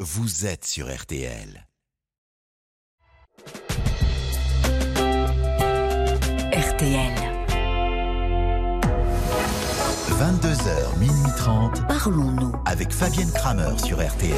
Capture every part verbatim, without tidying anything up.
vous êtes sur R T L. R T L. vingt-deux heures, minuit trente. Parlons-nous. Avec Fabienne Kramer sur R T L.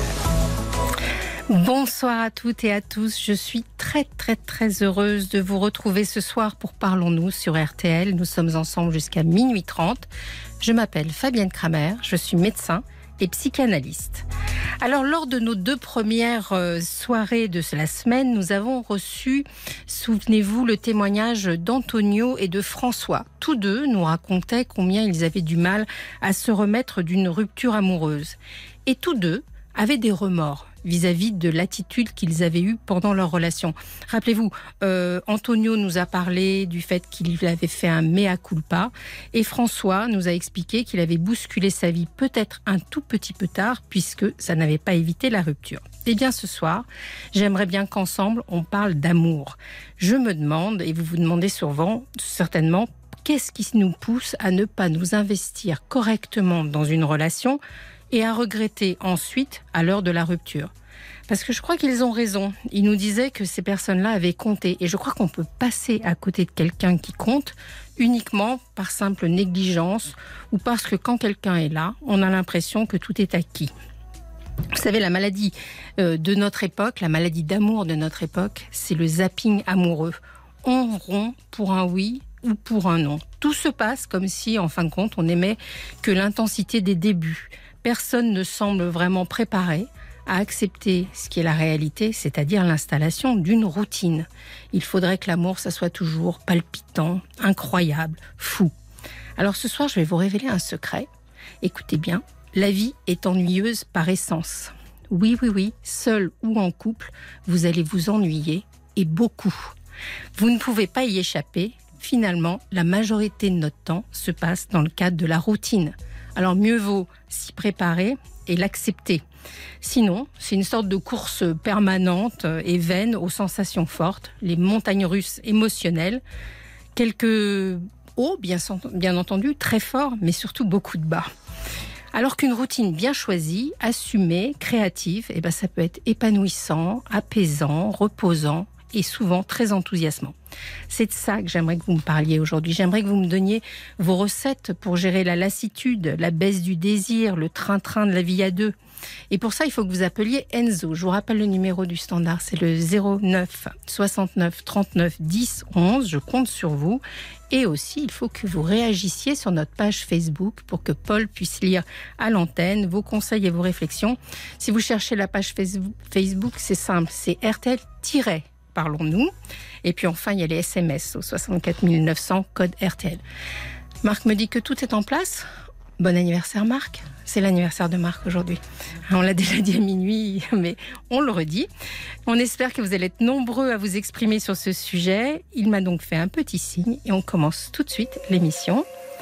Bonsoir à toutes et à tous. Je suis très très très heureuse de vous retrouver ce soir pour Parlons-nous sur R T L. Nous sommes ensemble jusqu'à minuit trente. Je m'appelle Fabienne Kramer, je suis médecin et psychanalyste. Alors, lors de nos deux premières soirées de la semaine, nous avons reçu, souvenez-vous, le témoignage d'Antonio et de François. Tous deux nous racontaient combien ils avaient du mal à se remettre d'une rupture amoureuse. Et tous deux avaient des remords vis-à-vis de l'attitude qu'ils avaient eue pendant leur relation. Rappelez-vous, euh, Antonio nous a parlé du fait qu'il avait fait un mea culpa et François nous a expliqué qu'il avait bousculé sa vie peut-être un tout petit peu tard puisque ça n'avait pas évité la rupture. Eh bien ce soir, j'aimerais bien qu'ensemble on parle d'amour. Je me demande, et vous vous demandez souvent, certainement, qu'est-ce qui nous pousse à ne pas nous investir correctement dans une relation et à regretter ensuite à l'heure de la rupture. Parce que je crois qu'ils ont raison. Ils nous disaient que ces personnes-là avaient compté. Et je crois qu'on peut passer à côté de quelqu'un qui compte uniquement par simple négligence ou parce que quand quelqu'un est là, on a l'impression que tout est acquis. Vous savez, la maladie de notre époque, la maladie d'amour de notre époque, c'est le zapping amoureux. On rompt pour un oui ou pour un non. Tout se passe comme si, en fin de compte, on n'aimait que l'intensité des débuts. Personne ne semble vraiment préparé à accepter ce qui est la réalité, c'est-à-dire l'installation d'une routine. Il faudrait que l'amour, ça soit toujours palpitant, incroyable, fou. Alors ce soir, je vais vous révéler un secret. Écoutez bien, la vie est ennuyeuse par essence. Oui, oui, oui, seul ou en couple, vous allez vous ennuyer, et beaucoup. Vous ne pouvez pas y échapper. Finalement, la majorité de notre temps se passe dans le cadre de la routine. Alors mieux vaut s'y préparer et l'accepter. Sinon, c'est une sorte de course permanente et vaine aux sensations fortes, les montagnes russes émotionnelles, quelques hauts, bien, bien entendu, très forts, mais surtout beaucoup de bas. Alors qu'une routine bien choisie, assumée, créative, eh ben ça peut être épanouissant, apaisant, reposant et souvent très enthousiasmant. C'est de ça que j'aimerais que vous me parliez aujourd'hui. J'aimerais que vous me donniez vos recettes pour gérer la lassitude, la baisse du désir, le train-train de la vie à deux. Et pour ça, il faut que vous appeliez Enzo. Je vous rappelle le numéro du standard, c'est le zéro neuf soixante-neuf trente-neuf dix onze. Je compte sur vous. Et aussi, il faut que vous réagissiez sur notre page Facebook pour que Paul puisse lire à l'antenne vos conseils et vos réflexions. Si vous cherchez la page Facebook, c'est simple, c'est R T L Parlons-nous. Et puis enfin, il y a les S M S au soixante-quatre mille neuf cents, code R T L. Marc me dit que tout est en place. Bon anniversaire Marc. C'est l'anniversaire de Marc aujourd'hui. On l'a déjà dit à minuit, mais on le redit. On espère que vous allez être nombreux à vous exprimer sur ce sujet. Il m'a donc fait un petit signe et on commence tout de suite l'émission.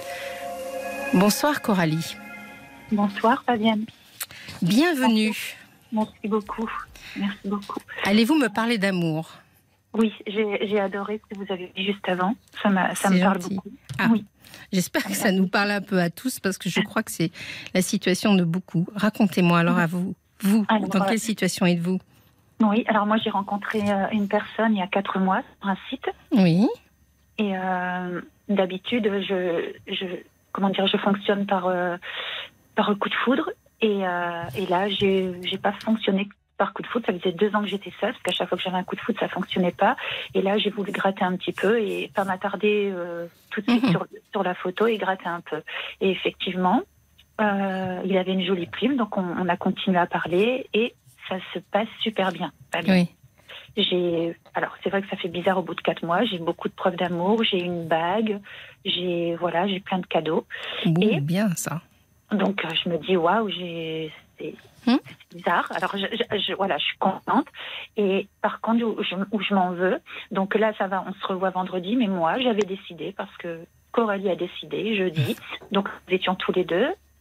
Bonsoir Coralie. Bonsoir Fabienne. Bienvenue. Merci beaucoup. Merci beaucoup. Allez-vous me parler d'amour ? Oui, j'ai, j'ai adoré ce que vous avez dit juste avant. Ça, m'a, ça c'est me parle gentil. beaucoup. Ah, oui. J'espère que ça nous parle un peu à tous parce que je crois que c'est la situation de beaucoup. Racontez-moi alors à vous. Vous, alors, dans quelle situation êtes-vous ? Oui, alors moi j'ai rencontré une personne il y a quatre mois sur un site. Oui. Et euh, d'habitude, je, je, comment dire, je fonctionne par, euh, par coup de foudre. Et, euh, et là, j'ai, j'ai pas fonctionné par coup de foudre. Ça faisait deux ans que j'étais seule, parce qu'à chaque fois que j'avais un coup de foudre, ça fonctionnait pas. Et là, j'ai voulu gratter un petit peu et pas m'attarder euh, tout de suite mmh. sur, sur la photo et gratter un peu. Et effectivement, euh, il avait une jolie plume, donc on, on a continué à parler et ça se passe super bien. Oui. J'ai, alors c'est vrai que ça fait bizarre au bout de quatre mois. J'ai beaucoup de preuves d'amour. J'ai une bague. J'ai voilà, j'ai plein de cadeaux. Bon, et bien ça. Donc je me dis waouh, j'ai c'est, hum? c'est bizarre. Alors je, je, je, voilà, je suis contente. Et par contre où je, où je m'en veux. Donc là ça va, on se revoit vendredi. Mais moi j'avais décidé parce que Coralie a décidé jeudi. Donc nous étions tous les deux.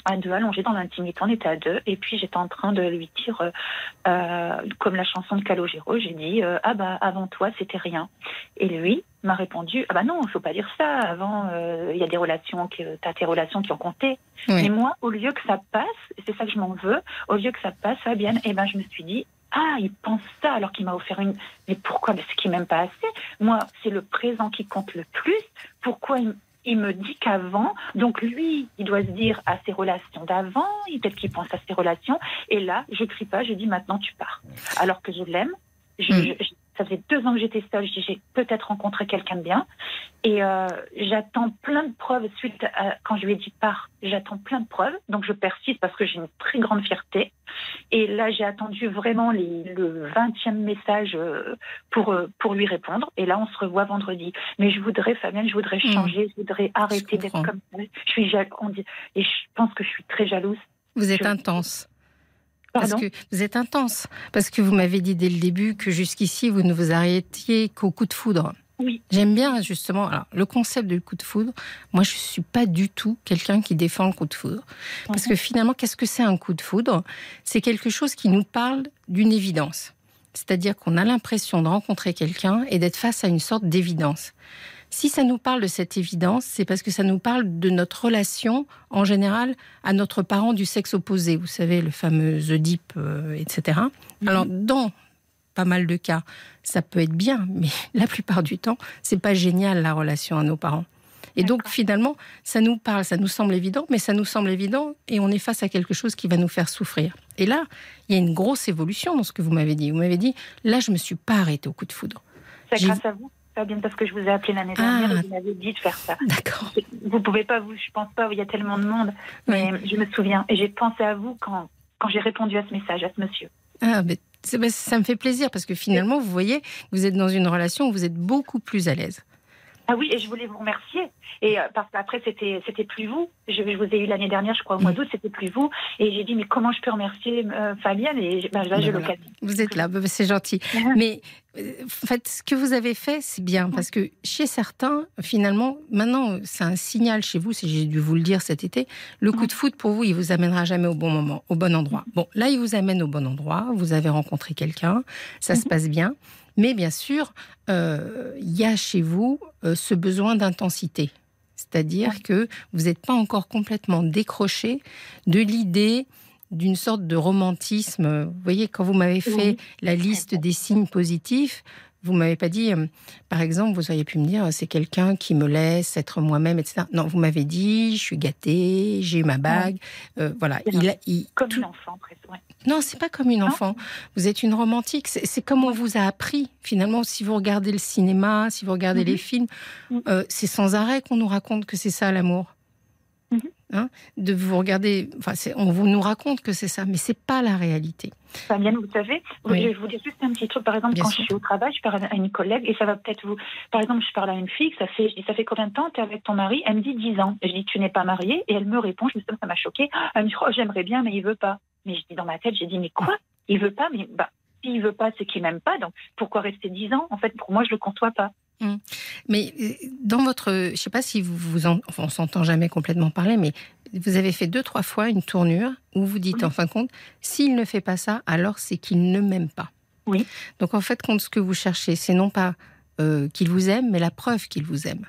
à deux, allongés dans l'intimité, on était à deux, et puis j'étais en train de lui dire, euh, euh, comme la chanson de Calogero, j'ai dit, euh, ah bah avant toi c'était rien. Et lui m'a répondu, ah bah non, il faut pas dire ça, avant il euh, y a des relations, que t'as tes relations qui ont compté. Oui. Mais moi, au lieu que ça passe, et c'est ça que je m'en veux, au lieu que ça passe, Fabienne, et ben je me suis dit, ah, il pense ça alors qu'il m'a offert une... Mais pourquoi? Parce qu'il m'aime pas assez. Moi, c'est le présent qui compte le plus. Pourquoi il... Il me dit qu'avant, donc lui, il doit se dire à ses relations d'avant, peut-être qu'il pense à ses relations, et là, je crie pas, je dis maintenant tu pars. Alors que je l'aime, je, Mm. je, ça faisait deux ans que j'étais seule, je dis j'ai peut-être rencontré quelqu'un de bien, et euh, j'attends plein de preuves suite à, quand je lui ai dit pars, j'attends plein de preuves, donc je persiste parce que j'ai une très grande fierté, et là j'ai attendu vraiment les, le vingtième message euh, pour, euh, pour lui répondre, et là on se revoit vendredi. Mais je voudrais, Fabienne, je voudrais changer, mmh. je voudrais arrêter je d'être comme ça. Je suis jal... on dit... Et je pense que je suis très jalouse. Vous êtes je... intense. Pardon? Parce que vous êtes intense. Parce que vous m'avez dit dès le début que jusqu'ici, vous ne vous arrêtiez qu'au coup de foudre. Oui. J'aime bien justement alors, le concept du coup de foudre. Moi, je ne suis pas du tout quelqu'un qui défend le coup de foudre. Parce que finalement, qu'est-ce que c'est un coup de foudre? C'est quelque chose qui nous parle d'une évidence. C'est-à-dire qu'on a l'impression de rencontrer quelqu'un et d'être face à une sorte d'évidence. Si ça nous parle de cette évidence, c'est parce que ça nous parle de notre relation, en général, à notre parent du sexe opposé. Vous savez, le fameux Oedipe, euh, et cetera. Mm-hmm. Alors, dans pas mal de cas, ça peut être bien, mais la plupart du temps, c'est pas génial, la relation à nos parents. Et D'accord. donc, finalement, ça nous parle, ça nous semble évident, mais ça nous semble évident et on est face à quelque chose qui va nous faire souffrir. Et là, il y a une grosse évolution dans ce que vous m'avez dit. Vous m'avez dit, là, je me suis pas arrêtée au coup de foudre. C'est J'ai... grâce à vous? Fabienne, parce que je vous ai appelé l'année dernière ah, et vous m'avez dit de faire ça. D'accord. Vous pouvez pas, vous, je pense pas, il y a tellement de monde, mais oui. je me souviens. Et j'ai pensé à vous quand, quand j'ai répondu à ce message, à ce monsieur. Ah, mais ça me fait plaisir parce que finalement, vous voyez, vous êtes dans une relation où vous êtes beaucoup plus à l'aise. Ah oui, et je voulais vous remercier. Et euh, parce qu'après, c'était, c'était plus vous. Je, je vous ai eu l'année dernière, je crois, au mois d'août, c'était plus vous. Et j'ai dit, mais comment je peux remercier euh, Fabienne? Et ben, là, j'ai voilà. l'occasion. Vous êtes là, c'est gentil. Mais en fait, ce que vous avez fait, c'est bien. Parce que chez certains, finalement, maintenant, c'est un signal chez vous, si j'ai dû vous le dire cet été, le coup de foudre, pour vous, il vous amènera jamais au bon moment, au bon endroit. Bon, là, il vous amène au bon endroit. Vous avez rencontré quelqu'un, ça se passe bien. Mais bien sûr, il euh, y a chez vous euh, ce besoin d'intensité. C'est-à-dire que vous n'êtes pas encore complètement décroché de l'idée d'une sorte de romantisme. Vous voyez, quand vous m'avez fait oui. la liste des signes positifs, vous ne m'avez pas dit, euh, par exemple, vous auriez pu me dire, c'est quelqu'un qui me laisse être moi-même, et cetera. Non, vous m'avez dit, je suis gâtée, j'ai eu ma bague. Ouais. Euh, voilà. Il, il, comme tout... une enfant, presque. Ouais. Non, c'est pas comme une non. enfant. Vous êtes une romantique. C'est, c'est comme on vous a appris. Finalement, si vous regardez le cinéma, si vous regardez mm-hmm. les films, mm-hmm. euh, c'est sans arrêt qu'on nous raconte que c'est ça l'amour. Mm-hmm. Hein, de vous regarder, enfin, c'est, on vous nous raconte que c'est ça, mais c'est pas la réalité. Fabienne, vous savez, oui. je vais vous dire juste un petit truc. Par exemple, Bien quand sûr. je suis au travail, je parle à une collègue et ça va peut-être vous. Par exemple, je parle à une fille, ça fait, je dis, ça fait combien de temps tu es avec ton mari? Elle me dit dix ans. Et je dis, tu n'es pas mariée? Et elle me répond, je me dis, ça m'a choquée. Elle me dit, oh, j'aimerais bien, mais il veut pas. Mais je dis dans ma tête, j'ai dit, mais quoi? Il veut pas, mais bah, s'il veut pas, c'est qu'il m'aime pas. Donc, pourquoi rester dix ans? En fait, pour moi, je le conçois pas. Mmh. Mais dans votre, je sais pas si vous vous en, enfin, on s'entend jamais complètement parler, mais vous avez fait deux, trois fois une tournure où vous dites, oui. en fin de compte, s'il ne fait pas ça, alors c'est qu'il ne m'aime pas. Oui. Donc en fait, compte ce que vous cherchez, c'est non pas euh, qu'il vous aime, mais la preuve qu'il vous aime.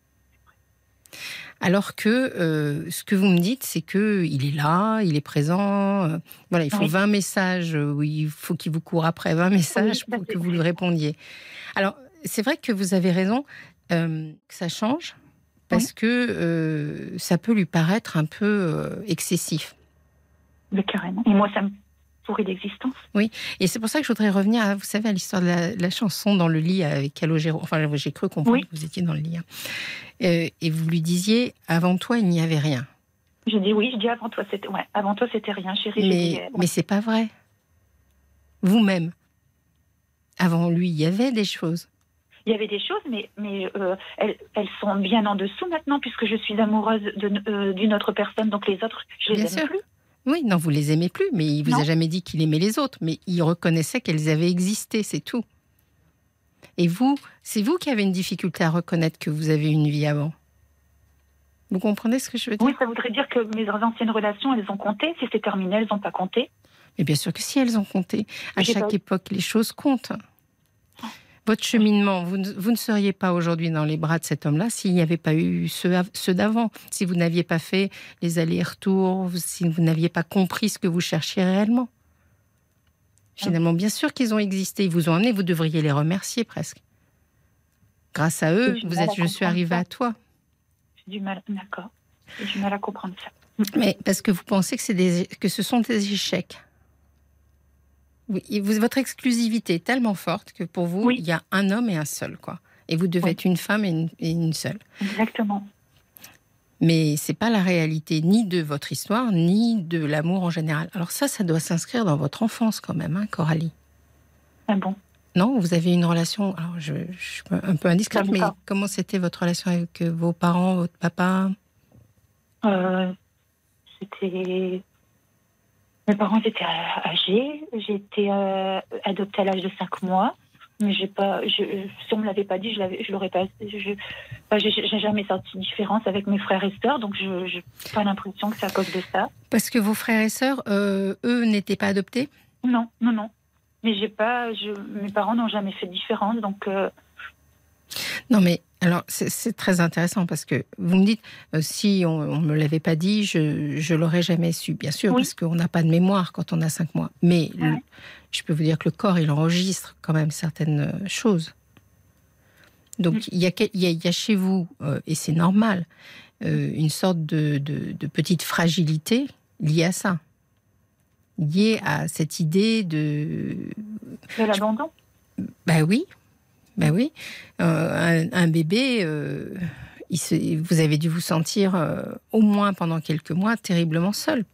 Alors que euh, ce que vous me dites, c'est qu'il est là, il est présent. Euh, voilà, il faut oui. vingt messages, où il faut qu'il vous court après vingt messages oui, pour que vous lui répondiez. Alors, c'est vrai que vous avez raison, euh, que ça change, parce oui. que euh, ça peut lui paraître un peu euh, excessif. Mais carrément. Et moi, ça me pourrit d'existence. Oui, et c'est pour ça que je voudrais revenir, à, vous savez, à l'histoire de la, la chanson Dans le lit avec Calogero. Enfin, j'ai cru comprendre oui. que vous étiez dans le lit. Hein. Euh, et vous lui disiez, avant toi, il n'y avait rien. Je dis oui, je dis avant toi, c'était, ouais, avant toi, c'était rien, chérie. Mais, dit, ouais. mais c'est pas vrai. Vous-même, avant lui, il y avait des choses. Il y avait des choses, mais, mais euh, elles, elles sont bien en dessous maintenant, puisque je suis amoureuse de, euh, d'une autre personne, donc les autres, je les bien aime sûr. plus. Oui, non, vous les aimez plus, mais il vous non. a jamais dit qu'il aimait les autres, mais il reconnaissait qu'elles avaient existé, c'est tout. Et vous, c'est vous qui avez une difficulté à reconnaître que vous avez une vie avant. Vous comprenez ce que je veux dire? Oui, ça voudrait dire que mes anciennes relations, elles ont compté. Si c'est terminé, elles n'ont pas compté. Mais bien sûr que si, elles ont compté. À J'ai chaque pas... époque, les choses comptent. Votre cheminement, vous ne, vous ne seriez pas aujourd'hui dans les bras de cet homme-là s'il n'y avait pas eu ceux, ceux d'avant. Si vous n'aviez pas fait les allers-retours, si vous n'aviez pas compris ce que vous cherchiez réellement. Finalement, bien sûr qu'ils ont existé. Ils vous ont amené, vous devriez les remercier presque. Grâce à eux, vous êtes, je suis arrivée à toi. J'ai du mal, d'accord. J'ai du mal à comprendre ça. Mais parce que vous pensez que, c'est des, que ce sont des échecs. Oui, vous, votre exclusivité est tellement forte que pour vous, oui. il y a un homme et un seul, quoi. Et vous devez oui. être une femme et une, et une seule. Exactement. Mais c'est pas la réalité ni de votre histoire, ni de l'amour en général. Alors ça, ça doit s'inscrire dans votre enfance quand même, hein, Coralie. Ah bon? Non, vous avez une relation, alors je, je suis un peu indiscrète, mais comment c'était votre relation avec vos parents, votre papa? euh, C'était... Mes parents étaient âgés, j'ai été euh, adoptée à l'âge de cinq mois, mais j'ai pas, je, si on me l'avait pas dit, je l'avais, je l'aurais pas, je, enfin, j'ai, j'ai jamais senti de différence avec mes frères et sœurs, donc je n'ai pas l'impression que c'est à cause de ça. Parce que vos frères et sœurs, euh, eux, n'étaient pas adoptés? Non, non, non. Mais j'ai pas, je, mes parents n'ont jamais fait de différence, donc. Euh... Non, mais alors c'est, c'est très intéressant parce que vous me dites euh, si on ne me l'avait pas dit, je ne l'aurais jamais su, bien sûr, oui. parce qu'on n'a pas de mémoire quand on a cinq mois. Mais ouais. le, je peux vous dire que le corps, il enregistre quand même certaines choses. Donc il mmh. y, y, y a chez vous, euh, et c'est normal, euh, une sorte de, de, de petite fragilité liée à ça. Liée à cette idée de... De l'abandon? Ben oui. Ben oui, euh, un, un bébé, euh, il se, vous avez dû vous sentir, euh, au moins pendant quelques mois, terriblement seul.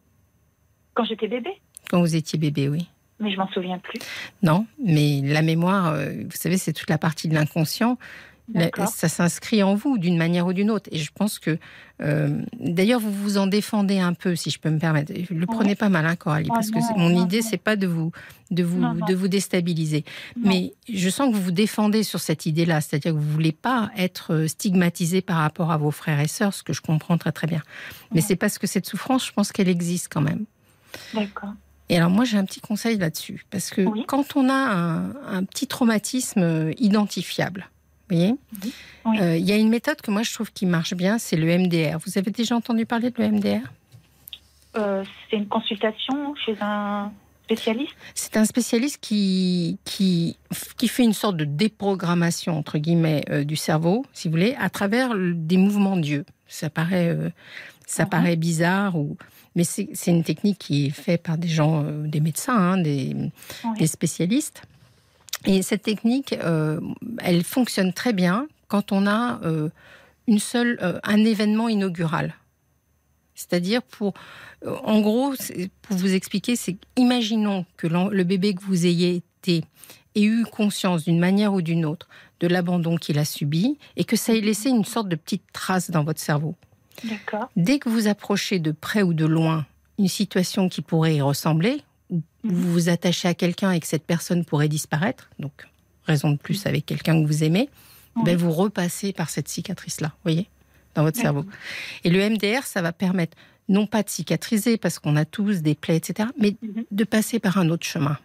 Quand j'étais bébé? Quand vous étiez bébé, oui. Mais je m'en souviens plus. Non, mais la mémoire, euh, vous savez, c'est toute la partie de l'inconscient. La, ça s'inscrit en vous d'une manière ou d'une autre. Et je pense que... Euh, d'ailleurs, vous vous en défendez un peu, si je peux me permettre. Ne le prenez ouais. pas mal, hein, Coralie, parce oh, non, que mon non, idée, non. c'est pas de vous, de vous, non, de vous déstabiliser. Non. Mais je sens que vous vous défendez sur cette idée-là. C'est-à-dire que vous ne voulez pas être stigmatisé par rapport à vos frères et sœurs, ce que je comprends très très bien. Mais ouais. c'est parce que cette souffrance, je pense qu'elle existe quand même. D'accord. Et alors moi, j'ai un petit conseil là-dessus. Parce que oui. quand on a un, un petit traumatisme identifiable, vous voyez, il oui. euh, y a une méthode que moi je trouve qui marche bien, c'est le M D R. Vous avez déjà entendu parler de le M D R? euh, C'est une consultation chez un spécialiste? C'est un spécialiste qui, qui, qui fait une sorte de déprogrammation, entre guillemets, euh, du cerveau, si vous voulez, à travers des mouvements d'yeux. Ça paraît, euh, ça uh-huh. paraît bizarre, ou... mais c'est, c'est une technique qui est faite par des gens, euh, des médecins, hein, des, oui. des spécialistes. Et cette technique, euh, elle fonctionne très bien quand on a euh, une seule, euh, un événement inaugural. C'est-à-dire, pour, euh, en gros, pour vous expliquer, c'est imaginons que le bébé que vous ayez été ait eu conscience d'une manière ou d'une autre de l'abandon qu'il a subi et que ça ait laissé une sorte de petite trace dans votre cerveau. D'accord. Dès que vous approchez de près ou de loin une situation qui pourrait y ressembler, où vous vous attachez à quelqu'un et que cette personne pourrait disparaître, donc raison de plus avec quelqu'un que vous aimez, oui. ben vous repassez par cette cicatrice-là, vous voyez, dans votre oui. cerveau. Et le M D R, ça va permettre non pas de cicatriser, parce qu'on a tous des plaies, et cetera, mais mm-hmm. de passer par un autre chemin.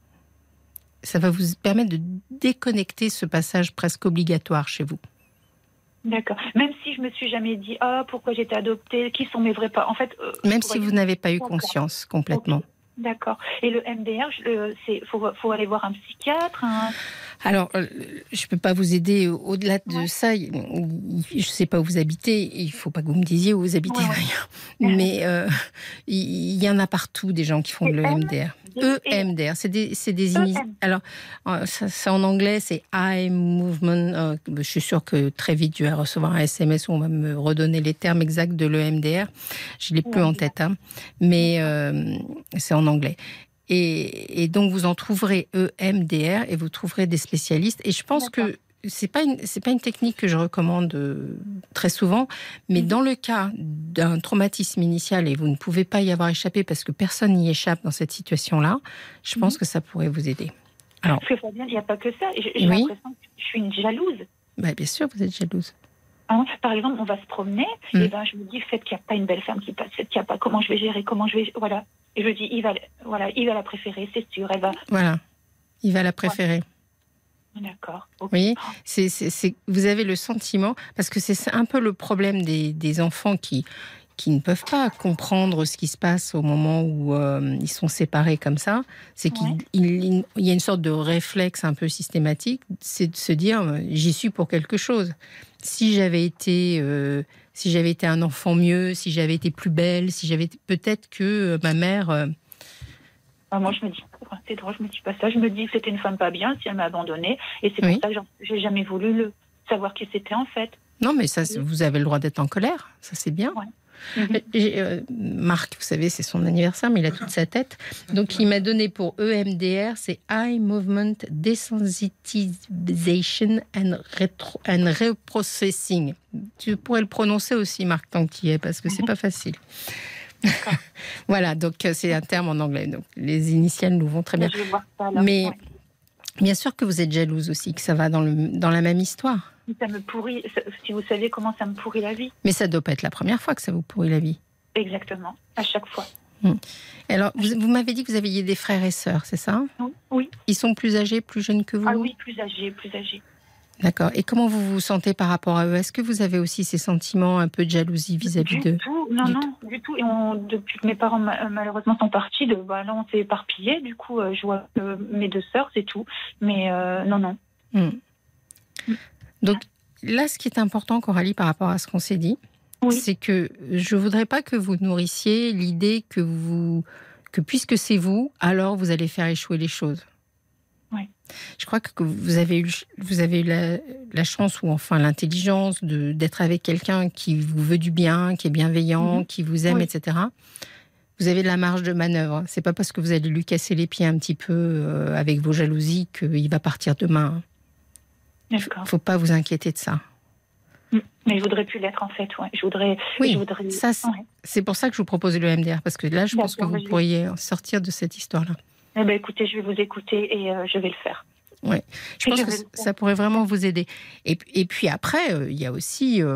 Ça va vous permettre de déconnecter ce passage presque obligatoire chez vous. D'accord. Même si je me suis jamais dit, ah, pourquoi j'étais adoptée, qui sont mes vrais parents. En fait, euh, même si vous n'avez pas eu conscience complètement. Okay. D'accord. Et le M D R, il faut, faut aller voir un psychiatre un... Alors, euh, je ne peux pas vous aider au-delà de ouais. ça. Je ne sais pas où vous habitez. Il ne faut pas que vous me disiez où vous habitez, ouais, d'ailleurs. Ouais. Mais euh, il y, y en a partout des gens qui font le M D R. E M D R, c'est des, c'est des ini... Alors, ça, ça, en anglais, c'est Eye Movement. Euh, je suis sûre que très vite, je vais recevoir un S M S où on va me redonner les termes exacts de l'E M D R. Je ne l'ai plus ouais. en tête, hein. Mais euh, c'est en anglais. Et, et donc, vous en trouverez E M D R et vous trouverez des spécialistes. Et je pense D'accord. que c'est pas une, c'est pas une technique que je recommande euh, très souvent, mais mmh. dans le cas d'un traumatisme initial, et vous ne pouvez pas y avoir échappé parce que personne n'y échappe dans cette situation-là, je mmh. pense que ça pourrait vous aider. Alors, parce que Fabienne, il n'y a pas que ça. J'ai, j'ai oui. l'impression que je suis une jalouse. Bah, bien sûr, vous êtes jalouse. Ah ouais. Par exemple, on va se promener, Mm. et ben je me dis, faites qu'il n'y a pas une belle femme qui passe, faites qu'il n'y a pas, comment je vais gérer, comment je vais, voilà. Et je dis, il va, voilà, il va la préférer, c'est sûr, elle va. Voilà, il va la préférer. D'accord. Vous Ok. voyez, c'est, c'est, c'est, vous avez le sentiment, parce que c'est un peu le problème des, des enfants qui, qui ne peuvent pas comprendre ce qui se passe au moment où euh, ils sont séparés comme ça, c'est qu'il Ouais. il, il y a une sorte de réflexe un peu systématique, c'est de se dire, euh, j'y suis pour quelque chose. Si j'avais été, euh, si j'avais été un enfant mieux, si j'avais été plus belle, si j'avais été- peut-être que euh, ma mère... euh, Ah, moi, je me dis, c'est drôle, je me dis pas ça. Je me dis que c'était une femme pas bien si elle m'a abandonnée. Et c'est Oui. pour ça que j'en- j'ai jamais voulu le savoir qui c'était en fait. Non, mais ça, c'est- vous avez le droit d'être en colère, ça c'est bien. Ouais. Mhm. J'ai, euh, Marc, vous savez, c'est son anniversaire, mais il a toute sa tête. Donc, il m'a donné pour E M D R, c'est Eye Movement Desensitization and, retro, and Reprocessing. Tu pourrais le prononcer aussi, Marc, tant qu'il y est, parce que c'est pas facile. Voilà, donc euh, c'est un terme en anglais. Donc, les initiales nous vont très bien. Je vais voir ça là. Mais Ouais. bien sûr que vous êtes jalouse aussi, que ça va dans, le, dans la même histoire. Ça me pourrit, ça- si vous saviez comment ça me pourrit la vie. Mais ça ne doit pas être la première fois que ça vous pourrit la vie. Exactement, à chaque fois. Alors, vous, vous m'avez dit que vous aviez des frères et sœurs, c'est ça? Oui. Ils sont plus âgés, plus jeunes que vous? Ah oui, plus âgé, plus âgé. D'accord. Et comment vous vous sentez par rapport à eux? Est-ce que vous avez aussi ces sentiments un peu de jalousie vis-à-vis Du d'eux? tout, non, Du non, du tout. Et on, depuis que mes parents ma- malheureusement sont partis, de, bah, là on s'est éparpillés. Du coup, euh, je vois euh, mes deux sœurs, c'est tout. Mais euh, non, non. Hmm. Donc là, ce qui est important, Coralie, par rapport à ce qu'on s'est dit, Oui. c'est que je voudrais pas que vous nourrissiez l'idée que vous, que puisque c'est vous, alors vous allez faire échouer les choses. Oui. Je crois que vous avez eu, vous avez eu la, la chance ou enfin l'intelligence de, d'être avec quelqu'un qui vous veut du bien, qui est bienveillant, Mhm. qui vous aime, Oui. et cetera. Vous avez de la marge de manœuvre. C'est pas parce que vous allez lui casser les pieds un petit peu euh, avec vos jalousies qu'il va partir demain. D'accord. Faut pas vous inquiéter de ça. Mais je voudrais plus l'être en fait. Ouais. Je voudrais. Oui, je voudrais... ça, c'est, Ouais. c'est pour ça que je vous propose le M D R, parce que là, je pense que D'accord, vous vas-y. pourriez sortir de cette histoire-là. Eh ben, écoutez, je vais vous écouter et euh, je vais le faire. Ouais. Je pense Je que vais le faire. ça pourrait vraiment vous aider. Et, et puis après, euh, il y a aussi euh,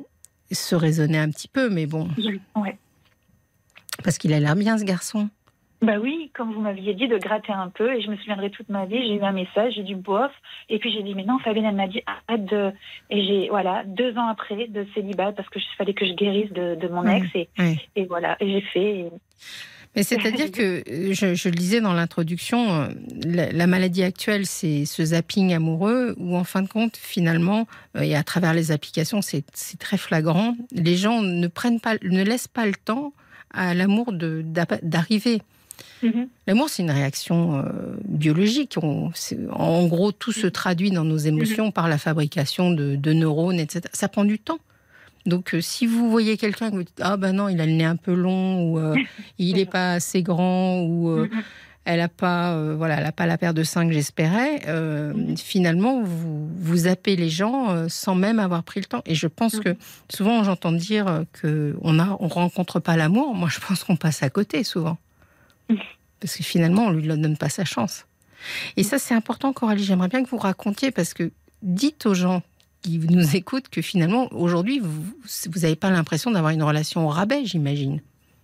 se raisonner un petit peu, mais bon, Ouais. parce qu'il a l'air bien, ce garçon. Bah oui, comme vous m'aviez dit, de gratter un peu. Et je me souviendrai toute ma vie. J'ai eu un message, j'ai dit bof. Et puis j'ai dit, mais non, Fabienne, elle m'a dit, arrête de. Et j'ai, voilà, deux ans après de célibat, parce que fallait que je guérisse de, de mon Ouais. ex. Et, Ouais. et voilà, et j'ai fait. Et... Mais c'est-à-dire que, euh, je, je le disais dans l'introduction, euh, la, la maladie actuelle, c'est ce zapping amoureux, où en fin de compte, finalement, euh, et à travers les applications, c'est, c'est très flagrant, les gens ne prennent pas, ne laissent pas le temps à l'amour de, d'ap- d'arriver. Mhm. L'amour, c'est une réaction euh, biologique. On, c'est- en gros, tout se traduit dans nos émotions par la fabrication de, de neurones, et cetera. Ça prend du temps. Donc, euh, si vous voyez quelqu'un que vous dites « Ah ben non, il a le nez un peu long » ou euh, « Il n'est pas assez grand » ou euh, Mhm. « Elle n'a pas, euh, voilà, elle a pas la paire de seins que j'espérais euh, Mhm. finalement, vous, vous zappez les gens euh, sans même avoir pris le temps. Et je pense Mhm. que souvent, j'entends dire euh, qu'on ne on rencontre pas l'amour. Moi, je pense qu'on passe à côté souvent. Mhm. Parce que finalement, on ne lui donne pas sa chance. Et ça, c'est important, Coralie. J'aimerais bien que vous racontiez, parce que dites aux gens qui nous écoutent que finalement, aujourd'hui, vous n'avez pas l'impression d'avoir une relation au rabais, j'imagine.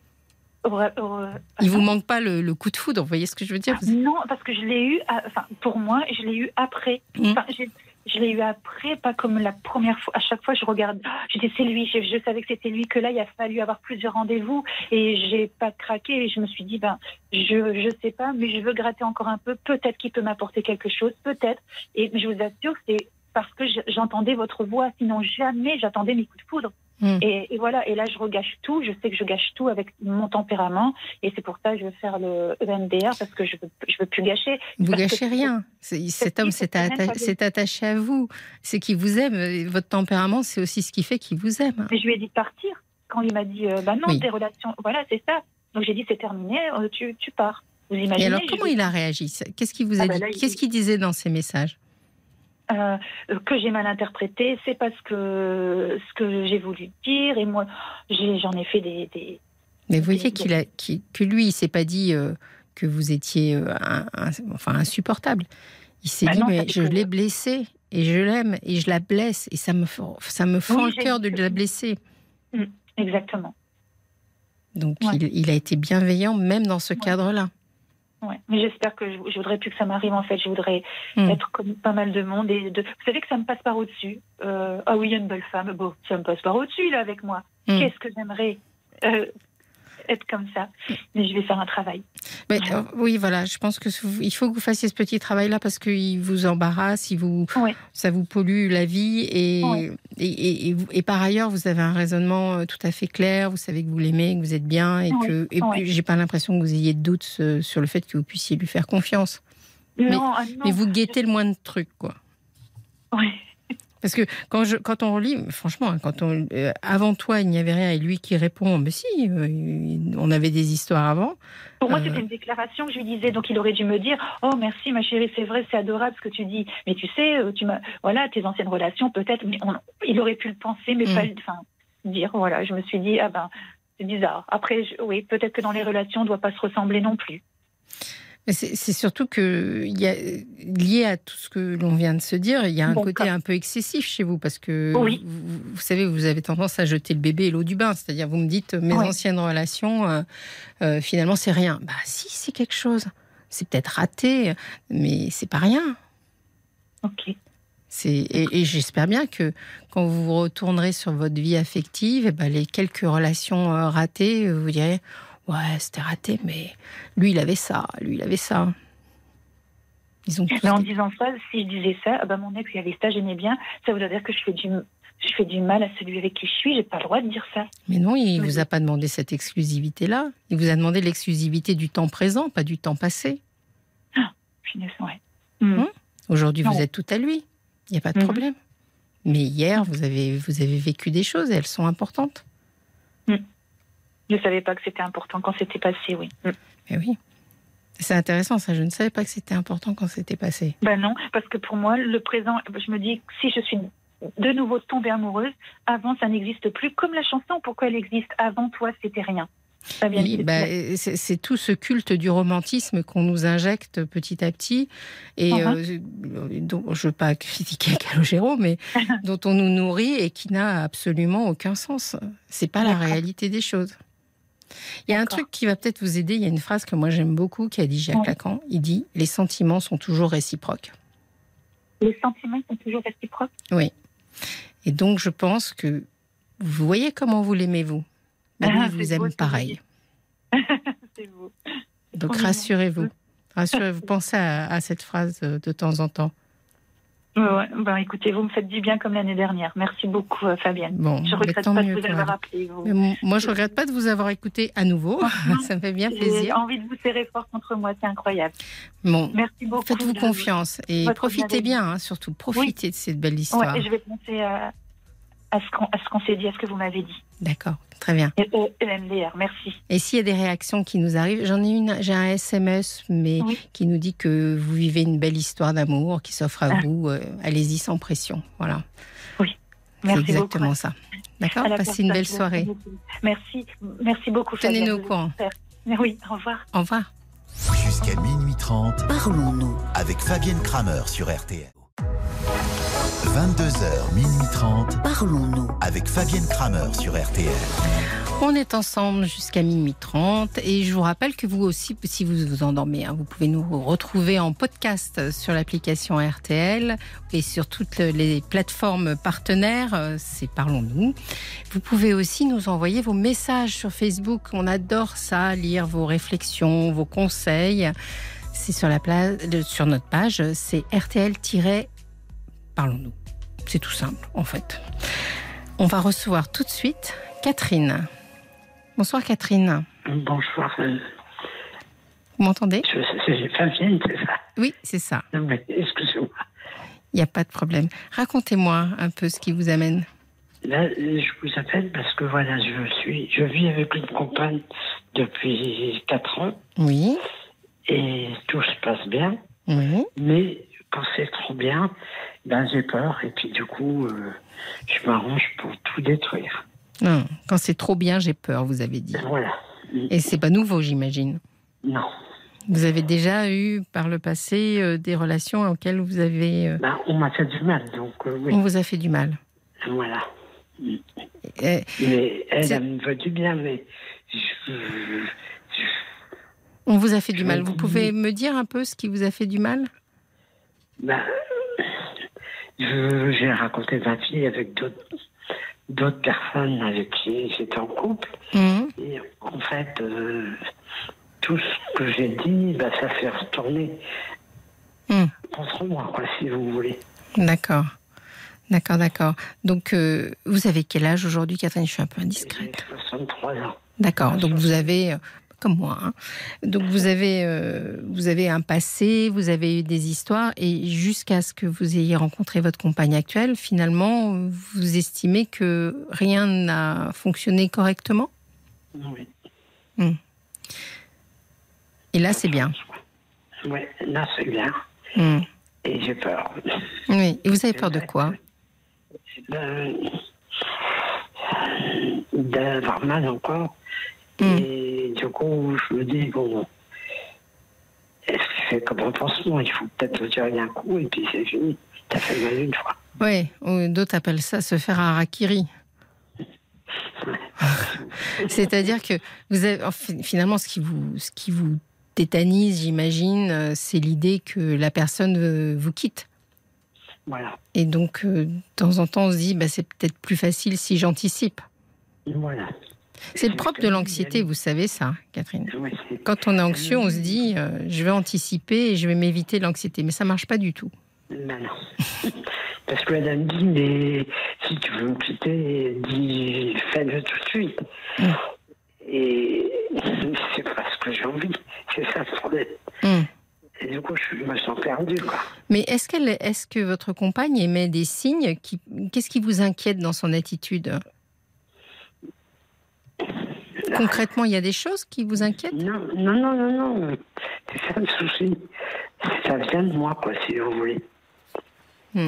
Ouais, ouais. Il vous manque pas le, le coup de foudre, vous voyez ce que je veux dire? Vous- Non, parce que je l'ai eu, à- enfin, pour moi, je l'ai eu après. Mhm. Enfin, j'ai- je l'ai eu après, pas comme la première fois. À chaque fois, je regarde, ah, je dis c'est lui, je, je savais que c'était lui, que là, il a fallu avoir plusieurs rendez-vous et j'ai pas craqué et je me suis dit, ben, je, je sais pas, mais je veux gratter encore un peu, peut-être qu'il peut m'apporter quelque chose, peut-être. Et je vous assure, c'est parce que je- j'entendais votre voix, sinon jamais j'attendais mes coups de foudre. Mhm. Et, et voilà, et là je regâche tout, je sais que je gâche tout avec mon tempérament, et c'est pour ça que je veux faire le E M D R, parce que je veux, je veux plus gâcher. Vous Parce gâchez que- rien. C'est- cet homme s'est c'est même atta- pas s'est attaché à vous. C'est qu'il vous aime. Et votre tempérament, c'est aussi ce qui fait qu'il vous aime. Mais je lui ai dit de partir, quand il m'a dit, euh, bah non, Oui. tes relations, voilà, c'est ça. Donc j'ai dit, c'est terminé, euh, tu, tu pars. Vous imaginez Et alors, je comment lui- il a réagi? Qu'est-ce qu'il vous a Ah bah dit? là, il- Qu'est-ce qu'il disait dans ses messages? Euh, que j'ai mal interprété, c'est parce que ce que j'ai voulu dire, et moi, j'ai- j'en ai fait des... des... Mais vous voyez Des- qu'il a, qu'il- que lui, il s'est pas dit euh, que vous étiez euh, un- un- enfin, insupportable. Il s'est Bah dit, non, mais ça fait je que- l'ai blessé et je l'aime et je la blesse et ça me, ça me fend Oui, le cœur de j'ai- la blesser. Mm, exactement. Donc Ouais. il, il a été bienveillant même dans ce Ouais. cadre-là. Ouais. Mais j'espère que je, je voudrais plus que ça m'arrive en fait. Je voudrais Mm. être comme pas mal de monde et de. Vous savez que ça me passe par au-dessus. Euh, ah oui, il y a une belle femme. Bon, ça me passe par au-dessus là avec moi. Mm. Qu'est-ce que j'aimerais euh, être comme ça. Mais je vais faire un travail. Mais, euh, oui, voilà, je pense que il faut que vous fassiez ce petit travail-là parce qu'il vous embarrasse, il vous, Oui. ça vous pollue la vie et, Oui. et, et, et, vous- et par ailleurs, vous avez un raisonnement euh, tout à fait clair, vous savez que vous l'aimez, que vous êtes bien et Oui. que et Oui. puis, j'ai pas l'impression que vous ayez de doutes euh, sur le fait que vous puissiez lui faire confiance. Mais- Non, ah non. Mais vous guettez le moins de trucs, quoi. Oui. Parce que quand, je, quand on relit, franchement, hein, quand on, euh, avant toi, il n'y avait rien, et lui qui répond, mais si, euh, il- on avait des histoires avant. Pour moi, Euh. c'était une déclaration que je lui disais. Donc, il aurait dû me dire « Oh, merci, ma chérie, c'est vrai, c'est adorable ce que tu dis. Mais tu sais, euh, tu m'as, voilà, tes anciennes relations, peut-être. » Mais on- il aurait pu le penser, mais Mm. pas le enfin, dire. Voilà, je me suis dit « Ah ben, c'est bizarre. » Après, je- oui, peut-être que dans les relations, on ne doit pas se ressembler non plus. Mais C'est c'est surtout que, il y a, lié à tout ce que l'on vient de se dire, il y a un D'accord. côté un peu excessif chez vous, parce que, Oui. vous, vous savez, vous avez tendance à jeter le bébé et l'eau du bain. C'est-à-dire, vous me dites, mes Oui. anciennes relations, euh, euh, finalement, c'est rien. Bah si, c'est quelque chose. C'est peut-être raté, mais c'est pas rien. Ok. C'est, et, et j'espère bien que quand vous vous retournerez sur votre vie affective, eh ben, les quelques relations euh, ratées, vous direz ouais, c'était raté, mais lui, il avait ça, lui, il avait ça. Ils ont tous Mais en des- disant ça, si je disais ça, ah ben, mon ex, il avait ça, j'aimais bien. Ça voudrait dire que je fais du, je fais du mal à celui avec qui je suis. J'ai pas le droit de dire ça. Mais non, il Oui. vous a pas demandé cette exclusivité-là. Il vous a demandé l'exclusivité du temps présent, pas du temps passé. Punaise, ouais. Mm. Hum. Aujourd'hui, vous Non. êtes tout à lui. Il n'y a pas de Mhm. problème. Mais hier, vous avez, vous avez vécu des choses et elles sont importantes. Je savais pas que c'était important quand c'était passé, oui. Mm. Mais oui. C'est intéressant, ça. Je ne savais pas que c'était important quand c'était passé. Ben non, parce que pour moi, le présent, je me dis, si je suis de nouveau tombée amoureuse, avant, ça n'existe plus. Comme la chanson, pourquoi elle existe? Avant toi, c'était rien. Ça vient Oui, de- bah, c'est c'est tout ce culte du romantisme qu'on nous injecte petit à petit et Mhm. euh, dont je ne veux pas critiquer Calogero, mais dont on nous nourrit et qui n'a absolument aucun sens. C'est pas la D'accord. réalité des choses. Il y a un D'accord. truc qui va peut-être vous aider. Il y a une phrase que moi j'aime beaucoup qui a dit Jacques Oui. Lacan. Il dit « Les sentiments sont toujours réciproques Les sentiments sont toujours réciproques. ». Oui. Et donc je pense que vous voyez comment vous l'aimez vous. Ben, lui, Ah, il c'est vous beau, aime c'est pareil. C'est beau. Donc trop mignon. rassurez-vous. Rassurez-vous. Pensez à, à cette phrase euh, de temps en temps. Ouais, ouais. Ben, écoutez, vous me faites du bien comme l'année dernière. Merci beaucoup, euh, Fabienne. Bon, Je bah, regrette tant pas mieux de vous pour avoir elle. appelé. vous. Mais m- moi, je regrette pas de vous avoir écouté à nouveau. Ça me fait bien J'ai plaisir. envie de vous serrer fort contre moi, c'est incroyable. Bon, Merci beaucoup. faites-vous de- confiance et votre profitez bienveillance. bien, hein, surtout. Profitez de cette belle histoire. Ouais, et je vais penser à, à ce qu'on à ce qu'on s'est dit, à ce que vous m'avez dit. D'accord, très bien. Et, euh, E M D R, merci. Et s'il y a des réactions qui nous arrivent, j'en ai une, j'ai un S M S, mais Oui. qui nous dit que vous vivez une belle histoire d'amour qui s'offre à Ah. vous. euh, allez-y sans pression. Voilà. Oui. C'est Merci exactement beaucoup. ça. D'accord. À la Passez une personne, belle merci soirée. beaucoup. Merci, merci beaucoup. Tenez-nous Fabienne, au je courant. vais faire. Oui, au revoir. Au revoir. Jusqu'à minuit trente, Parlons-nous. avec Fabienne Kramer sur R T L. vingt-deux heures, minuit trente, Parlons-nous. avec Fabienne Kramer sur R T L. On est ensemble jusqu'à minuit trente et je vous rappelle que vous aussi, si vous vous endormez, hein, vous pouvez nous retrouver en podcast sur l'application R T L et sur toutes les plateformes partenaires, euh, c'est Parlons-nous. Vous pouvez aussi nous envoyer vos messages sur Facebook. On adore ça, lire vos réflexions, vos conseils. C'est sur, la pla- le- sur notre page, c'est R T L-Parlons-nous. C'est tout simple, en fait. On va recevoir tout de suite Catherine. Bonsoir Catherine. Bonsoir, euh, Vous m'entendez? je- c'est Fabienne, c'est ça? Oui, c'est ça. Non, mais excusez-moi. Il n'y a pas de problème. Racontez-moi un peu ce qui vous amène. Là, je vous appelle parce que voilà, je suis, je vis avec une compagne depuis quatre ans Oui, et tout se passe bien. oui. Mais quand c'est trop bien, ben j'ai peur et puis du coup, euh, je m'arrange pour tout détruire. Non, quand c'est trop bien, j'ai peur, vous avez dit. Voilà. Et c'est pas nouveau, j'imagine. Non. Vous avez déjà eu par le passé euh, des relations auxquelles vous avez... Euh... Ben, on m'a fait du mal, donc euh, oui. On vous a fait du mal. Voilà. Et, mais elle, elle me veut du bien, mais... Je, je, on vous a fait du je mal. Vous pouvez me dire un peu ce qui vous a fait du mal? Ben, je, j'ai raconté ma fille avec d'autres, d'autres personnes avec qui j'étais en couple. Mmh. Et en fait, euh, tout ce que j'ai dit, ben, ça fait retourner mmh. contre moi, quoi, si vous voulez. D'accord. D'accord, d'accord. Donc, euh, vous avez quel âge aujourd'hui, Catherine? Je suis un peu indiscrète. J'ai soixante-trois ans. D'accord. Donc, vous avez... Euh, comme moi. Hein. Donc vous avez, euh, vous avez un passé, vous avez eu des histoires, et jusqu'à ce que vous ayez rencontré votre compagne actuelle, finalement, vous estimez que rien n'a fonctionné correctement? Oui. Hum. Et là, c'est bien. Oui, là, c'est bien. Hum. Et j'ai peur. Oui. Et vous avez peur de quoi? Ben, d'avoir mal encore. Mmh. Et du coup, je me dis, bon, c'est comme un pansement, il faut peut-être le tirer d'un coup et puis c'est fini. T'as fait mal une fois. Oui, d'autres appellent ça se faire un harakiri. C'est-à-dire que vous avez, finalement, ce qui vous, ce qui vous tétanise, j'imagine, c'est l'idée que la personne vous quitte. Voilà. Et donc, de temps en temps, on se dit, bah, c'est peut-être plus facile si j'anticipe. Voilà. C'est le propre de l'anxiété, vous savez ça, Catherine. Quand on est anxieux, on se dit euh, je vais anticiper et je vais m'éviter l'anxiété. Mais ça ne marche pas du tout. Ben non. Parce que madame dit, mais si tu veux me quitter, dis, fais-le tout de suite. Mm. Et c'est pas ce que j'ai envie. C'est ça le problème. Mm. Et du coup, je me sens perdue, quoi. Mais est-ce, qu'elle, est-ce que votre compagne émet des signes qui, qu'est-ce qui vous inquiète dans son attitude ? Concrètement, il y a des choses qui vous inquiètent? Non, non, non, non, non. C'est ça le souci. Ça vient de moi, quoi, si vous voulez. Hmm.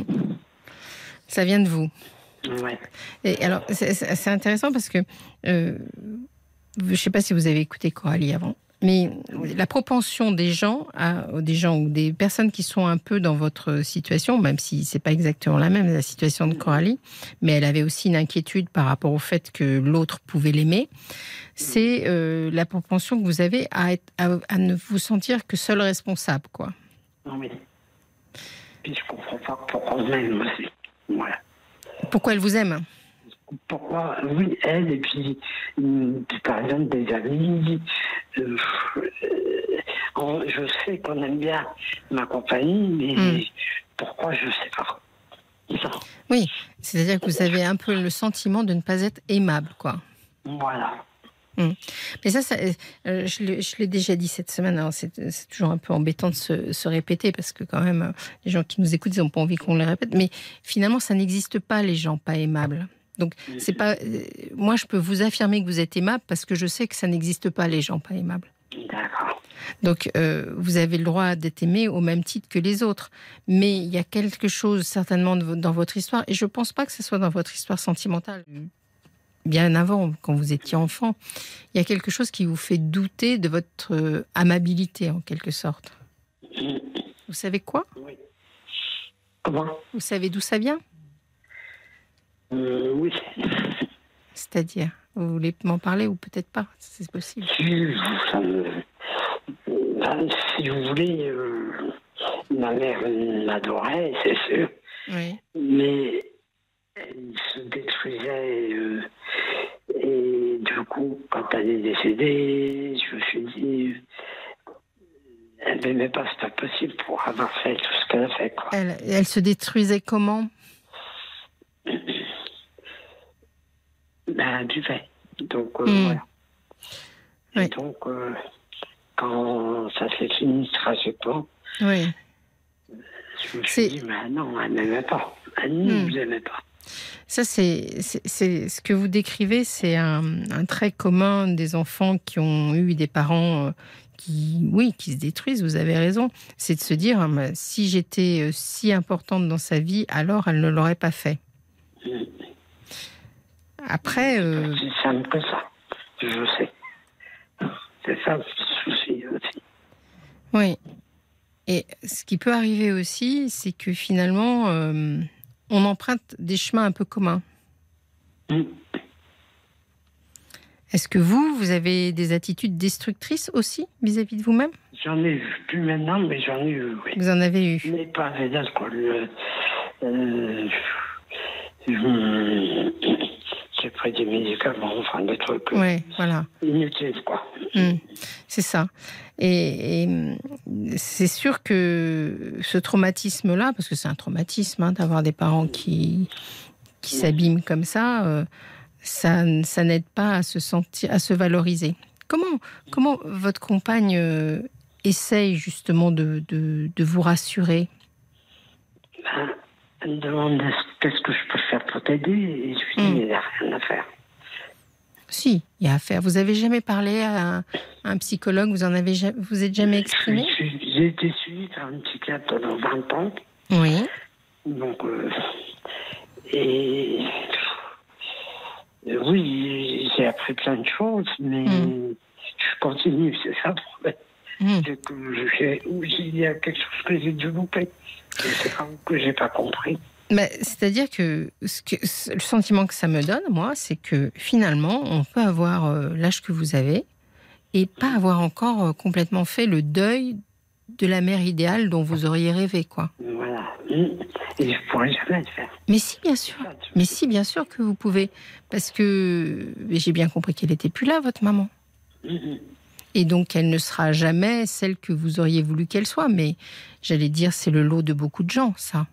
Ça vient de vous. Ouais. Et alors, c'est, c'est intéressant parce que euh, je ne sais pas si vous avez écouté Coralie avant, mais la propension des gens, à, des gens ou des personnes qui sont un peu dans votre situation, même si c'est pas exactement la même, la situation de Coralie, mais elle avait aussi une inquiétude par rapport au fait que l'autre pouvait l'aimer, c'est euh, la propension que vous avez à, être, à, à ne vous sentir que seul responsable, quoi. Oui. Puis je comprends pas pourquoi on m'aime aussi. Voilà. Pourquoi elle vous aime? Pourquoi, oui, elle, et puis, puis par exemple, des amis. Euh, euh, je sais qu'on aime bien ma compagnie, mais mm. pourquoi, je ne sais pas. Ça. Oui, c'est-à-dire que vous avez un peu le sentiment de ne pas être aimable, quoi. Voilà. Mm. Mais ça, ça euh, je, l'ai, je l'ai déjà dit cette semaine, alors c'est, c'est toujours un peu embêtant de se, se répéter, parce que quand même, euh, les gens qui nous écoutent, ils n'ont pas envie qu'on les répète, mais finalement, ça n'existe pas, les gens pas aimables. Donc, c'est pas. Euh, moi, je peux vous affirmer que vous êtes aimable parce que je sais que ça n'existe pas, les gens pas aimables. D'accord. Donc, euh, vous avez le droit d'être aimé au même titre que les autres. Mais il y a quelque chose, certainement, dans votre histoire, et je ne pense pas que ce soit dans votre histoire sentimentale. Bien avant, quand vous étiez enfant, il y a quelque chose qui vous fait douter de votre euh, amabilité, en quelque sorte. Vous savez quoi? Oui. Comment? Vous savez d'où ça vient? Euh, oui. C'est-à-dire, vous voulez m'en parler ou peut-être pas? C'est possible. Si, ça me... ben, si vous voulez, euh, ma mère m'adorait, c'est sûr. Oui. Mais elle se détruisait. Euh, et du coup, quand elle est décédée, je me suis dit... Elle m'aimait pas, c'est pas possible pour avoir fait tout ce qu'elle a fait, quoi. Elle, elle se détruisait comment? Ben, du fait. Donc, euh, mmh. voilà. Et oui. donc, euh, quand ça s'est fini tragiquement, oui. je me suis c'est... dit, mais non, elle ne m'aimait pas. Elle ne mmh. nous aimait pas. Ça, c'est, c'est, c'est ce que vous décrivez, c'est un, un trait commun des enfants qui ont eu des parents qui, oui, qui se détruisent, vous avez raison. C'est de se dire, si j'étais si importante dans sa vie, alors elle ne l'aurait pas fait. Mmh. Après... Euh... C'est simple que ça, je sais. C'est ça le souci aussi. Oui. Et ce qui peut arriver aussi, c'est que finalement, euh, on emprunte des chemins un peu communs. Mm. Est-ce que vous, vous avez des attitudes destructrices aussi vis-à-vis de vous-même ? J'en ai eu, plus maintenant, mais j'en ai eu, oui. Vous en avez eu ? Mais pas avec l'alcool. Euh, euh, je- j'ai pris des médicaments, enfin des trucs euh, Oui, voilà. inutiles, quoi. Mm. C'est ça. Et, et c'est sûr que ce traumatisme-là, parce que c'est un traumatisme hein, d'avoir des parents qui, qui s'abîment comme ça, euh, ça, ça n'aide pas à se sentir, à se valoriser. Comment, comment votre compagne euh, essaye justement de, de, de vous rassurer ? Ben, elle me demande qu'est-ce que je peux faire pour t'aider, et je lui dis, Mm. il n'y a rien à faire. Si, il y a à faire. Vous avez jamais parlé à un, à un psychologue ? Vous en avez, ja- vous êtes jamais exprimé ? Je suis- J'ai été suivi par une psychiatre pendant vingt ans, Oui. donc, euh, et euh, oui, j'ai appris plein de choses, mais Mm. je continue, c'est ça le problème. Mm. C'est que je sais où il y a quelque chose que j'ai dû louper, je sais pas, que j'ai pas compris. Mais c'est-à-dire que, ce que le sentiment que ça me donne, moi, c'est que finalement, on peut avoir euh, l'âge que vous avez et pas avoir encore euh, complètement fait le deuil de la mère idéale dont vous auriez rêvé, quoi. Voilà. Et je pourrais jamais le faire. Mais si, bien sûr. Mais si, bien sûr que vous pouvez. Parce que j'ai bien compris qu'elle n'était plus là, votre maman. Mhm. Et donc, elle ne sera jamais celle que vous auriez voulu qu'elle soit. Mais j'allais dire, c'est le lot de beaucoup de gens, ça.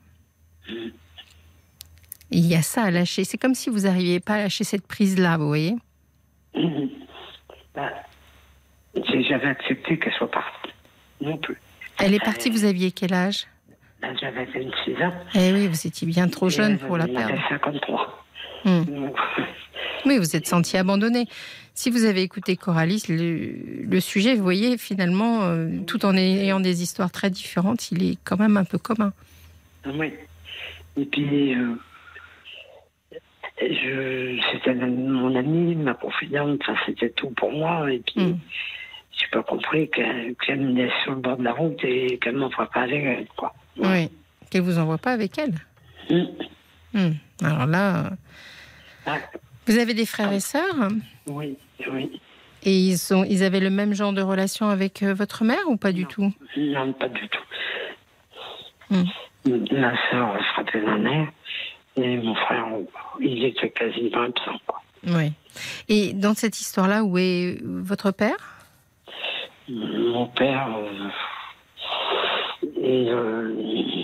Et il y a ça à lâcher. C'est comme si vous n'arriviez pas à lâcher cette prise-là, vous voyez ? Mhm. Bah, si j'avais accepté qu'elle soit partie, non plus. Elle est partie, vous aviez quel âge ? Là, j'avais vingt-six ans. Eh oui, vous étiez bien trop Et jeune elle, pour la elle perdre. avait cinquante-trois. Hmm. Donc, Oui, vous êtes senti abandonné. Si vous avez écouté Coralie, le, le sujet, vous voyez, finalement, euh, tout en ayant des histoires très différentes, il est quand même un peu commun. oui. Et puis, euh, je, c'était mon amie, ma confidente, enfin, c'était tout pour moi. Et puis, Mm. j'ai pas compris qu'elle, qu'elle me laisse sur le bord de la route et qu'elle m'envoie pas avec elle, quoi. Oui, qu'elle vous envoie pas avec elle. Mm. Hmm. Alors là, euh, Ah, vous avez des frères et sœurs oui, oui. et ils, sont, ils avaient le même genre de relation avec euh, votre mère ou pas du Non. tout ? Non, pas du tout. Mm. Ma soeur frappait ma mère et mon frère, il était quasiment absent, quoi. Oui. Et dans cette histoire-là, où est votre père ? Mon père, euh, et, euh,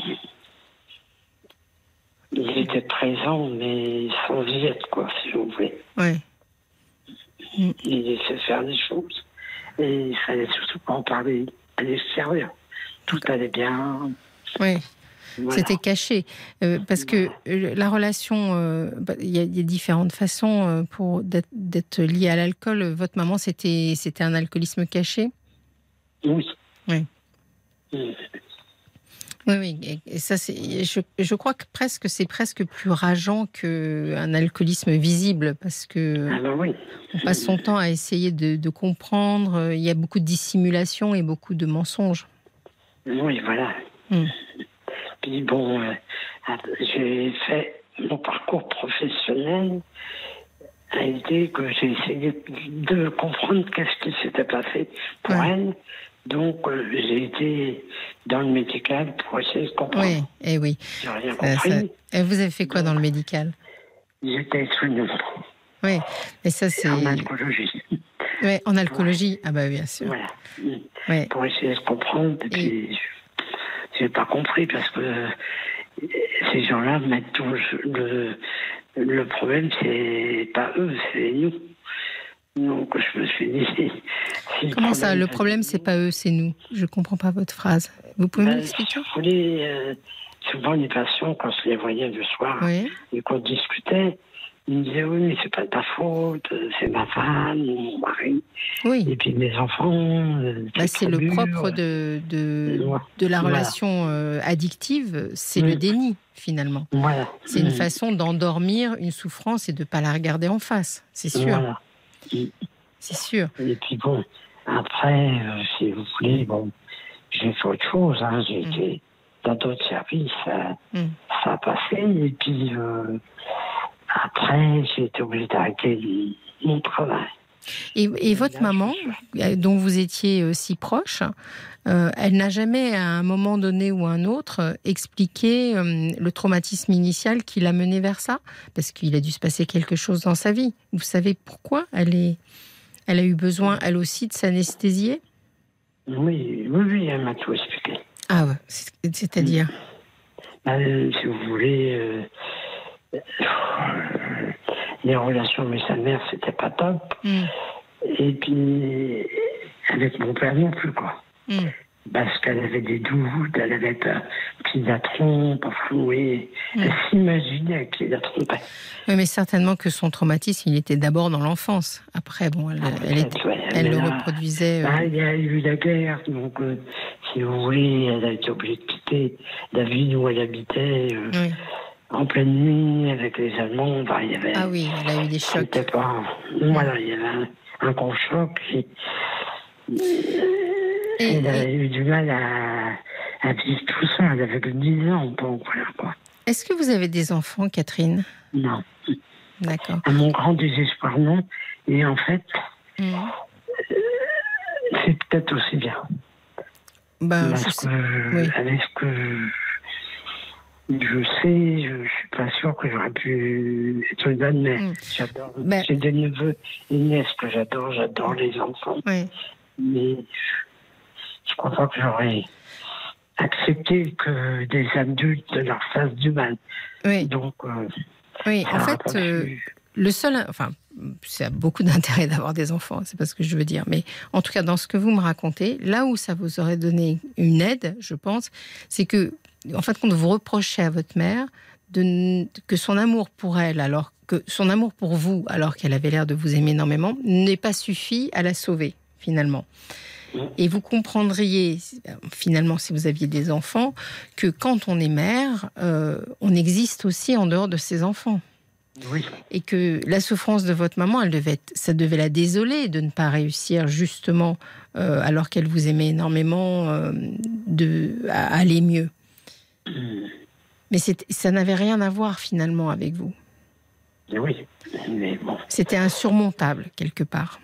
il était présent, mais sans y être, quoi, si vous voulez. Oui. Il laissait faire des choses. Et il fallait surtout pas en parler à l'extérieur. Tout allait bien. Oui. Voilà. C'était caché. Euh, parce que euh, la relation, euh, bah, il y, a- il y a différentes façons euh, pour d'être, d'être lié à l'alcool. Votre maman, c'était, c'était un alcoolisme caché ? Oui. Oui. Mm. Oui, oui. Et, et ça, c'est, je, je crois que presque, c'est presque plus rageant qu'un alcoolisme visible, parce que Ah ben oui. on passe son temps à essayer de, de comprendre. Il y a beaucoup de dissimulation et beaucoup de mensonges. Oui, voilà. Mm. Puis bon, euh, j'ai fait mon parcours professionnel a été que j'ai essayé de comprendre qu'est-ce qui s'était passé pour Ouais. elle. Donc euh, j'ai été dans le médical pour essayer de comprendre. Oui, et oui. J'ai rien Ça- compris. ça- Et vous avez fait quoi dans le médical ? J'étais soignante Oui, et ça c'est... en alcoolologie. Ouais, en alcoolologie, ah bah bien sûr. Voilà. Ouais. Pour essayer de comprendre. Et puis, je n'ai pas compris parce que euh, ces gens-là mettent tout le, le problème, c'est pas eux, c'est nous. Donc je me suis dit. Si Comment ça, le c'est problème, c'est pas eux, c'est nous ? Je comprends pas votre phrase. Vous pouvez Ben, m'expliquer ? si vous voulez, euh, souvent les patients, quand je les voyais le soir Oui. et qu'on discutait, ils me disaient oui, mais c'est pas de ta faute, c'est ma femme, mon mari, Oui. et puis mes enfants. euh, Bah, c'est trop le dur. propre de, de, Ouais. de la Voilà. relation euh, addictive, c'est Oui. le déni, finalement. Voilà. C'est une Mm. façon d'endormir une souffrance et de ne pas la regarder en face, c'est sûr. Voilà. C'est sûr. Et puis bon, après, euh, si vous voulez, bon, j'ai fait autre chose. Hein. J'ai Mm. été dans d'autres services. Ça, Mm. ça a passé. Et puis, euh, après, j'ai été obligée d'arrêter mon travail. Et, et votre maman, dont vous étiez euh, si proche, euh, elle n'a jamais, à un moment donné ou un autre, euh, expliqué euh, le traumatisme initial qui l'a mené vers ça? Parce qu'il a dû se passer quelque chose dans sa vie. Vous savez pourquoi elle, est, elle a eu besoin, elle aussi, de s'anesthésier? Oui, oui, oui, elle m'a tout expliqué. Ah ouais, c'est- c'est-à-dire? Euh, si vous voulez, euh, euh, les relations avec sa mère, c'était pas top. Mm. Et puis, avec mon père non plus, quoi. Mm. Parce qu'elle avait des doutes, elle avait peur qu'il la trompe, enflouée. Mm. Elle s'imaginait qu'il la trompait. Oui, mais certainement que son traumatisme, il était d'abord dans l'enfance. Après, bon, elle, elle, était- Ouais, elle mais le là, reproduisait. euh, bah, il y a eu la guerre, donc, euh, si vous voulez, elle a été obligée de quitter la ville où elle habitait. euh, oui. En pleine nuit, avec les Allemands, bah, il y avait... Ah oui, elle a eu des chocs. C'était pas... Voilà, il y avait un, un gros choc. Et, Et- elle a et- eu du mal à, à vivre tout ça. Elle avait que dix ans, donc voilà, quoi. Est-ce que vous avez des enfants, Catherine? Non. D'accord. À mon grand désespoir, non. Et en fait, Mm. c'est peut-être aussi bien. Ben, Parce je sais- que, oui. avec ce que je sais, je, je suis pas sûr que j'aurais pu être une bonne mère. Mm. J'adore. Ben- J'ai des neveux et nièces que j'adore. J'adore les enfants. Oui. Mais je, je crois pas que j'aurais accepté que des adultes leur fassent du mal. Oui. Donc, euh, Oui. ça En aura fait, pas euh, pu- le seul, enfin, ça a beaucoup d'intérêt d'avoir des enfants, c'est pas ce que je veux dire, mais en tout cas, dans ce que vous me racontez, là où ça vous aurait donné une aide, je pense, c'est que, en fait, quand vous reprochez à votre mère de, n- que son amour pour elle, alors que son amour pour vous, alors qu'elle avait l'air de vous aimer énormément, n'ait pas suffi à la sauver, finalement. Et vous comprendriez, finalement, si vous aviez des enfants, que quand on est mère, euh, on existe aussi en dehors de ses enfants. Oui. Et que la souffrance de votre maman, elle devait être, ça devait la désoler de ne pas réussir justement, euh, alors qu'elle vous aimait énormément, euh, de, à aller mieux. Mais c'est- ça n'avait rien à voir finalement avec vous. Oui. Mais bon. C'était insurmontable quelque part.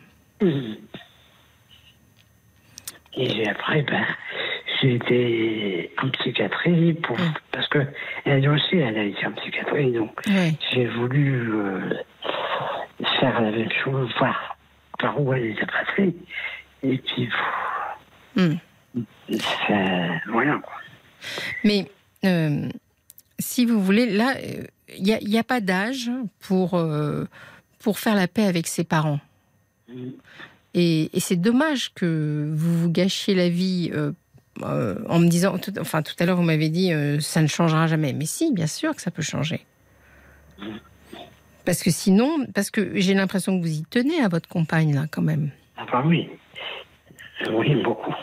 Et après, ben, j'ai été en psychiatrie pour, Mm. parce que elle aussi, elle a été en psychiatrie, donc Ouais. j'ai voulu euh, faire la même chose, voir par où elle était passée. Et puis, Mm. pff, ça- voilà. quoi. Mais euh, si vous voulez, là, il n'y a, y a pas d'âge pour, euh, pour faire la paix avec ses parents. Mm. Et, et c'est dommage que vous vous gâchiez la vie euh, euh, en me disant... Tout, enfin, tout à l'heure, vous m'avez dit euh, ça ne changera jamais. Mais si, bien sûr que ça peut changer. Parce que sinon... Parce que j'ai l'impression que vous y tenez à votre compagne, là, quand même. Ah bah oui. Oui, beaucoup.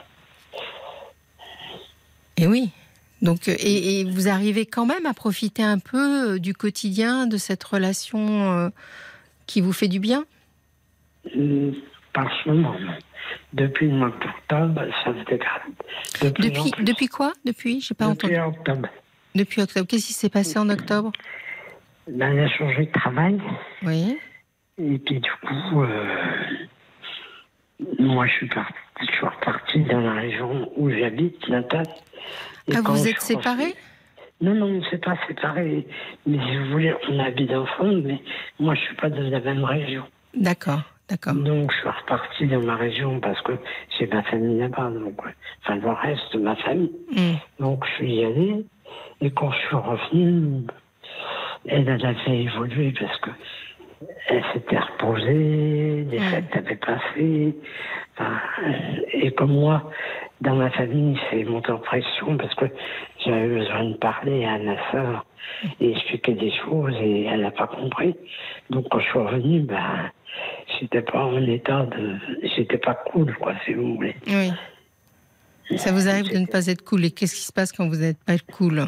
Et oui. Donc, euh, et, et vous arrivez quand même à profiter un peu euh, du quotidien, de cette relation euh, qui vous fait du bien? Mm, Par ce moment, non. Depuis le mois d'octobre, ça se dégrade. De plus en Depuis, plus. depuis quoi? Depuis? J'ai pas Depuis entendu. octobre. Depuis octobre. Qu'est-ce qui s'est passé en octobre? Ben, elle a changé de travail. Oui. Et puis du coup, euh, moi je suis, parti, je suis reparti dans la région où j'habite, natale. Et Ah, quand vous je êtes suis séparés? revenu- Non, non, on ne s'est pas séparés. Mais si vous voulez, on habite ensemble, mais moi je suis pas de la même région. D'accord, d'accord. Donc je suis reparti dans ma région parce que j'ai ma famille là-bas, donc ouais. Enfin le reste de ma famille. Mm. Donc je suis y allé. Et quand je suis revenu, elle, elle avait évolué parce que elle s'était reposée, les Mm. fêtes avaient passé. Enfin, et comme moi, dans ma famille, c'est monté en pression parce que j'avais besoin de parler à ma sœur et expliquer des choses et elle n'a pas compris. Donc quand je suis revenu, ben, j'étais pas en état de... J'étais pas cool, quoi, si vous voulez. Oui. Ça vous arrive de ne pas être cool. Et qu'est-ce qui se passe quand vous n'êtes pas cool?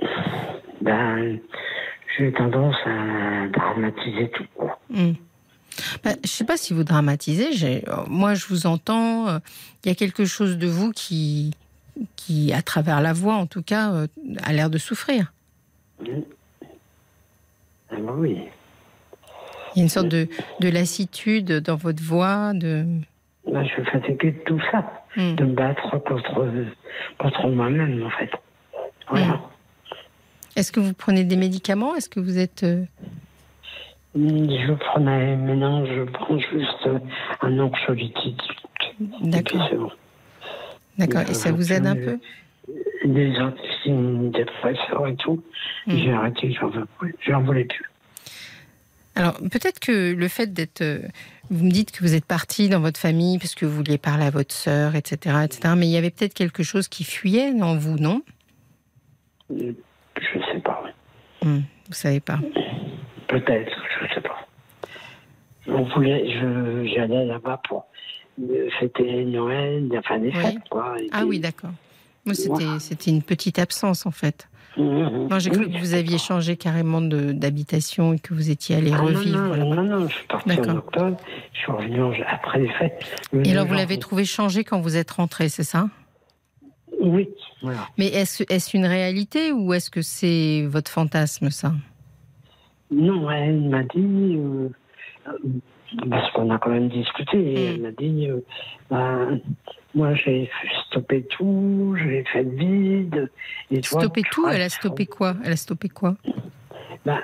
Ben, j'ai tendance à dramatiser tout, quoi. Mm. Bah, je ne sais pas si vous dramatisez. J'ai... Moi, je vous entends. Il euh, y a quelque chose de vous qui, qui, à travers la voix, en tout cas, euh, a l'air de souffrir. Mmh. Ah bah oui. Il y a une sorte de, de lassitude dans votre voix. De... Bah, je suis fatiguée de tout ça. Mmh. De me battre contre, contre moi-même, en fait. Voilà. Mmh. Est-ce que vous prenez des médicaments ? Est-ce que vous êtes... Euh... Je prenais, mais non, je prends juste un anxiolytique. D'accord. C'est bon. D'accord, et, et ça vous aide un peu ? Des antidépresseurs et tout. Mmh. J'ai arrêté, j'en veux plus. J'en voulais plus. Alors, peut-être que le fait d'être... Vous me dites que vous êtes parti dans votre famille parce que vous vouliez parler à votre sœur, et cetera, et cetera. Mais il y avait peut-être quelque chose qui fuyait en vous, non ? Je ne sais pas. Mmh, vous ne savez pas. Peut-être, je ne sais pas. On voulait, je, j'allais là-bas pour fêter Noël, enfin des oui. fêtes, quoi. Ah puis... oui, d'accord. Moi, c'était, voilà. c'était une petite absence, en fait. Mmh, non, j'ai cru oui, que vous aviez changé carrément de, d'habitation et que vous étiez allé ah, revivre. Non, non, non, non, je suis parti d'accord. en octobre, je suis revenu après les fêtes. Et alors, vous l'avez trouvé changé quand vous êtes rentré, c'est ça ? Oui, voilà. Mais est-ce, est-ce une réalité ou est-ce que c'est votre fantasme, ça ? Non, elle m'a dit, euh, parce qu'on a quand même discuté, mmh. elle m'a dit, euh, bah, moi j'ai stoppé tout, j'ai fait le vide. Et stoppé toi, tout Elle a stoppé quoi Elle a stoppé quoi bah,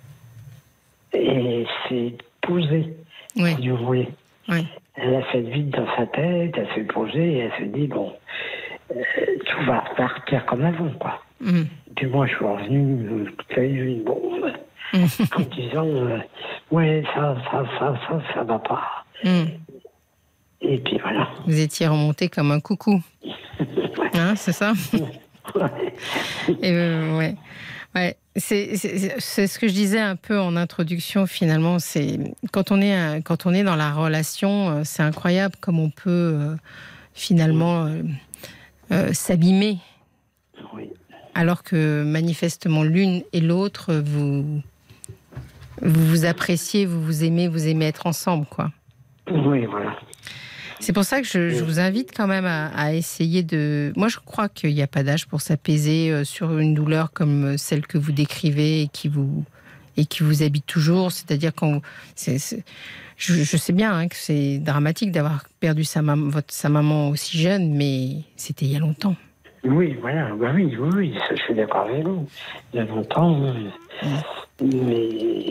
et c'est posé, oui. si vous voulez. Oui. Elle a fait le vide dans sa tête, elle s'est posée et elle s'est dit, bon, euh, tout va repartir comme avant, quoi. Mmh. Puis moi je suis revenu, euh, une bombe. En disant, euh, ouais, ça, ça, ça, ça, ça va pas. Mm. Et puis voilà. Vous étiez remonté comme un coucou. Hein, c'est ça ? Ouais. Et euh, ouais. Ouais. C'est, c'est, c'est ce que je disais un peu en introduction, finalement. C'est, quand, on est, quand on est dans la relation, c'est incroyable comme on peut euh, finalement euh, euh, s'abîmer. Oui. Alors que manifestement, l'une et l'autre, vous. Vous vous appréciez, vous vous aimez, vous aimez être ensemble, quoi. Oui, voilà. C'est pour ça que je, je vous invite quand même à, à essayer de... Moi, je crois qu'il n'y a pas d'âge pour s'apaiser sur une douleur comme celle que vous décrivez et qui vous, et qui vous habite toujours. C'est-à-dire quand... C'est, c'est... Je, je sais bien hein, que c'est dramatique d'avoir perdu sa, mam... votre, sa maman aussi jeune, mais c'était il y a longtemps. Oui, voilà. Bah oui, oui, oui, ça, je suis d'accord avec vous. Il y a longtemps... Mmh. Mais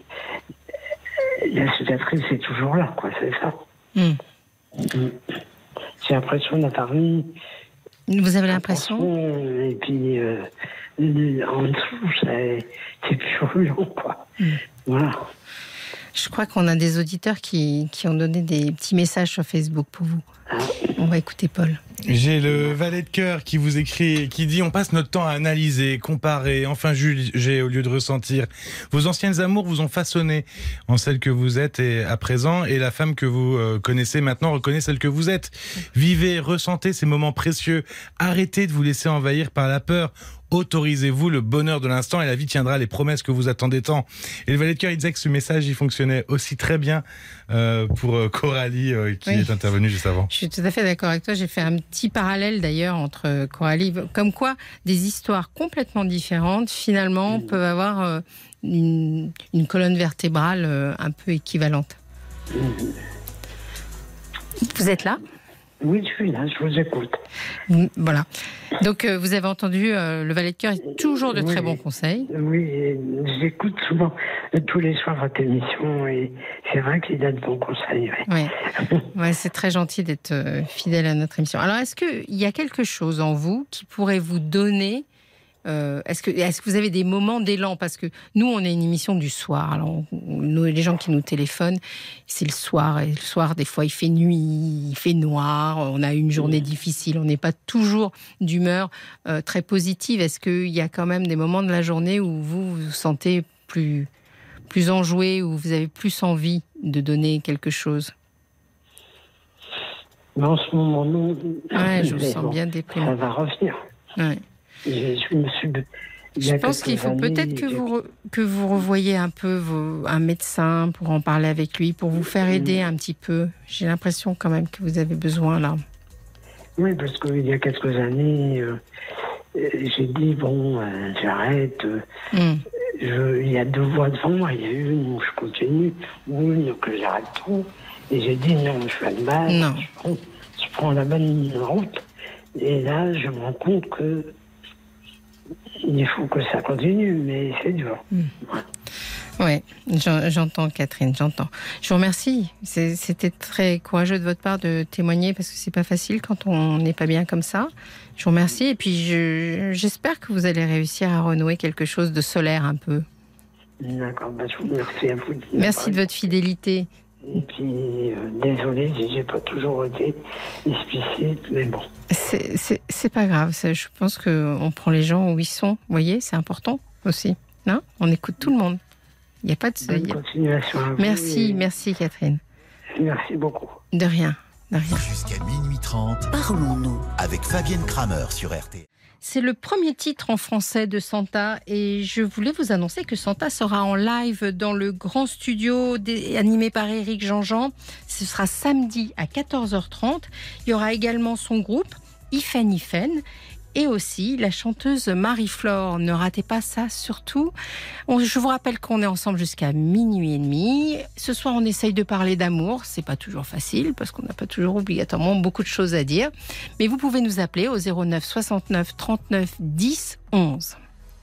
la cicatrice est toujours là, quoi, c'est ça. Mm. J'ai l'impression d'avoir mis. Vous avez l'impression ? Et puis, euh, en dessous, c'est, c'est purulent, quoi. Mm. Voilà. Je crois qu'on a des auditeurs qui, qui ont donné des petits messages sur Facebook pour vous. Ah. On va écouter Paul. J'ai le valet de cœur qui vous écrit, qui dit « On passe notre temps à analyser, comparer, enfin juger au lieu de ressentir. Vos anciennes amours vous ont façonné en celle que vous êtes et à présent, et la femme que vous euh, connaissez maintenant reconnaît celle que vous êtes. Vivez, ressentez ces moments précieux. Arrêtez de vous laisser envahir par la peur. Autorisez-vous le bonheur de l'instant et la vie tiendra les promesses que vous attendez tant. » Et le valet de cœur, il disait que ce message, il fonctionnait aussi très bien euh, pour euh, Coralie euh, qui oui. est intervenue juste avant. Je suis tout à fait d'accord avec toi. J'ai fait un petit parallèle d'ailleurs entre Coralie, comme quoi des histoires complètement différentes finalement mmh. peuvent avoir euh, une, une colonne vertébrale euh, un peu équivalente. Mmh. Vous êtes là ? Oui, je suis là, je vous écoute. Voilà. Donc, euh, vous avez entendu, euh, le valet de cœur est toujours de oui, très bons conseils. Oui, j'écoute souvent, euh, tous les soirs, votre émission, et c'est vrai qu'il a de bons conseils. Oui, ouais. ouais, c'est très gentil d'être euh, fidèle à notre émission. Alors, est-ce qu'il y a quelque chose en vous qui pourrait vous donner... Euh, est-ce que, est-ce que vous avez des moments d'élan ? Parce que nous, on est une émission du soir. Alors, on, nous, les gens qui nous téléphonent, c'est le soir. Et le soir, des fois, il fait nuit, il fait noir. On a une journée difficile. On n'est pas toujours d'humeur euh, très positive. Est-ce qu'il y a quand même des moments de la journée où vous vous sentez plus, plus enjoué, où vous avez plus envie de donner quelque chose ? Mais en ce moment, non. Ouais, je vous sens bon, bien déprimé. Ça va revenir. Ouais. Je, je me suis Il y Je a pense qu'il quelques faut années, peut-être que j'ai- vous, re- que vous revoyiez un peu vos- un médecin pour en parler avec lui, pour vous faire aider un petit peu. J'ai l'impression quand même que vous avez besoin là. Oui, parce qu'il y a quelques années, euh, euh, j'ai dit, bon, euh, j'arrête. euh, Hmm. je- il y a deux voies devant moi. Il y a une où je continue, ou une que j'arrête tout. Et j'ai dit, non, je fais de mal. Non. Je prends, je prends la bonne route. Et là, je me rends compte que il faut que ça continue, mais c'est dur. Oui, j'entends Catherine, j'entends. Je vous remercie. C'est- C'était très courageux de votre part de témoigner parce que c'est pas facile quand on n'est pas bien comme ça. Je vous remercie et puis je- j'espère que vous allez réussir à renouer quelque chose de solaire un peu. D'accord, bah, je vous remercie à vous. Merci de votre fidélité. Et puis, euh, désolé, j'ai j'ai pas toujours été explicite, mais bon. C'est- C'est c'est pas grave. c'est- Je pense qu'on prend les gens où ils sont. Vous voyez, c'est important aussi. Non, on écoute tout le monde. Il n'y a pas de. Bonne il y a- continuation à vous. Merci, et merci Catherine. Merci beaucoup. De rien, de rien. Jusqu'à minuit trente, Parlons-nous. avec Fabienne Kramer sur R T L. C'est le premier titre en français de Santa et je voulais vous annoncer que Santa sera en live dans le grand studio dé- animé par Éric Jean-Jean. Ce sera samedi à quatorze heures trente. Il y aura également son groupe, Ifen Ifen, et aussi la chanteuse Marie-Flore. Ne ratez pas ça, surtout. On- je vous rappelle qu'on est ensemble jusqu'à minuit et demi. Ce soir, on essaye de parler d'amour. C'est pas toujours facile parce qu'on n'a pas toujours obligatoirement beaucoup de choses à dire. Mais vous pouvez nous appeler au zéro neuf soixante-neuf trente-neuf dix onze.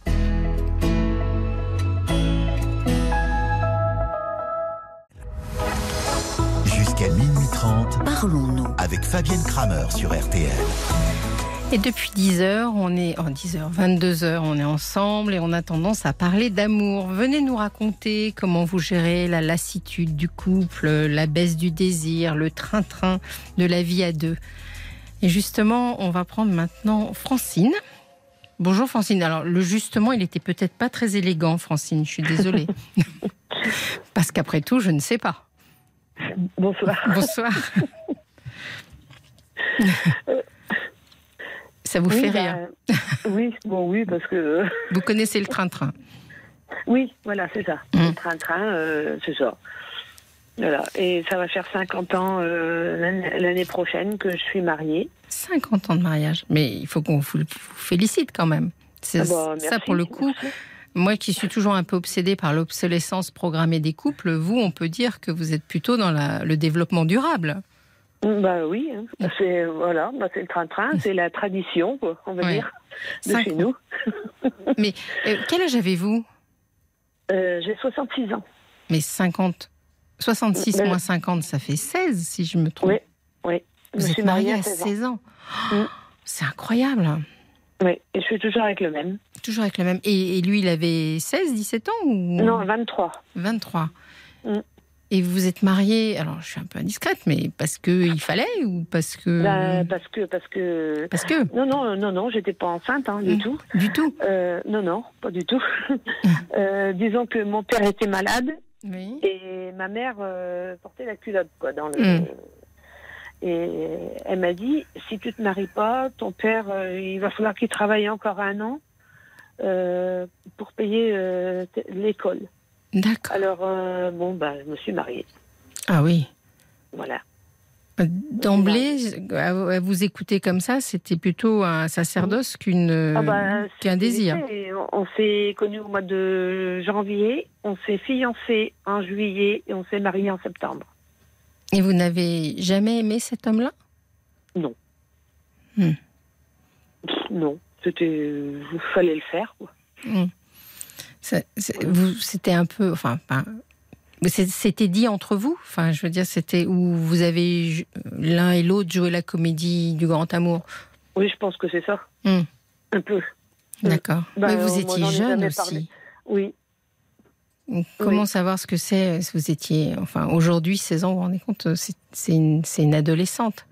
Jusqu'à minuit trente, Parlons-nous. avec Fabienne Kramer sur R T L. Et depuis dix heures, on est, oh dix heures, vingt-deux heures, on est ensemble et on a tendance à parler d'amour. Venez nous raconter comment vous gérez la lassitude du couple, la baisse du désir, le train-train de la vie à deux. Et justement, on va prendre maintenant Francine. Bonjour Francine. Alors, le justement, il était peut-être pas très élégant, Francine, je suis désolée. Parce qu'après tout, je ne sais pas. Bonsoir. Bonsoir. Ça vous Oui, fait bah, rire. Oui, bon, oui, parce que. Vous connaissez le train-train. Oui, voilà, c'est ça. Mmh. Le train-train, euh, c'est ça. Voilà. Et ça va faire cinquante ans euh, l'année l'année prochaine que je suis mariée. cinquante ans de mariage. Mais il faut qu'on vous, vous félicite quand même. C'est Ah bah, ça, merci, pour le coup. merci. Moi qui suis toujours un peu obsédée par l'obsolescence programmée des couples, vous, on peut dire que vous êtes plutôt dans la, le développement durable. Bah oui, hein. c'est voilà, bah, c'est le train-train, c'est la tradition, quoi, on va Ouais. dire, de Cinq chez ans. nous. Mais euh, quel âge avez-vous? Euh, J'ai soixante-six ans. Mais cinquante. soixante-six Ben- moins cinquante, ça fait seize, si je me trompe. Oui, oui. Je Vous me êtes suis mariée mariée à seize ans. seize ans. Mm. Oh, c'est incroyable. Oui, et je suis toujours avec le même. Toujours avec le même. Et, et lui, il avait seize, dix-sept ans ou... Non, vingt-trois. vingt-trois. Mm. Et vous êtes mariée, alors je suis un peu indiscrète, mais parce qu'il fallait ou parce que... Bah, parce que, parce que. Parce que... Non, non, non, non, j'étais pas enceinte, hein, du Mm. tout. Du tout. Euh, non, non, pas du tout. Euh, disons que mon père était malade Oui. et ma mère euh, portait la culotte, quoi, dans le. Mm. Et elle m'a dit, si tu te maries pas, ton père, euh, il va falloir qu'il travaille encore un an euh, pour payer euh, t- l'école. D'accord. Alors, euh, bon, bah, je me suis mariée. Ah oui. Voilà. D'emblée, à à vous écouter comme ça, c'était plutôt un sacerdoce qu'une, Ah bah, qu'un c'est- désir. c'est- On, on s'est connus au mois de janvier, on s'est fiancés en juillet et on s'est mariés en septembre. Et vous n'avez jamais aimé cet homme-là? Non. Hmm. Pff, non, c'était, il fallait le faire, quoi. Hmm. Ça- c'est- vous- C'était un peu... Enfin, pas- c'est- c'était dit entre vous? Enfin, je veux dire, c'était où vous avez ju- l'un et l'autre joué la comédie du grand amour? Oui, je pense que c'est ça. Hmm. Un peu. D'accord. Bah, Mais vous moi, étiez j'en ai jeune jamais aussi. parlé. Oui. Donc, comment Oui. savoir ce que c'est si vous étiez... Enfin, aujourd'hui, seize ans, vous vous rendez compte, c'est c'est une, c'est une adolescente.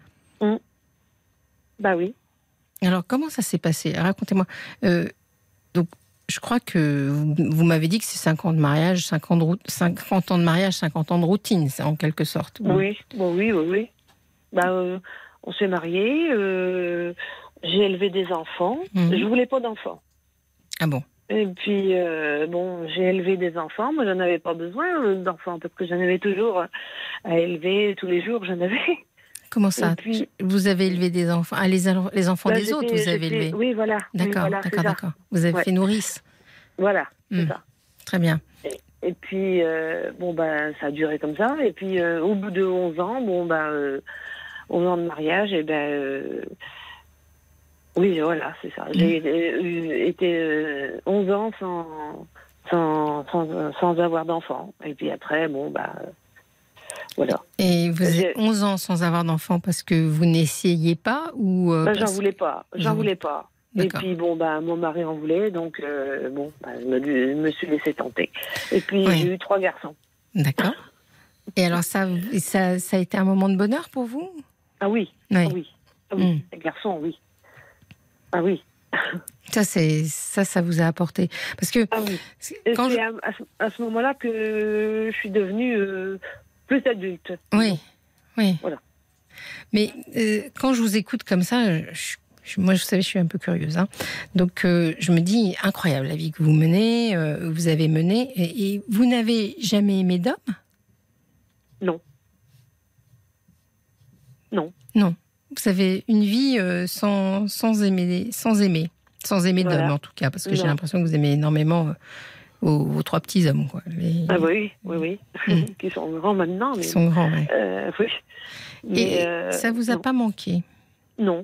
Bah oui. Alors, comment ça s'est passé? Racontez-moi. Euh, donc, je crois que vous, vous m'avez dit que c'est cinq ans de mariage, cinquante, rout- cinquante ans de mariage, cinquante ans de routine, c'est en quelque sorte. Oui, bon, oui, oui, oui. Bah, euh, on s'est mariés, euh, j'ai élevé des enfants. Mhm. Je voulais pas d'enfants. Ah bon? Et puis, euh, bon, j'ai élevé des enfants. Moi, j'en avais pas besoin euh, d'enfants parce que j'en avais toujours à élever tous les jours. J'en avais. Comment ça? Et puis- Vous avez élevé des enfants? Ah, les, al- les enfants Bah, des autres, j'étais- vous avez j'étais- élevé? Oui, voilà. Oui, D'accord, voilà, c'est d'accord, ça. d'accord. Vous avez Ouais. fait nourrice. Voilà, c'est Hmm. ça. Très bien. Et puis, euh, bon, ben, ça a duré comme ça. Et puis, euh, au bout de onze ans, bon, ben, euh, onze ans de mariage, et ben, euh, oui, voilà, c'est ça. J'ai euh, été euh, onze ans sans, sans, sans, sans avoir d'enfant. Et puis après, bon, ben, euh, voilà. Et vous J'ai- êtes onze ans sans avoir d'enfant parce que vous n'essayiez pas ou euh, Ben, j'en parce- voulais pas. J'en Vous- voulais pas. Et D'accord. puis, bon, ben, mon mari en voulait, donc, euh, bon, ben, je me, je me suis laissé tenter. Et puis, Oui. j'ai eu trois garçons. D'accord. Et alors ça, ça, ça a été un moment de bonheur pour vous? Ah oui, Oui. ah oui, ah oui. Mm. Les garçons, oui. Ah oui. Ça, c'est ça, ça vous a apporté. Parce que Ah oui. Et quand c'est je... à, à ce, à ce moment-là que je suis devenue euh, plus adulte. Oui, oui. Voilà. Mais euh, quand je vous écoute comme ça, je, je- moi, vous savez, je suis un peu curieuse. Hein. Donc, euh, je me dis, incroyable la vie que vous menez, euh, vous avez menée. Et, et vous n'avez jamais aimé d'homme? Non. Non. Non. Vous avez une vie euh, sans, sans aimer, sans aimer, sans aimer Voilà. d'homme en tout cas, parce que j'ai Non. l'impression que vous aimez énormément euh, vos, vos trois petits hommes, quoi. Les, Ah oui, oui, oui. Mm. Qui sont grands maintenant. Mais, qui sont grands. Ouais. euh, oui. Et Mais, euh, ça vous a non. pas manqué? Non.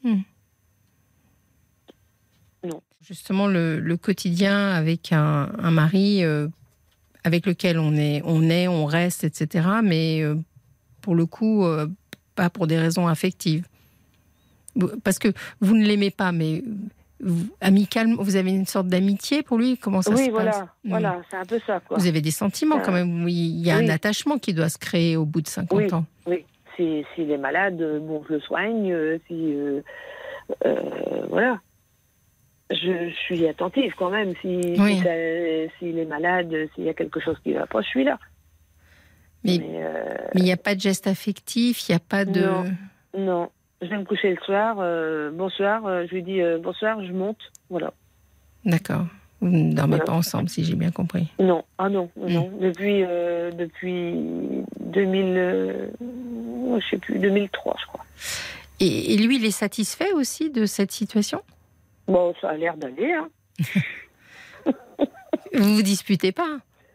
Justement, le, le quotidien avec un, un mari euh, avec lequel on est, on est, on reste, et cetera. Mais euh, pour le coup, euh, pas pour des raisons affectives. Vous- Parce que vous ne l'aimez pas, mais vous, amicalement, vous avez une sorte d'amitié pour lui? Comment ça oui, se voilà. passe? Voilà, c'est un peu ça, quoi. Vous avez des sentiments Euh, quand même. Oui, il y a oui. un attachement qui doit se créer au bout de cinquante Oui. ans. Oui. Si- S'il est malade, euh, bon, je le soigne. euh, Si, euh, euh, voilà. Je, je suis attentive quand même. Si, Oui. si ça- s'il est malade, s'il y a quelque chose qui ne va pas, je suis là. Mais Mais, euh, mais il n'y a pas de geste affectif, il n'y a pas de... Non. non. Je vais me coucher le soir. euh, bonsoir. euh, je lui dis euh, bonsoir, je monte. Voilà. D'accord. Vous ne dormez Voilà. pas ensemble, si j'ai bien compris. Non. Ah non. Mm. non. Depuis, euh, depuis deux mille, euh, je sais plus, deux mille trois, je crois. Et, et lui, il est satisfait aussi de cette situation? Bon, ça a l'air d'aller. Hein. Vous vous disputez pas?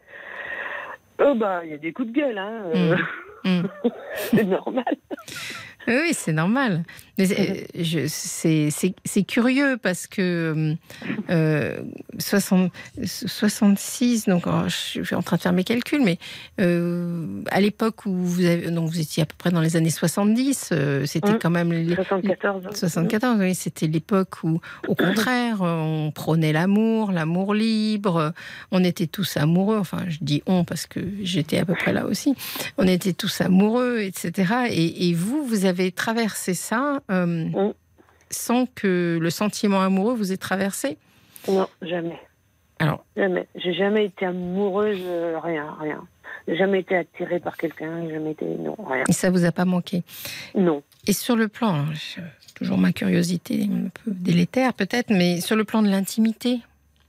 Oh bah, il y a des coups de gueule, hein. euh, Mm. c'est normal. Oui, c'est normal. Mais c'est- je- c'est c'est- c'est curieux parce que euh, soixante, soixante-six, donc oh, je suis en train de faire mes calculs, mais euh, à l'époque où vous, avez, donc vous étiez à peu près dans les années soixante-dix, euh, c'était Mmh. quand même... Les, soixante-quatorze. soixante-quatorze, oui, c'était l'époque où, au contraire, on prônait l'amour, l'amour libre, on était tous amoureux, enfin je dis on parce que j'étais à peu près là aussi, on était tous amoureux, et cetera. Et, et vous, vous avez traversé ça euh, Mm. sans que le sentiment amoureux vous ait traversé? Non, jamais. Alors, Jamais. J'ai jamais été amoureuse, euh, rien, rien. J'ai jamais été attirée par quelqu'un, j'ai jamais été. Non, rien. et ça vous a pas manqué? Non. Et sur le plan, alors, je- toujours ma curiosité un peu délétère peut-être, mais sur le plan de l'intimité,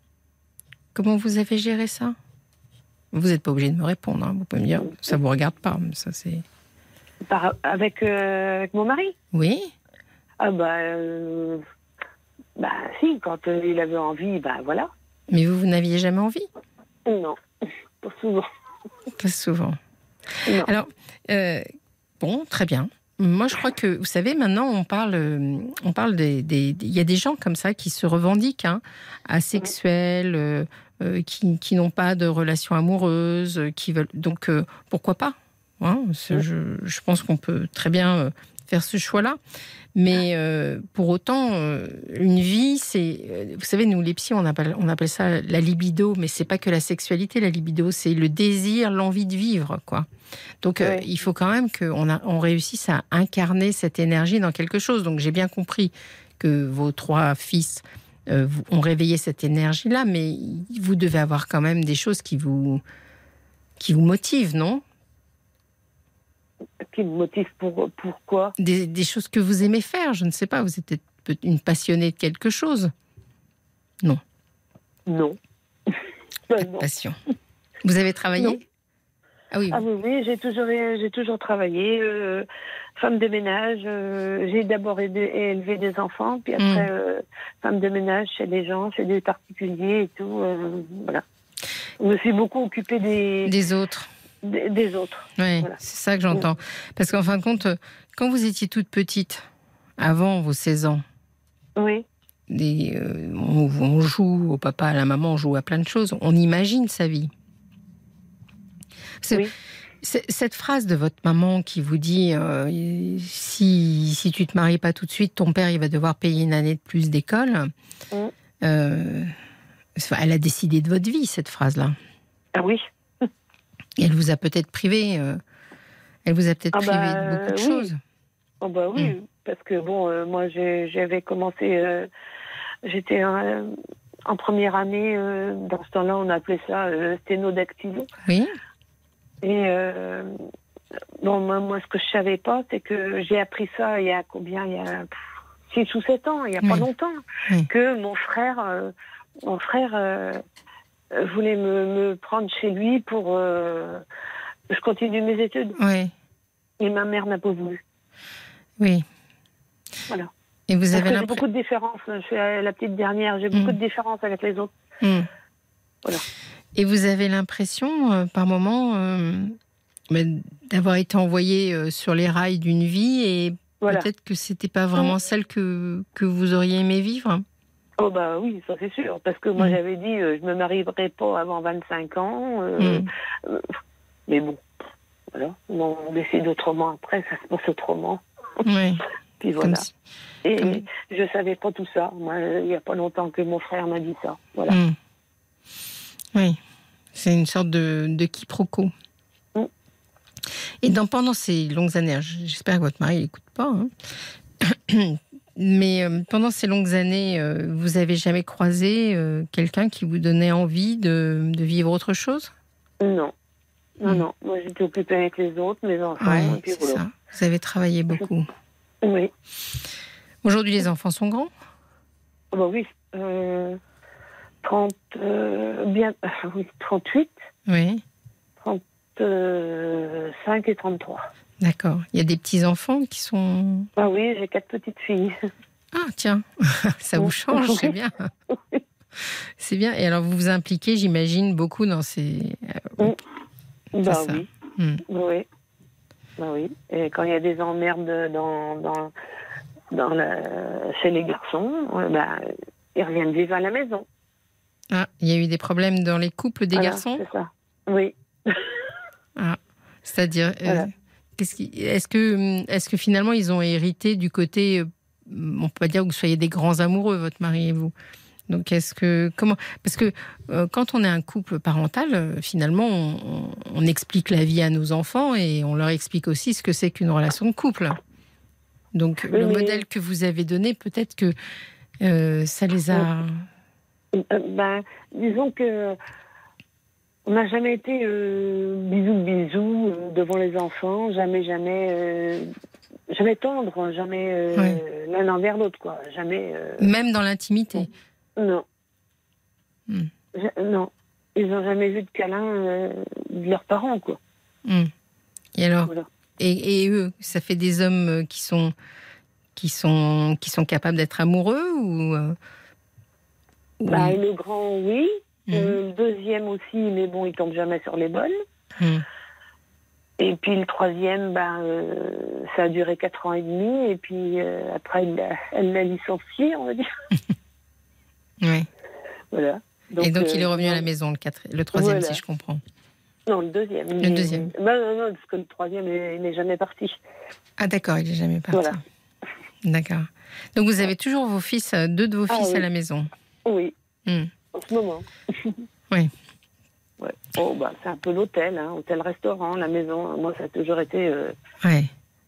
comment vous avez géré ça? Vous n'êtes pas obligé de me répondre, hein. Vous pouvez me dire, ça vous regarde pas, mais ça c'est... Par, avec, euh, avec mon mari? Oui? Ah bah, euh, bah si, quand euh, il avait envie, bah voilà. Mais vous, vous n'aviez jamais envie? Non, pas souvent. Pas souvent. Non. Alors, euh, bon, très bien. Moi, je crois que, vous savez, maintenant, on parle, euh, on parle des, des, des- il y a des gens comme ça qui se revendiquent, hein, asexuels, euh, euh, qui, qui n'ont pas de relation amoureuse, euh, qui veulent. Donc, euh, pourquoi pas, hein, ce- je, je pense qu'on peut très bien euh, faire ce choix-là. Mais euh, pour autant, euh, une vie, c'est... euh, Vous savez, nous, les psys, on appelle, on appelle ça la libido, mais c'est pas que la sexualité, la libido, c'est le désir, l'envie de vivre, quoi. Donc, euh, Ouais. il faut quand même qu'on a- on réussisse à incarner cette énergie dans quelque chose. Donc, j'ai bien compris que vos trois fils euh, vous- ont réveillé cette énergie-là, mais vous devez avoir quand même des choses qui vous, qui vous motivent, non? Qui me motive pour, pourquoi? Des, des choses que vous aimez faire, je ne sais pas, vous êtes peut-être une passionnée de quelque chose. Non. Non. Pas de passion. Vous avez travaillé? Non. Ah oui. Ah oui, oui, j'ai toujours, j'ai toujours travaillé. Euh, femme de ménage. Euh, j'ai d'abord aidé, élevé des enfants, puis après, Mm. euh, femme de ménage chez des gens, chez des particuliers et tout. Euh, voilà. Je me suis beaucoup occupée des, Des autres. des, des autres. Oui, Voilà. c'est ça que j'entends. Parce qu'en fin de compte, quand vous étiez toute petite, avant vos seize ans, Oui. des, euh, on, on joue au papa, à la maman, on joue à plein de choses. On imagine sa vie. C'est- Oui. c'est- Cette phrase de votre maman qui vous dit euh, si, si tu te maries pas tout de suite, ton père il va devoir payer une année de plus d'école. Mm. Euh, elle a décidé de votre vie, cette phrase-là. Ah oui. Et elle vous a peut-être privé. euh, elle vous a peut-être Ah privé bah, de beaucoup de oui. choses. Oh bah oui, Mm. parce que bon, euh, moi j'ai- j'avais commencé, euh, j'étais euh, en première année, euh, dans ce temps-là on appelait ça euh, sténodactylo. Oui. Et euh, bon, moi, moi, ce que je savais pas, c'est que j'ai appris ça il y a combien? Il y a six ou sept ans, il y a Oui. pas longtemps, Oui. que mon frère, euh, mon frère euh, voulait me, me prendre chez lui pour euh, que je continue mes études. Oui. Et ma mère n'a pas voulu. Oui. Voilà. Et vous Parce avez que j'ai l'impression. beaucoup de différences. Je suis la petite dernière. J'ai beaucoup Mm. de différences avec les autres. Mm. Voilà. Et vous avez l'impression, euh, par moment, euh, bah, d'avoir été envoyé euh, sur les rails d'une vie et Voilà. peut-être que c'était pas vraiment Mm. celle que, que vous auriez aimé vivre. Oh bah oui, ça c'est sûr. Parce que moi Mm. j'avais dit euh, je me marierai pas avant vingt-cinq ans. euh, Mm. euh, mais bon, voilà. Bon, on décide autrement après. Ça se passe autrement. Oui. Puis Comme voilà. si- Et comme- je savais pas tout ça. Moi, il y a pas longtemps que mon frère m'a dit ça. Voilà. Mm. Oui. C'est une sorte de, de quiproquo. Mm. Et dans, pendant ces longues années, j'espère que votre mari n'écoute pas, hein, mais euh, pendant ces longues années, euh, vous avez jamais croisé euh, quelqu'un qui vous donnait envie de, de vivre autre chose? Non. Non, Mm. non. Moi j'étais occupée avec les autres, mes enfants. Oui, et puis c'est voilà. ça. Vous avez travaillé beaucoup. Oui. Aujourd'hui, les enfants sont grands? Oh bah oui. Euh, trente, euh, bien, oui, trente-huit, Oui, trente-cinq et trente-trois. d'accord. Il y a des petits-enfants qui sont... Ah oui, j'ai quatre petites filles. Ah, tiens, ça vous change, c'est bien. C'est bien. Et alors, vous vous impliquez, j'imagine, beaucoup dans ces... Mm. Bah ça. oui. Hmm. Oui. Bah oui. Et quand il y a des emmerdes dans, dans, dans la, chez les garçons, euh, bah, ils reviennent vivre à la maison. Ah, il y a eu des problèmes dans les couples des Voilà, garçons? C'est ça. Oui. Ah, c'est-à-dire, euh, Voilà. qu'est-ce qui, est-ce que, est-ce que finalement ils ont hérité du côté, euh, on peut pas dire que vous soyez des grands amoureux, votre mari et vous. Donc, est-ce que comment, parce que euh, quand on est un couple parental, euh, finalement, on, on explique la vie à nos enfants et on leur explique aussi ce que c'est qu'une relation de couple. Donc, Oui, le mais- modèle que vous avez donné, peut-être que euh, ça les a. Euh, ben, disons que on n'a jamais été euh, bisous bisous euh, devant les enfants, jamais, jamais, euh, jamais tendre, jamais euh, Ouais. l'un envers l'autre, quoi. Jamais. euh, Même dans l'intimité. Non. Hmm. Ja- non. Ils n'ont jamais vu de câlin euh, de leurs parents, quoi. Hmm. Et alors, Voilà. et, et eux, ça fait des hommes qui sont qui sont qui sont capables d'être amoureux ou, euh, ou- Bah, et le grand, oui. Mhm. Euh, le deuxième aussi, mais bon, il tombe jamais sur les bonnes. Hmm. Et puis le troisième, ben, euh, ça a duré quatre ans et demi. Et puis euh, après, elle l'a, elle l'a licencié, on va dire. Ouais. Voilà. Et donc il est euh, revenu à la non, maison, le, quatre... le troisième, Voilà. si je comprends. Non, le deuxième. Le deuxième. Ben, non, non, parce que le troisième, il n'est jamais parti. Ah d'accord, il est jamais parti. Voilà. D'accord. Donc vous avez toujours vos fils, euh, deux de vos Ah, fils oui. à la maison. Oui, Hmm. en ce moment. Oui. Ouais. Oh, bah, c'est un peu l'hôtel, hein, hôtel-restaurant, la maison. Moi, ça a toujours été... euh, Ouais.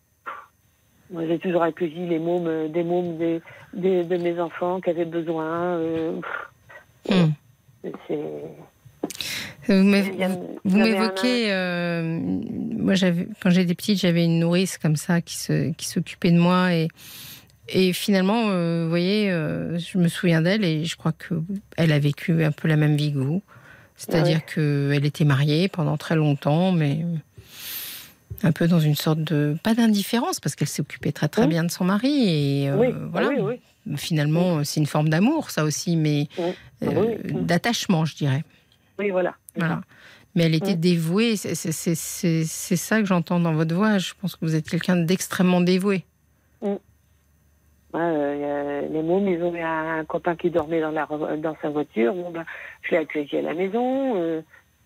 moi, j'ai toujours accueilli les mômes, euh, des mômes des, des- de mes enfants qui avaient besoin. euh, Hmm. c'est... Vous m'év- Il y a- vous- il vous y avait un- m'évoquez, euh, moi j'avais, quand j'étais petite, j'avais une nourrice comme ça qui se, qui s'occupait de moi et, Et finalement, euh, vous voyez, euh, je me souviens d'elle et je crois qu'elle a vécu un peu la même vie que vous. C'est-à-dire Ouais. qu'elle était mariée pendant très longtemps, mais un peu dans une sorte de... pas d'indifférence, parce qu'elle s'occupait très très Mmh. bien de son mari. Et euh, Oui, voilà. ah oui, oui. Finalement, c'est une forme d'amour, ça aussi, mais Oui. euh, Oui, oui. d'attachement, je dirais. Oui, voilà. Voilà. Mais elle était Mm. dévouée. C'est, c'est, c'est, c'est, c'est ça que j'entends dans votre voix. Je pense que vous êtes quelqu'un d'extrêmement dévoué. Ouais, euh, y a les mômes, ils ont eu un copain qui dormait dans, la, dans sa voiture. Bon, ben, je l'ai accueilli à la maison. Euh,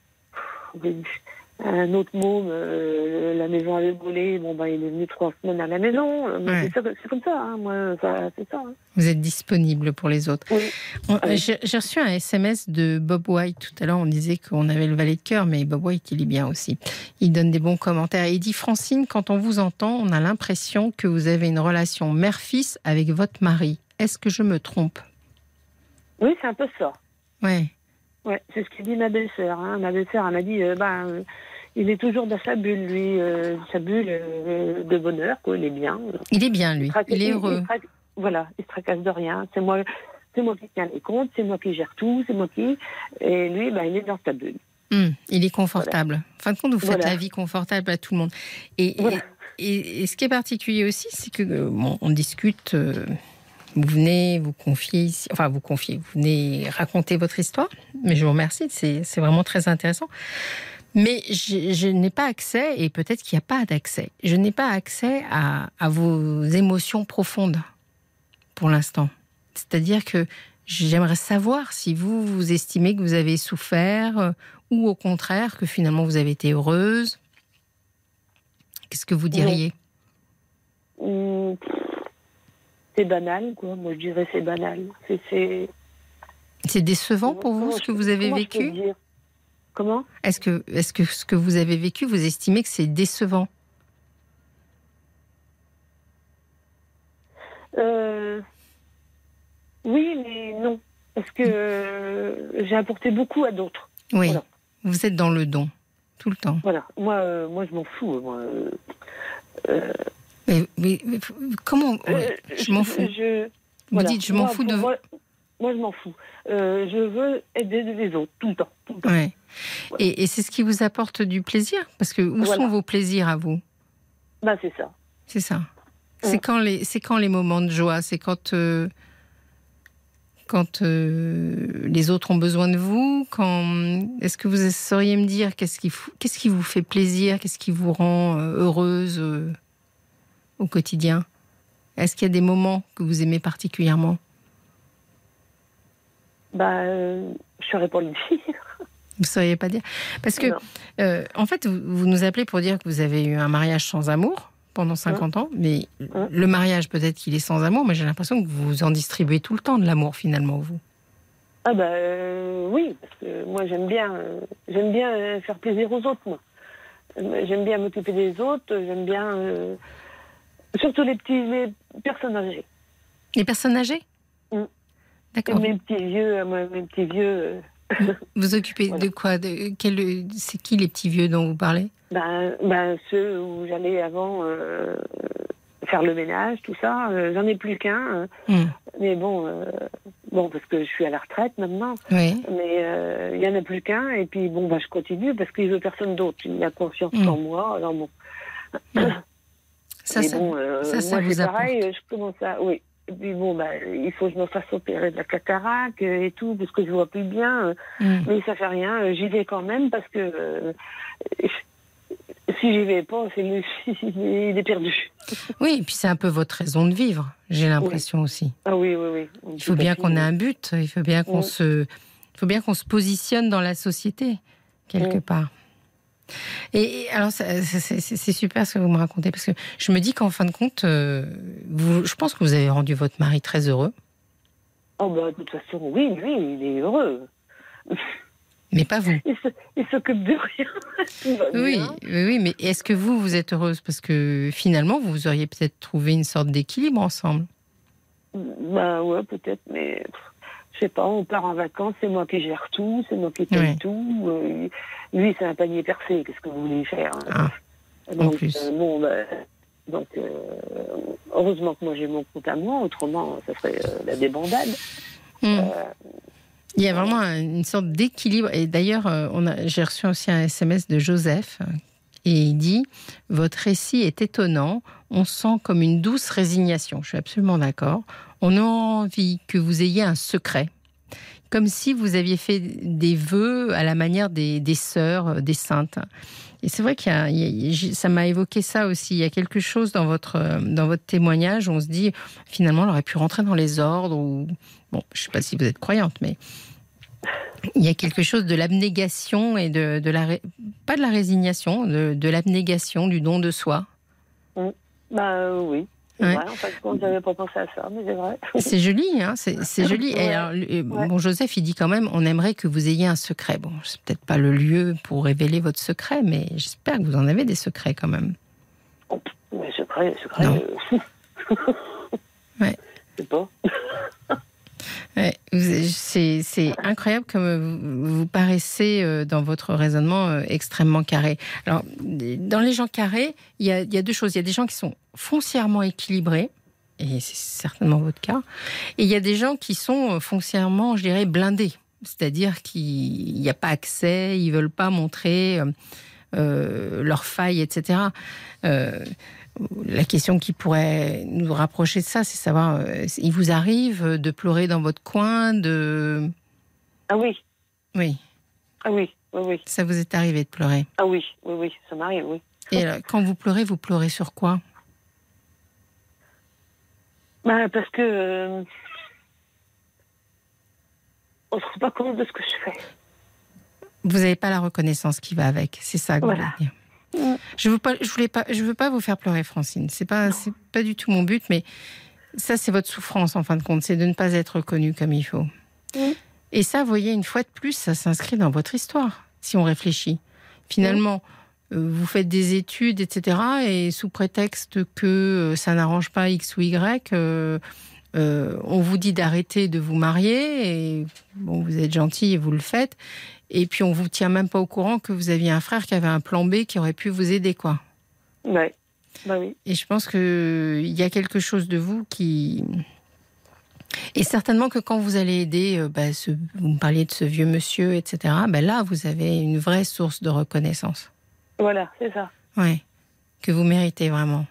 un autre môme, euh, la maison avait brûlé. Bon, ben, il est venu trois semaines à la maison. Euh, Ouais. c'est, ça, c'est comme ça, hein, moi, ça, c'est ça. Hein. Vous êtes disponible pour les autres. Oui. On- Ah oui. j'ai, j'ai reçu un S M S de Bob White. Tout à l'heure, on disait qu'on avait le valet de cœur, mais Bob White, il est bien aussi. Il donne des bons commentaires. Il dit, Francine, quand on vous entend, on a l'impression que vous avez une relation mère-fils avec votre mari. Est-ce que je me trompe? Oui, c'est un peu ça. Ouais. Ouais, c'est ce que dit ma belle-sœur. Hein. Ma belle-sœur, elle m'a dit, euh, ben, euh, il est toujours dans sa bulle, lui, euh, sa bulle euh, de bonheur, quoi. Il est bien. Il est bien, lui. traque- Il est il- heureux. il traque- voilà, il se tracasse de rien. C'est moi, c'est moi qui tiens les comptes, c'est moi qui gère tout, c'est moi qui. Et lui, ben, il est dans sa bulle. Hum, il est confortable. En fin de compte, vous faites Voilà. la vie confortable à tout le monde. Et, Voilà. et, et- et ce qui est particulier aussi, c'est que euh, bon, on discute. euh, vous venez vous confier ici, enfin vous confier, vous venez raconter votre histoire. Mais je vous remercie, c'est, c'est vraiment très intéressant. Mais je, je n'ai pas accès, et peut-être qu'il n'y a pas d'accès. Je n'ai pas accès à, à vos émotions profondes pour l'instant. C'est-à-dire que j'aimerais savoir si vous, vous estimez que vous avez souffert euh, ou au contraire que finalement vous avez été heureuse. Qu'est-ce que vous diriez? Hum, c'est banal, quoi. Moi, je dirais c'est banal. C'est, c'est... C'est décevant pour vous Comment ce je- que vous avez comment je peux vécu? dire Comment Est-ce que, est-ce que ce que vous avez vécu, vous estimez que c'est décevant? euh... Oui, mais non. Parce que euh, j'ai apporté beaucoup à d'autres. Oui, Voilà. vous êtes dans le don, tout le temps. Voilà. Moi, euh, moi je m'en fous. Moi, euh, euh, Mais, mais- mais comment euh, ouais, Je m'en fous. je- Vous voilà. dites, je m'en Moi, fous pour de... Moi, moi, je m'en fous. Euh, je veux aider les autres, tout le temps. Tout le temps. Ouais. Voilà. Et, et c'est ce qui vous apporte du plaisir? Parce que où Voilà. sont vos plaisirs à vous? Ben, c'est ça. C'est ça. C'est Mm. quand les, c'est quand les moments de joie? C'est quand, euh, quand euh, les autres ont besoin de vous? Quand est-ce que vous sauriez me dire qu'est-ce qui, fou- qu'est-ce qui vous fait plaisir? Qu'est-ce qui vous rend euh, heureuse euh, au quotidien? Est-ce qu'il y a des moments que vous aimez particulièrement? Ben, euh, je ne saurais pas le dire. Vous ne sauriez pas dire? Parce que, Non. euh, en fait, vous, vous nous appelez pour dire que vous avez eu un mariage sans amour pendant cinquante ans, mais Hein le mariage, peut-être qu'il est sans amour, mais j'ai l'impression que vous en distribuez tout le temps de l'amour, finalement, vous. Ah ben euh, oui, parce que moi j'aime bien, euh, j'aime bien euh, faire plaisir aux autres, moi. Euh, J'aime bien m'occuper des autres, j'aime bien, euh, surtout les petits, les personnes âgées. Les personnes âgées? Mm. D'accord. Mes petits vieux, euh, moi, mes petits vieux, euh, Vous occupez Voilà. de quoi? de, quel, C'est qui les petits vieux dont vous parlez? ben, ben ceux où j'allais avant euh, faire le ménage, tout ça, euh, j'en ai plus qu'un. euh, Hmm. mais bon, euh, bon parce que je suis à la retraite maintenant. Oui. Mais euh, il y en a plus qu'un et puis bon bah je continue parce qu'il veut personne d'autre. Il a confiance Mm. en moi. Alors bon. Ça, Mais ça, bon, euh, ça, ça moi vous c'est apporte. pareil. Je commence à oui. Et puis bon bah il faut que je me fasse opérer de la cataracte et tout parce que je vois plus bien. euh, Hmm. Mais ça fait rien. euh, J'y vais quand même parce que euh, si j'y vais pas, c'est lui il est perdu. Oui, et puis c'est un peu votre raison de vivre, j'ai l'impression aussi. Ah oui oui oui. Il faut bien qu'on ait un but, il faut bien qu'on Mm. se, il faut bien qu'on se positionne dans la société quelque Mm. part. Et, et alors ça- ça- c'est c'est- c'est super ce que vous me racontez parce que je me dis qu'en fin de compte, euh, vous, je pense que vous avez rendu votre mari très heureux, Oh bah de toute façon oui lui il est heureux. mais pas vous. Il se- il s'occupe de rien. Il va Oui, bien. oui, oui, mais est-ce que vous, vous êtes heureuse parce que finalement, vous auriez peut-être trouvé une sorte d'équilibre ensemble? Bah ouais, peut-être, mais pff, je sais pas, on part en vacances, c'est moi qui gère tout, c'est moi qui paye Ouais. tout. euh, lui, c'est un panier percé, qu'est-ce que vous voulez faire hein. Ah, Donc, plus. euh, bon, bah, Donc, euh, heureusement que moi j'ai mon compte à moi, autrement, ça serait euh, la débandade. Mmh. Euh, Il y a vraiment une sorte d'équilibre. Et d'ailleurs, on a, j'ai reçu aussi un S M S de Joseph et il dit « Votre récit est étonnant, on sent comme une douce résignation. » Je suis absolument d'accord. On a envie que vous ayez un secret, comme si vous aviez fait des vœux à la manière des, des sœurs, des saintes. Et c'est vrai qu'il y a, il y a, ça m'a évoqué ça aussi. Il y a quelque chose dans votre, dans votre témoignage où on se dit, finalement, on aurait pu rentrer dans les ordres. Ou... Bon, je ne sais pas si vous êtes croyante, mais il y a quelque chose de l'abnégation et de, de la... Pas de la résignation, de, de l'abnégation, du don de soi. Mmh. Bah euh, oui. C'est ouais. vrai, en fait, je n'avais pas pensé à ça, mais c'est vrai. C'est joli, hein, c'est, c'est joli. Et ouais. alors, ouais. Bon, Joseph, il dit quand même, on aimerait que vous ayez un secret. Bon, c'est peut-être pas le lieu pour révéler votre secret, mais j'espère que vous en avez des secrets quand même. Oh, mais secret, secret. Non. Euh... ouais. Je sais pas. Ouais, c'est, c'est incroyable comme vous, vous paraissez euh, dans votre raisonnement euh, extrêmement carré. Alors, dans les gens carrés, il y a, il y a deux choses. Il y a des gens qui sont foncièrement équilibrés, et c'est certainement votre cas, et il y a des gens qui sont foncièrement, je dirais, blindés. C'est-à-dire qu'il n'y a pas accès, ils ne veulent pas montrer euh, euh, leurs failles, et cetera. Euh, La question qui pourrait nous rapprocher de ça, c'est savoir, euh, il vous arrive de pleurer dans votre coin, de... Ah oui. Oui. Ah oui, oui, oui. Ça vous est arrivé de pleurer? Ah oui, oui, oui, ça m'arrive, oui. Et alors, quand vous pleurez, vous pleurez sur quoi? Bah, parce que... Euh, on ne se rend pas compte de ce que je fais. Vous n'avez pas la reconnaissance qui va avec, c'est ça que voilà. vous voulez dire. Je veux pas, je voulais pas, je veux pas vous faire pleurer, Francine. C'est pas, c'est pas du tout mon but, mais ça, c'est votre souffrance en fin de compte, c'est de ne pas être reconnue comme il faut. Mm. Et ça, vous voyez, une fois de plus, ça s'inscrit dans votre histoire, si on réfléchit. Finalement, mm. euh, vous faites des études, et cetera, et sous prétexte que euh, ça n'arrange pas X ou Y, euh, euh, on vous dit d'arrêter de vous marier, et bon, vous êtes gentil et vous le faites. Et puis, on ne vous tient même pas au courant que vous aviez un frère qui avait un plan B qui aurait pu vous aider, quoi. Ouais. Bah oui. Et je pense qu'il y a quelque chose de vous qui... Et certainement que quand vous allez aider, euh, bah, ce... vous me parliez de ce vieux monsieur, et cetera, bah là, vous avez une vraie source de reconnaissance. Voilà, c'est ça. Oui, que vous méritez vraiment.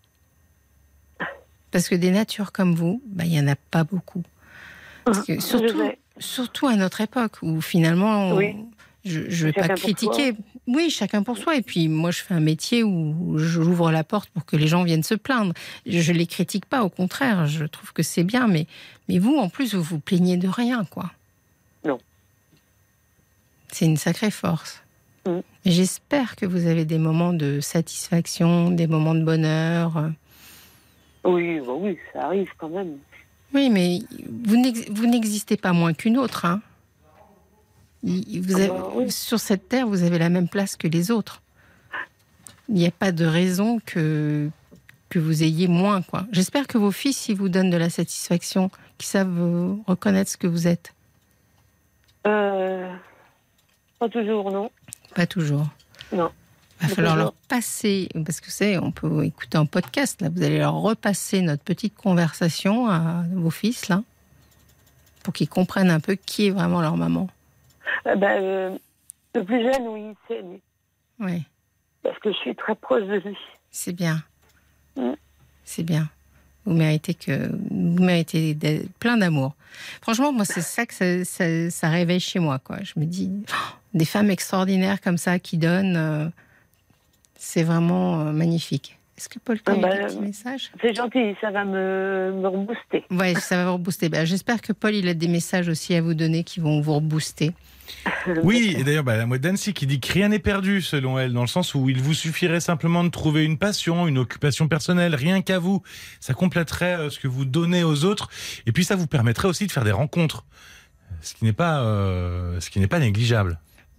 Parce que des natures comme vous, bah, il n'y en a pas beaucoup. Parce que surtout... Surtout à notre époque, où finalement, oui. je ne vais pas critiquer. Oui, chacun pour soi. Et puis, moi, je fais un métier où j'ouvre la porte pour que les gens viennent se plaindre. Je ne les critique pas, au contraire. Je trouve que c'est bien. Mais, mais vous, en plus, vous vous plaignez de rien, quoi. Non. C'est une sacrée force. Mm. J'espère que vous avez des moments de satisfaction, des moments de bonheur. Oui, bah oui, ça arrive quand même. Oui, mais vous, n'ex- vous n'existez pas moins qu'une autre. Hein. Vous avez, ah bah, oui. Sur cette terre, vous avez la même place que les autres. Il n'y a pas de raison que, que vous ayez moins, quoi. J'espère que vos fils, ils vous donnent de la satisfaction, qu'ils savent reconnaître ce que vous êtes. Euh, pas toujours, non. Pas toujours. Non. Il va falloir leur passer, parce que c'est, on peut écouter en podcast, là, vous allez leur repasser notre petite conversation à vos fils, là, pour qu'ils comprennent un peu qui est vraiment leur maman. Euh, ben, euh, le plus jeune, oui, c'est lui. Oui. Parce que je suis très proche de lui. C'est bien. Mm. C'est bien. Vous méritez, que, vous méritez plein d'amour. Franchement, moi, c'est ça que ça, ça, ça réveille chez moi, quoi. Je me dis, oh, des femmes extraordinaires comme ça qui donnent... Euh, c'est vraiment euh, magnifique. Est-ce que Paul a eu bah, des petits messages? C'est gentil, ça va me, me rebooster. Oui, ça va vous rebooster. Bah, j'espère que Paul, il a des messages aussi à vous donner qui vont vous rebooster. Oui, et d'ailleurs, bah, la mouette d'Annecy qui dit que rien n'est perdu, selon elle, dans le sens où il vous suffirait simplement de trouver une passion, une occupation personnelle, rien qu'à vous. Ça compléterait euh, ce que vous donnez aux autres, et puis ça vous permettrait aussi de faire des rencontres, ce qui n'est pas, euh, ce qui n'est pas négligeable.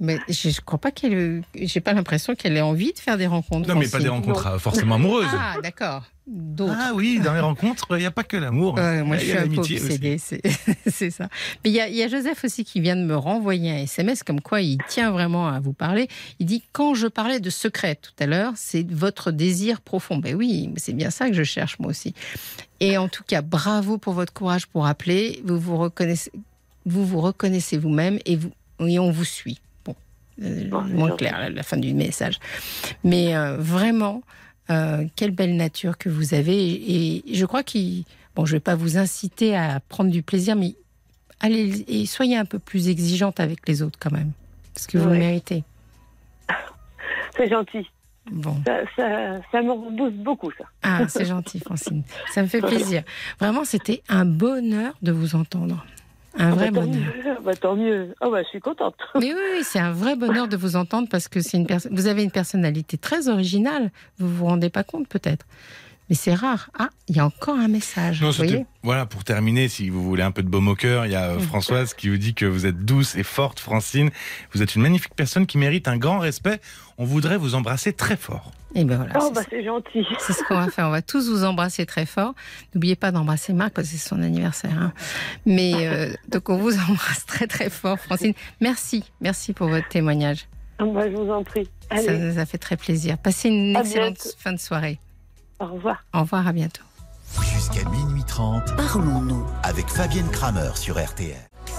Mais je ne crois pas qu'elle. J'ai pas l'impression qu'elle ait envie de faire des rencontres. Non, mais Francine. pas des rencontres euh, forcément amoureuses. Ah, d'accord. D'autres. Ah oui, dans les rencontres, il n'y a pas que l'amour. Ouais, moi, Il je y suis a un peu l'amitié obsédée, aussi. c'est, c'est ça. Mais il y, a, il y a Joseph aussi qui vient de me renvoyer un S M S, comme quoi il tient vraiment à vous parler. Il dit, quand je parlais de secret tout à l'heure, c'est votre désir profond. Ben oui, c'est bien ça que je cherche moi aussi. Et en tout cas, bravo pour votre courage pour appeler. Vous vous reconnaissez, vous, vous reconnaissez vous-même et, vous, et on vous suit. Bon, euh, Bon, moins gentil. clair, la, la fin du message. Mais euh, vraiment... Euh, quelle belle nature que vous avez. Et, et je crois qu'il... Bon, je ne vais pas vous inciter à prendre du plaisir, mais allez et soyez un peu plus exigeante avec les autres quand même. Parce que vous Ouais. le méritez. C'est gentil. Bon. Ça, ça, ça me rebooste beaucoup, ça. Ah, c'est gentil, Francine. Ça me fait plaisir. Vraiment, c'était un bonheur de vous entendre. Un Ah vrai bah, tant bonheur. mieux. Bah, tant mieux. Oh, bah, je suis contente. Mais oui, oui, c'est un vrai bonheur de vous entendre parce que c'est une perso- vous avez une personnalité très originale. Vous vous rendez pas compte peut-être. Mais c'est rare. Ah, il y a encore un message. Non, vous c'était- voyez voilà, pour terminer, si vous voulez un peu de baume au cœur, il y a euh, Françoise qui vous dit que vous êtes douce et forte, Francine. Vous êtes une magnifique personne qui mérite un grand respect. On voudrait vous embrasser très fort. Et ben voilà. Oh, c'est bah, ça. c'est gentil. C'est ce qu'on va faire. On va tous vous embrasser très fort. N'oubliez pas d'embrasser Marc parce que c'est son anniversaire. Hein. Mais euh, donc on vous embrasse très très fort, Francine. Merci, merci pour votre témoignage. Oh, bah, je vous en prie. Allez, Ça nous a fait très plaisir. Passez une À excellente bientôt. fin de soirée. au revoir. Au revoir, à bientôt. Jusqu'à minuit trente, Parlons-nous. avec Fabienne Kramer sur R T L.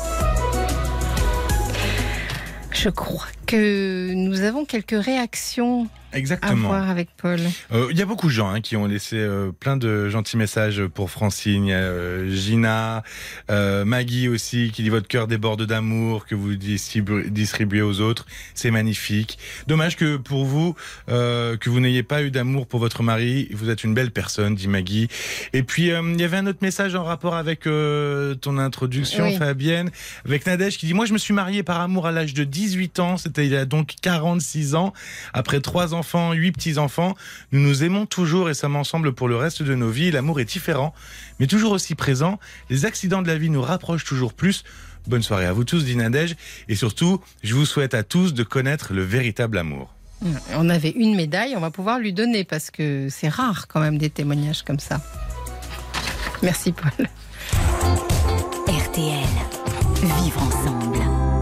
Je crois que nous avons quelques réactions à Exactement. voir avec Paul. Euh, Il y a beaucoup de gens hein, qui ont laissé euh, plein de gentils messages pour Francine. Il y a euh, Gina, euh, Maggie aussi, qui dit votre cœur déborde d'amour, que vous distribu- distribuez aux autres. C'est magnifique. Dommage que pour vous, euh, que vous n'ayez pas eu d'amour pour votre mari. Vous êtes une belle personne, dit Maggie. Et puis, euh, il y avait un autre message en rapport avec euh, ton introduction, Oui. Fabienne, avec Nadège, qui dit « Moi, je me suis mariée par amour à l'âge de dix-huit ans. C'était il y a donc quarante-six ans. Après trois enfants, huit petits-enfants, nous nous aimons toujours et sommes ensemble pour le reste de nos vies. L'amour est différent, mais toujours aussi présent. Les accidents de la vie nous rapprochent toujours plus. Bonne soirée à vous tous, dit Nadège. Et surtout, je vous souhaite à tous de connaître le véritable amour. » On avait une médaille, on va pouvoir lui donner parce que c'est rare quand même des témoignages comme ça. Merci Paul. R T L. Vivre ensemble.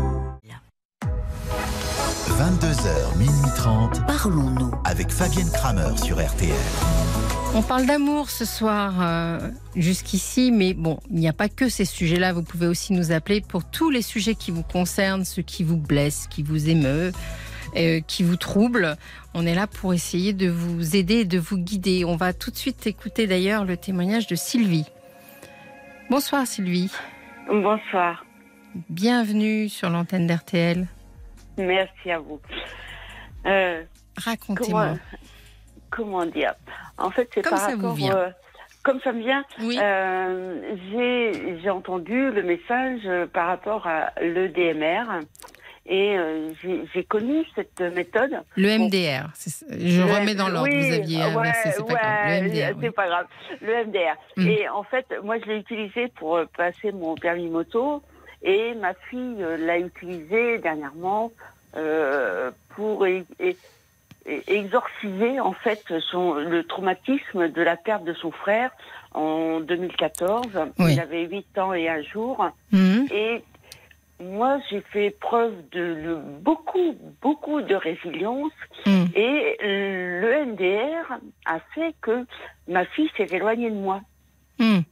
vingt-deux heures, minuit trente, Parlons-nous. avec Fabienne Kramer sur R T L. On parle d'amour ce soir euh, jusqu'ici, mais bon, il n'y a pas que ces sujets-là. Vous pouvez aussi nous appeler pour tous les sujets qui vous concernent, ceux qui vous blessent, qui vous émeuvent, euh, qui vous troublent. On est là pour essayer de vous aider et de vous guider. On va tout de suite écouter d'ailleurs le témoignage de Sylvie. Bonsoir Sylvie, Bonsoir. bienvenue sur l'antenne d'R T L. Merci à vous. Euh, Racontez-moi. comment, comment dire? En fait, c'est Comme par ça vous rapport... vient. euh, comme ça me vient, Oui. euh, j'ai, j'ai entendu le message euh, par rapport à l'E D M R et euh, j'ai, j'ai connu cette méthode. Le M D R, c'est- je Le- remets dans l'ordre, oui, vous aviez ouais, inversé, c'est pas grave. Le M D R, ouais, oui. c'est pas grave. Le M D R. Mm. Et en fait, moi, je l'ai utilisé pour euh, passer mon permis moto et ma fille euh, l'a utilisé dernièrement euh, pour e- e- e- exorciser en fait son, le traumatisme de la perte de son frère en deux mille quatorze. Oui. Il avait huit ans et un jour. Mhm. Et moi, j'ai fait preuve de le- beaucoup, beaucoup de résilience. Mhm. Et le N D R a fait que ma fille s'est éloignée de moi. Mhm.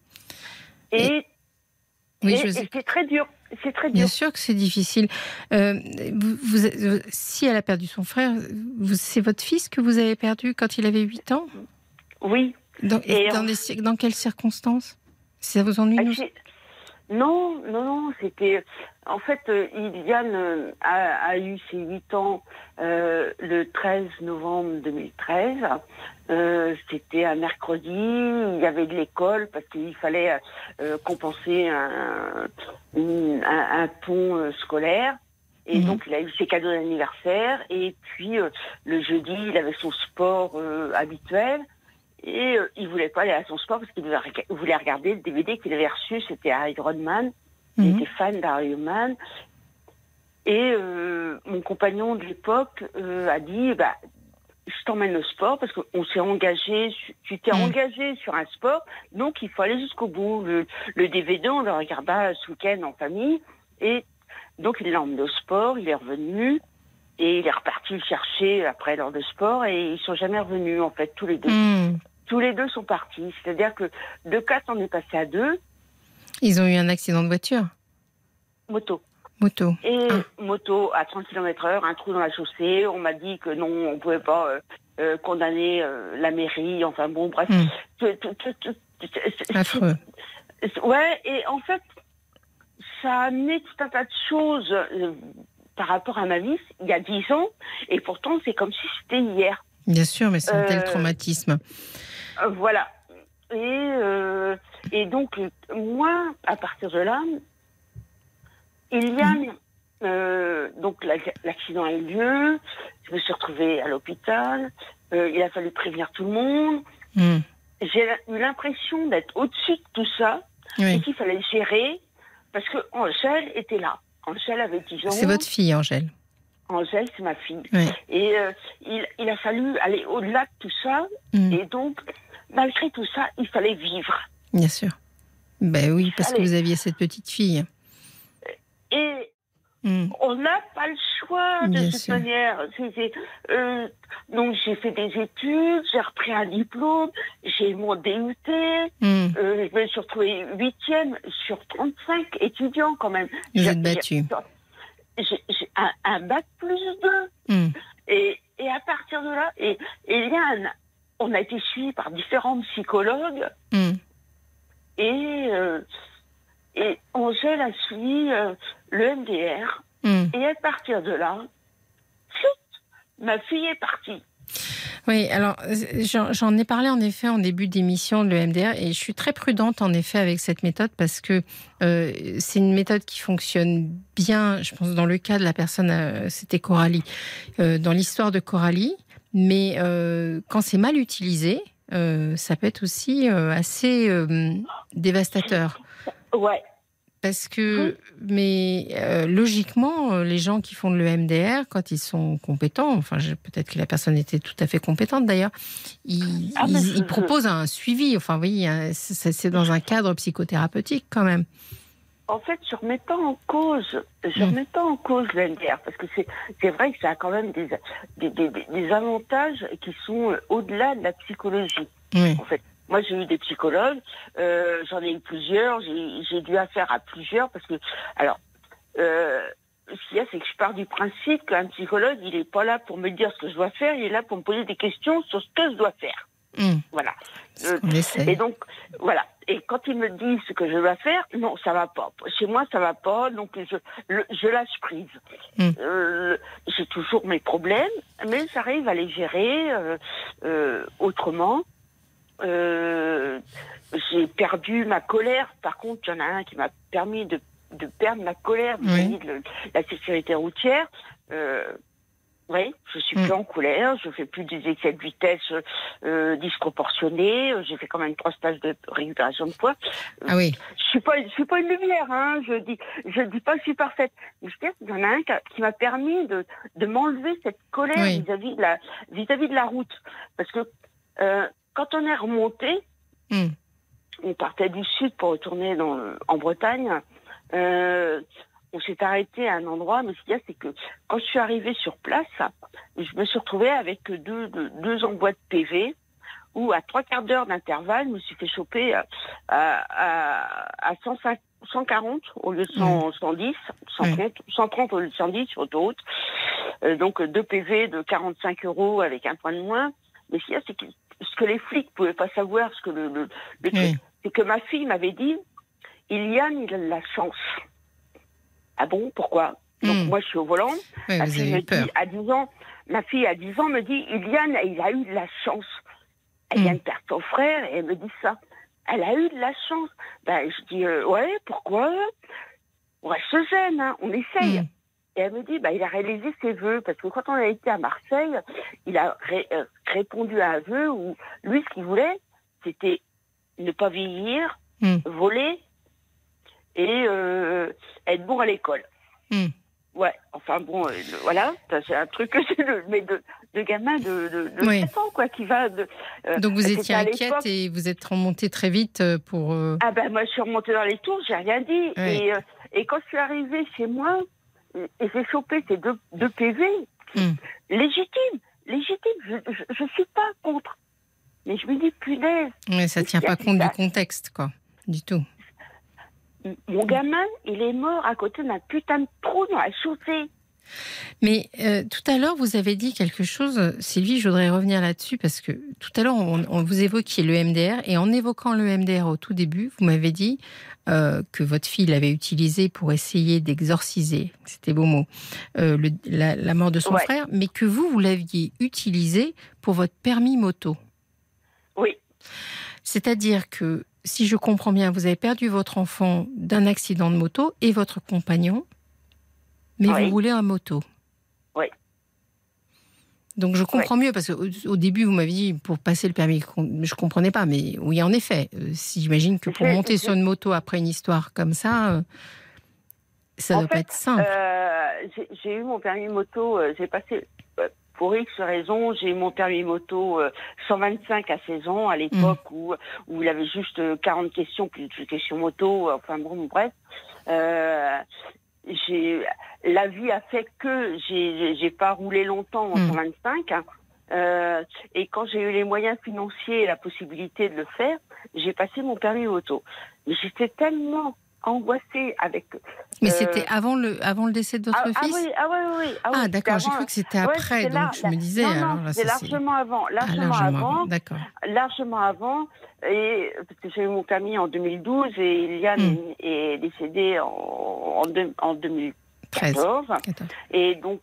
Et, Oui, et, je et sais. c'est très dur. C'est très Bien dur. sûr que c'est difficile. Euh, vous, vous- euh, si elle a perdu son frère, vous- c'est votre fils que vous avez perdu quand il avait huit ans Oui. dans, Et dans, on- des cir- dans quelles circonstances? Si ça vous ennuie Ah, nous... c'est- Non, non, non, c'était... En fait, euh, Iliane euh, a, a eu ses huit ans euh, le treize novembre deux mille treize. Euh, c'était un mercredi, il y avait de l'école parce qu'il fallait euh, compenser un, une- un, un pont euh, scolaire. Et Mhm. donc, il a eu ses cadeaux d'anniversaire. Et puis, euh, le jeudi, il avait son sport euh, habituel. Et euh, il voulait pas aller à son sport parce qu'il voulait rega- voulait regarder le D V D qu'il avait reçu. C'était Iron Man. Il Mhm. était fan d'Iron Man. Et euh, mon compagnon de l'époque euh, a dit, bah, je t'emmène au sport parce qu'on s'est engagé, tu t'es mmh. engagé sur un sport, donc il faut aller jusqu'au bout. Le, le D V D, on le regarda ce week-end en famille, et donc il l'a emmené au sport, il est revenu, et il est reparti le chercher après l'heure de sport, et ils sont jamais revenus, en fait, tous les deux. Mmh. Tous les deux sont partis, c'est-à-dire que de quatre, on est passé à deux. Ils ont eu un accident de voiture ? Moto. Moto. Et ah. moto à trente kilomètres heure, un trou dans la chaussée. On m'a dit que non, on ne pouvait pas euh, euh, condamner euh, la mairie. Enfin bon, bref. Mm. Tout, tout, tout, tout, c'est, Affreux. C'est, ouais, et en fait, ça a amené tout un tas de choses euh, par rapport à ma vie il y a dix ans. Et pourtant, c'est comme si c'était hier. Bien sûr, mais c'est un euh, tel traumatisme. Euh, voilà. Et, euh, et donc, moi, à partir de là, Iliane, euh, donc l'accident a eu lieu, je me suis retrouvée à l'hôpital, euh, il a fallu prévenir tout le monde. Mm. J'ai eu l'impression d'être au-dessus de tout ça, oui. et qu'il fallait gérer, parce que Angèle était là. Angèle avait dix ans. C'est votre fille, Angèle. Angèle, c'est ma fille. Oui. Et euh, il, il a fallu aller au-delà de tout ça, mm. et donc, malgré tout ça, il fallait vivre. Bien sûr. Ben oui, parce Allez. que vous aviez cette petite fille. Et mmh. on n'a pas le choix de Bien cette sûr. manière. C'est, c'est, euh, donc j'ai fait des études, j'ai repris un diplôme, j'ai mon D U T, mmh. euh, je me suis retrouvée huitième sur trente-cinq étudiants quand même. Vous j'ai, êtes battue. J'ai, j'ai un, un bac plus deux. Mmh. Et, et à partir de là, et, et Liane, on a été suivis par différents psychologues. Mmh. Et... Euh, Et Angèle a suivi euh, le M D R. Mm. Et à partir de là, chut, ma fille est partie. Oui, alors j'en, j'en ai parlé en effet en début d'émission de l'E M D R et je suis très prudente en effet avec cette méthode parce que euh, c'est une méthode qui fonctionne bien, je pense dans le cas de la personne, euh, c'était Coralie, euh, dans l'histoire de Coralie, mais euh, quand c'est mal utilisé, euh, ça peut être aussi euh, assez euh, dévastateur. Ouais. Parce que, mais euh, logiquement, les gens qui font de l'E M D R, quand ils sont compétents, enfin je, peut-être que la personne était tout à fait compétente d'ailleurs, ils, ah, ils, ils proposent un suivi. Enfin, vous voyez, c'est, c'est dans un cadre psychothérapeutique quand même. En fait, je ne remets pas en cause, je remets pas en cause l'E M D R parce que c'est, c'est vrai que ça a quand même des, des, des, des avantages qui sont au-delà de la psychologie. Oui. En fait. Moi, j'ai eu des psychologues, euh, j'en ai eu plusieurs, j'ai, j'ai dû affaire à plusieurs, parce que, alors, euh, ce qu'il y a, c'est que je pars du principe qu'un psychologue, il n'est pas là pour me dire ce que je dois faire, il est là pour me poser des questions sur ce que je dois faire. Mmh. Voilà. Euh, et donc, voilà. Et quand il me dit ce que je dois faire, non, ça va pas. Chez moi, ça va pas, donc je, le, je lâche prise. Mmh. Euh, j'ai toujours mes problèmes, mais j'arrive à les gérer euh, euh, autrement. Euh, j'ai perdu ma colère. Par contre, il y en a un qui m'a permis de, de perdre ma colère vis-à-vis oui. de la sécurité routière. Euh, oui, je suis mmh. plus en colère. Je fais plus des excès de vitesse euh, disproportionnés. J'ai fait quand même trois stages de récupération de poids. Ah oui. Je suis pas, je suis pas une lumière. Hein. Je dis, je dis pas que je suis parfaite. Mais je veux dire, il y en a un qui, a, qui m'a permis de, de m'enlever cette colère oui. vis-à-vis de la, vis-à-vis de la route, parce que euh, quand on est remonté, mmh. on partait du sud pour retourner dans, en Bretagne, euh, on s'est arrêté à un endroit, mais ce qu'il y a, c'est que quand je suis arrivée sur place, je me suis retrouvée avec deux, deux, deux envois de P V, où à trois quarts d'heure d'intervalle, je me suis fait choper à, à, à cent cinq, cent quarante au lieu de cent, mmh. cent dix, cent trente, mmh. cent trente au lieu de cent dix sur autoroute. Euh, donc deux P V de quarante-cinq euros avec un point de moins. Mais ce qu'il y a, c'est que ce que les flics pouvaient pas savoir, ce que le, le, le oui. truc, c'est que ma fille m'avait dit, Iliane, il a de la chance. Ah bon, pourquoi? Donc mmh. moi, je suis au volant. Oui, ma vous fille avez me eu peur. dit, à dix ans, ma fille à dix ans me dit, Iliane, il a eu de la chance. Elle mmh. vient de perdre son frère et elle me dit ça. Elle a eu de la chance. Ben, je dis, euh, ouais, pourquoi? On reste zen, hein, on essaye. Mmh. Et elle me dit, bah, il a réalisé ses vœux, parce que quand on a été à Marseille, il a ré- euh, répondu à un vœu où, lui, ce qu'il voulait, c'était ne pas vieillir, mmh. voler et euh, être bon à l'école. Mmh. Ouais, enfin bon, euh, le- voilà, ça, c'est un truc que c'est de, mais de, de gamin de, de, de Oui. sept ans, quoi, qui va. De, euh, Donc vous c'était étiez à inquiète l'époque- et vous êtes remontée très vite euh, pour... euh, Ah ben moi, je suis remontée dans les tours, j'ai rien dit. Ouais. Et, euh, et quand je suis arrivée chez moi, euh, et j'ai chopé ces deux, deux P V, Hmm. légitime, légitime, je, je, je suis pas contre. Mais je me dis, punaise, Ouais, ça tient pas compte du contexte, quoi, du tout. mon gamin, il est mort à côté d'un putain de trou dans la chaussée. Mais euh, tout à l'heure, vous avez dit quelque chose, Sylvie, je voudrais revenir là-dessus, parce que tout à l'heure, on, on vous évoquiez le M D R, et en évoquant le M D R au tout début, vous m'avez dit euh, que votre fille l'avait utilisé pour essayer d'exorciser, c'était beau mot, euh, le- la, la mort de son Ouais. frère, mais que vous, vous l'aviez utilisé pour votre permis moto. Oui, C'est-à-dire que, si je comprends bien, vous avez perdu votre enfant d'un accident de moto et votre compagnon, mais Oui. vous roulez en moto. Oui. Donc je comprends mieux, parce qu'au au début, vous m'avez dit pour passer le permis, je ne comprenais pas, mais oui, en effet, euh, si j'imagine que pour Je- monter je- sur une moto après une histoire comme ça, euh, ça ne En doit pas fait, être simple. euh, j'ai- j'ai eu mon permis moto, euh, j'ai passé, euh, pour X raisons, j'ai eu mon permis moto euh, cent vingt-cinq à seize ans, à l'époque où, où il avait juste euh, quarante questions, plus de questions moto, euh, enfin bon, bref. Euh, j'ai, la vie a fait que j'ai j'ai pas roulé longtemps en Mm. cent vingt-cinq. Hein. Euh, et quand j'ai eu les moyens financiers et la possibilité de le faire, j'ai passé mon permis moto. Mais j'étais tellement angoissée avec... Mais euh, c'était avant le, avant le décès de votre ah, ah fils oui, ah oui, oui, oui. Ah, oui, Ah, c'était d'accord, j'ai avant. cru que c'était Ouais, après, c'était donc là, je là. me disais... Non, alors non, là, c'est ça, c'est- largement avant, Ah, largement, largement avant, d'accord. largement avant, et parce que j'ai eu mon permis en deux mille douze et Eliane Mm. est, est décédée en, en, deux- en deux mille quatorze. treize. quatorze. Et donc,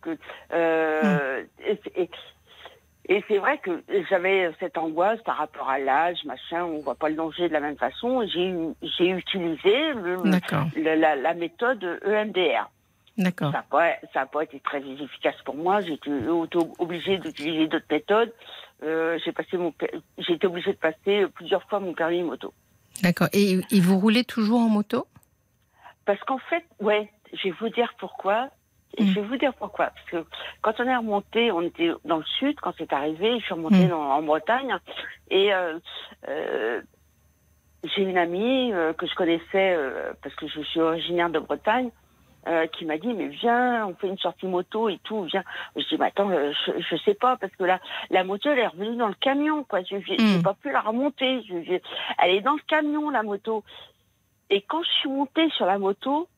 euh, Mm. et, et- et c'est vrai que j'avais cette angoisse par rapport à l'âge, machin, on voit pas le danger de la même façon. Et J'ai, j'ai utilisé le- le- D'accord, le- la, la méthode E M D R. d'accord. Ça n'a pas, ça a pas été très efficace pour moi. J'ai été auto- obligée d'utiliser d'autres méthodes. Euh, j'ai passé mon, per- j'ai été obligée de passer plusieurs fois mon permis moto. D'accord. Et, et vous roulez toujours en moto? Parce qu'en fait, ouais, je vais vous dire pourquoi. Et Mm. je vais vous dire pourquoi. Parce que quand on est remonté, on était dans le sud quand c'est arrivé. Je suis remontée Mm. dans- en Bretagne et euh, euh, j'ai une amie euh, que je connaissais euh, parce que je suis originaire de Bretagne. Euh, qui m'a dit mais viens, on fait une sortie moto et tout, viens. Je dis mais attends, euh, je, je sais pas parce que là la moto elle est revenue dans le camion quoi. Je j'ai Mm. j'ai pas pu la remonter. Je- je- elle est dans le camion la moto. Et quand je suis montée sur la moto,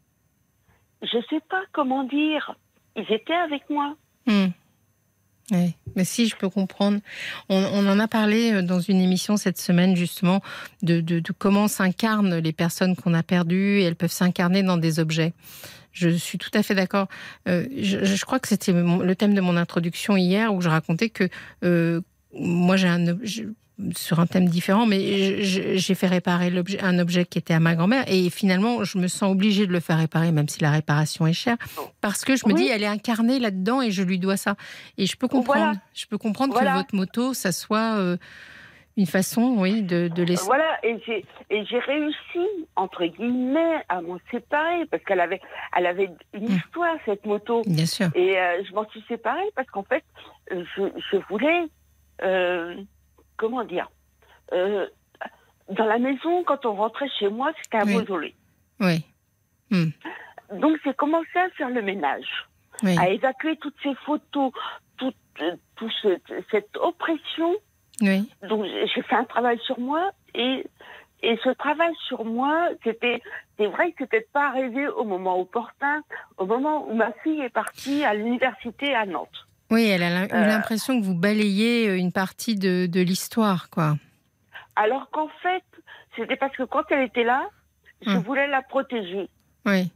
je sais pas comment dire, ils étaient avec moi. Hmm. Oui, mais si, je peux comprendre. On, on en a parlé euh, dans une émission cette semaine, justement, de, de, de comment s'incarnent les personnes qu'on a perdues, et elles peuvent s'incarner dans des objets. Je suis tout à fait d'accord. Euh, je, je crois que c'était mon- le thème de mon introduction hier, où je racontais que euh, moi, j'ai un ob- je- sur un thème différent, mais je- j'ai fait réparer l'objet- un objet qui était à ma grand-mère, et finalement, je me sens obligée de le faire réparer, même si la réparation est chère, parce que je me Oui. dis, elle est incarnée là-dedans, et je lui dois ça. Et je peux comprendre, Voilà. je peux comprendre Voilà. que votre moto, ça soit euh, une façon, oui, de, de laisser. Voilà, et j'ai et j'ai réussi entre guillemets à m'en séparer parce qu'elle avait elle avait une Mm. histoire cette moto. Bien sûr. Et euh, je m'en suis séparée parce qu'en fait, euh, je, je voulais, euh, comment dire, euh, dans la maison, quand on rentrait chez moi, c'était un Oui. mausolée. Oui. Hmm. Donc j'ai commencé à faire le ménage, Oui. à évacuer toutes ces photos, toute, euh, tout ce- cette oppression. Oui. Donc j'ai j'ai fait un travail sur moi et et ce travail sur moi, c'était c'est vrai que c'était pas arrivé au moment opportun, au moment où ma fille est partie à l'université à Nantes. Oui, elle a eu Euh. l'impression que vous balayez une partie de, de l'histoire, quoi. Alors qu'en fait, c'était parce que quand elle était là, je Hum. voulais la protéger. Oui.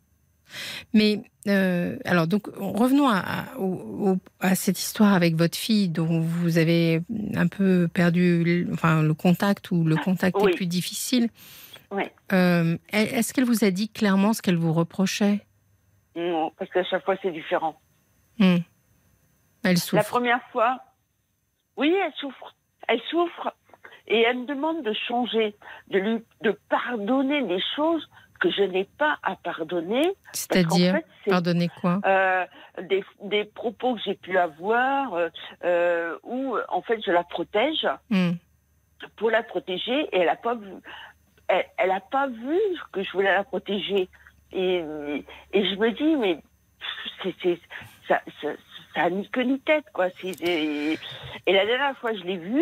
Mais, euh, alors, donc, revenons à, à, au- au- à cette histoire avec votre fille dont vous avez un peu perdu le, enfin, le contact, ou le contact Oui. est plus difficile. Oui. Euh, est-ce qu'elle vous a dit clairement ce qu'elle vous reprochait? Non, parce qu'à chaque fois c'est différent. Hmm. Elle La souffre. première fois, oui, elle souffre. Elle souffre et elle me demande de changer, de lui, de pardonner des choses que je n'ai pas à pardonner. C'est-à-dire, en fait, pardonner quoi euh, des, des propos que j'ai pu avoir euh, euh, où, en fait, je la protège mm. pour la protéger et elle n'a pas vu, elle, elle a pas vu que je voulais la protéger. Et, et je me dis, mais c'est, c'est, ça, ça, ça a ni queue ni tête, quoi. C'est, c'est... Et la dernière fois, je l'ai vue,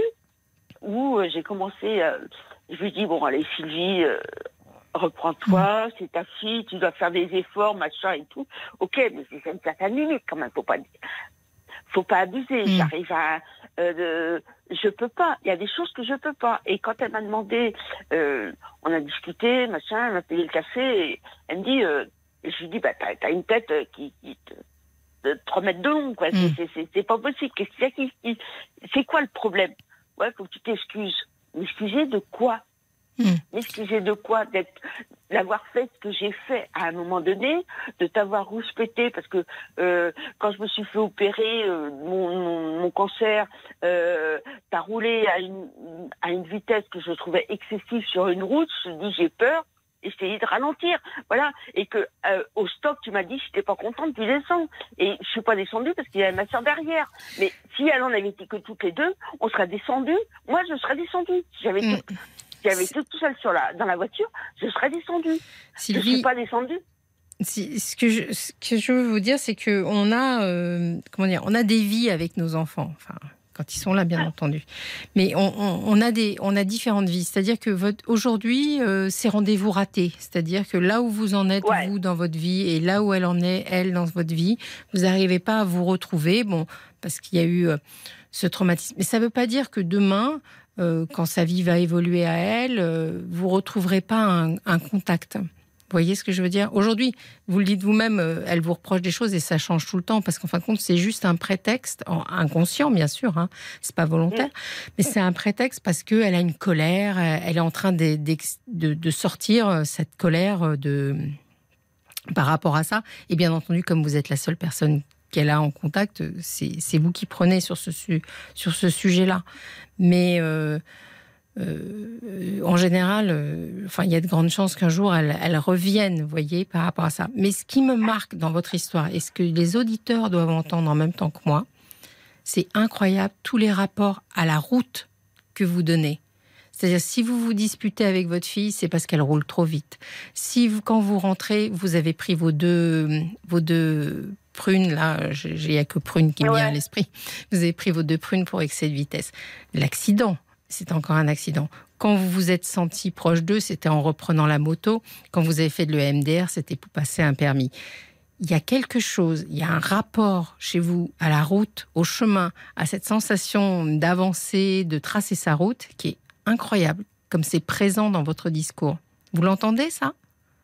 où euh, j'ai commencé, euh, je lui dis, bon, allez, Sylvie, euh, reprends-toi, c'est ta fille, tu dois faire des efforts, machin et tout. Ok, mais c'est une certaine limite quand même, faut pas, faut pas abuser. Mmh. J'arrive à, euh, de, je peux pas. Il y a des choses que je peux pas. Et quand elle m'a demandé, euh, on a discuté, machin, elle m'a payé le café, et elle me dit, euh, je lui dis, bah t'as, t'as une tête qui, qui te, de trois mètres de long, quoi. Mmh. C'est, c'est, c'est, c'est pas possible. Qu'est-ce qu'il y a qui, qui, c'est quoi le problème? Ouais, faut que tu t'excuses. M'excuser de quoi? Mmh. M'excuser de quoi? D'être, d'avoir fait ce que j'ai fait à un moment donné, de t'avoir rouspété parce que euh, quand je me suis fait opérer euh, mon, mon, mon cancer, euh, t'as roulé à une, à une vitesse que je trouvais excessive sur une route. Je me dis j'ai peur. Essayer de ralentir, voilà, et que euh, au stop tu m'as dit si t'es pas contente tu descends, et je suis pas descendue parce qu'il y avait ma soeur derrière, mais si elle en avait été que toutes les deux, on serait descendus, moi je serais descendue, si j'avais mmh. tout, si j'avais été tout seul sur la, dans la voiture, je serais descendue, Sylvie, je suis pas descendue. Si, ce, que je, ce que je veux vous dire c'est que on a, euh, comment dire, on a des vies avec nos enfants, enfin... quand ils sont là, bien entendu. Mais on, on, on, a, des, on a différentes vies. C'est-à-dire que votre, aujourd'hui, euh, c'est rendez-vous raté. C'est-à-dire que là où vous en êtes, ouais. vous, dans votre vie, et là où elle en est, elle, dans votre vie, vous n'arrivez pas à vous retrouver, bon, parce qu'il y a eu euh, ce traumatisme. Mais ça ne veut pas dire que demain, euh, quand sa vie va évoluer à elle, euh, vous ne retrouverez pas un, un contact. Vous voyez ce que je veux dire? Aujourd'hui, vous le dites vous-même, euh, elle vous reproche des choses et ça change tout le temps parce qu'en fin de compte, c'est juste un prétexte, inconscient bien sûr, hein, c'est pas volontaire, mais c'est un prétexte parce qu'elle a une colère, elle est en train de, de, de sortir cette colère de, par rapport à ça. Et bien entendu, comme vous êtes la seule personne qu'elle a en contact, c'est, c'est vous qui prenez sur ce, sur ce sujet-là. Mais... Euh, Euh, en général, euh, enfin, il y a de grandes chances qu'un jour elle, elle revienne, vous voyez, par rapport à ça. Mais ce qui me marque dans votre histoire, et ce que les auditeurs doivent entendre en même temps que moi, c'est incroyable tous les rapports à la route que vous donnez. C'est-à-dire, si vous vous disputez avec votre fille, c'est parce qu'elle roule trop vite. Si vous, quand vous rentrez, vous avez pris vos deux, vos deux prunes, là, il n'y a que prunes qui me vient à l'esprit. Vous avez pris vos deux prunes pour excès de vitesse. L'accident. C'est encore un accident. Quand vous vous êtes senti proche d'eux, c'était en reprenant la moto. Quand vous avez fait de l'E M D R, c'était pour passer un permis. Il y a quelque chose, il y a un rapport chez vous à la route, au chemin, à cette sensation d'avancer, de tracer sa route, qui est incroyable, comme c'est présent dans votre discours. Vous l'entendez, ça?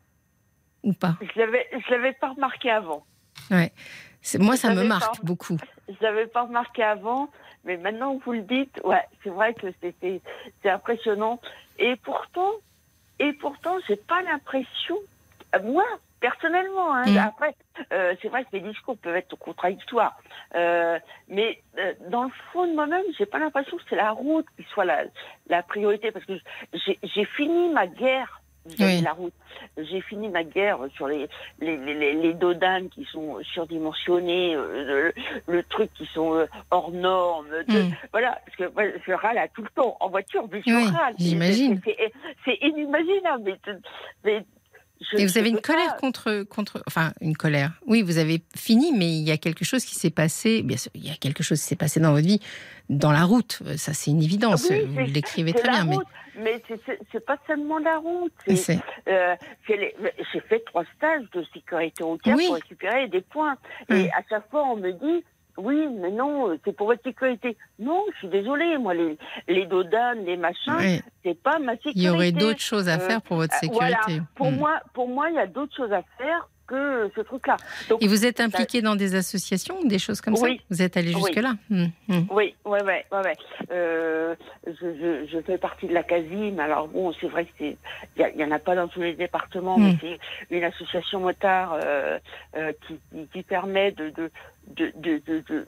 Ou pas? Je l'avais, je l'avais pas remarqué avant. Ouais. C'est, moi, ça me marque pas, beaucoup. Je l'avais pas remarqué avant. Mais maintenant que vous le dites, ouais, c'est vrai que c'est, c'est, c'est impressionnant. Et pourtant, et pourtant, j'ai pas l'impression, moi, personnellement, hein, mmh. après, euh, c'est vrai que mes discours peuvent être contradictoires. Euh, mais euh, dans le fond de moi-même, j'ai pas l'impression que c'est la route qui soit la, la priorité. Parce que j'ai, j'ai fini ma guerre vis-à-vis oui. de la route. J'ai fini ma guerre sur les les, les, les dodanes qui sont surdimensionnés, euh, le, le truc qui sont euh, hors normes. De, mm. Voilà, parce que moi, je râle à tout le temps en voiture, mais je oui, râle. J'imagine. C'est, c'est, c'est inimaginable. Mais, mais je, Et vous avez une colère contre, contre... Enfin, une colère. Oui, vous avez fini, mais il y a quelque chose qui s'est passé... Bien sûr, il y a quelque chose qui s'est passé dans votre vie, dans la route. Ça, c'est une évidence. Oui, vous le décrivez très bien. Route. Mais... Mais c'est, c'est, c'est pas seulement la route. C'est, c'est... Euh, c'est les... J'ai fait trois stages de sécurité routière oui. pour récupérer des points. Hum. Et à chaque fois, on me dit... Oui, mais non, c'est pour votre sécurité. Non, je suis désolée, moi, les, les dodanes, les machins, oui. c'est pas ma sécurité. Il y aurait d'autres choses à faire pour votre sécurité. Euh, voilà. Pour, mmh. moi, pour moi, il y a d'autres choses à faire que ce truc-là. Donc, et vous êtes impliqué ça... dans des associations ou des choses comme oui. ça? Vous êtes allé jusque-là? Oui, mmh. Mmh. oui, oui, oui. Ouais, ouais. euh, je, je, je fais partie de la CASIM. Alors bon, c'est vrai qu'il n'y en a pas dans tous les départements, mmh. mais c'est une association motard euh, euh, qui, qui, qui permet de... de De, de, de, de...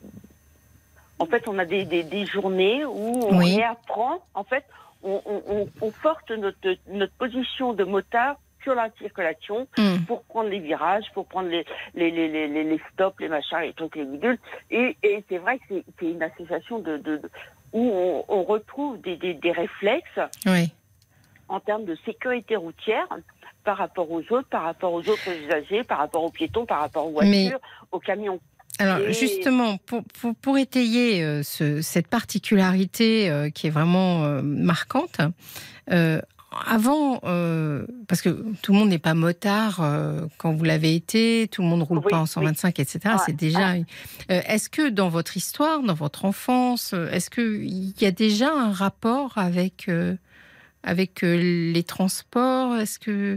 En fait, on a des, des, des journées où on oui. réapprend. En fait, on, on, on porte notre, notre position de motard sur la circulation Mm. pour prendre les virages, pour prendre les, les, les, les, les, les stops, les machins, les trucs, les bidules. Et, et c'est vrai que c'est, c'est une association de, de, de- où on, on retrouve des, des, des réflexes Oui. en termes de sécurité routière par rapport aux autres, par rapport aux autres usagers, par rapport aux piétons, par rapport aux voitures, Mais- aux camions. Alors Et- justement, pour, pour, pour étayer euh, ce- cette particularité euh, qui est vraiment euh, marquante, euh, avant, euh, parce que tout le monde n'est pas motard euh, quand vous l'avez été, tout le monde ne roule Oui, pas en cent vingt-cinq, et cetera. Ouais. C'est déjà. une- Euh, est-ce que dans votre histoire, dans votre enfance, euh, est-ce qu'il y a déjà un rapport avec, euh, avec euh, les transports? Est-ce que.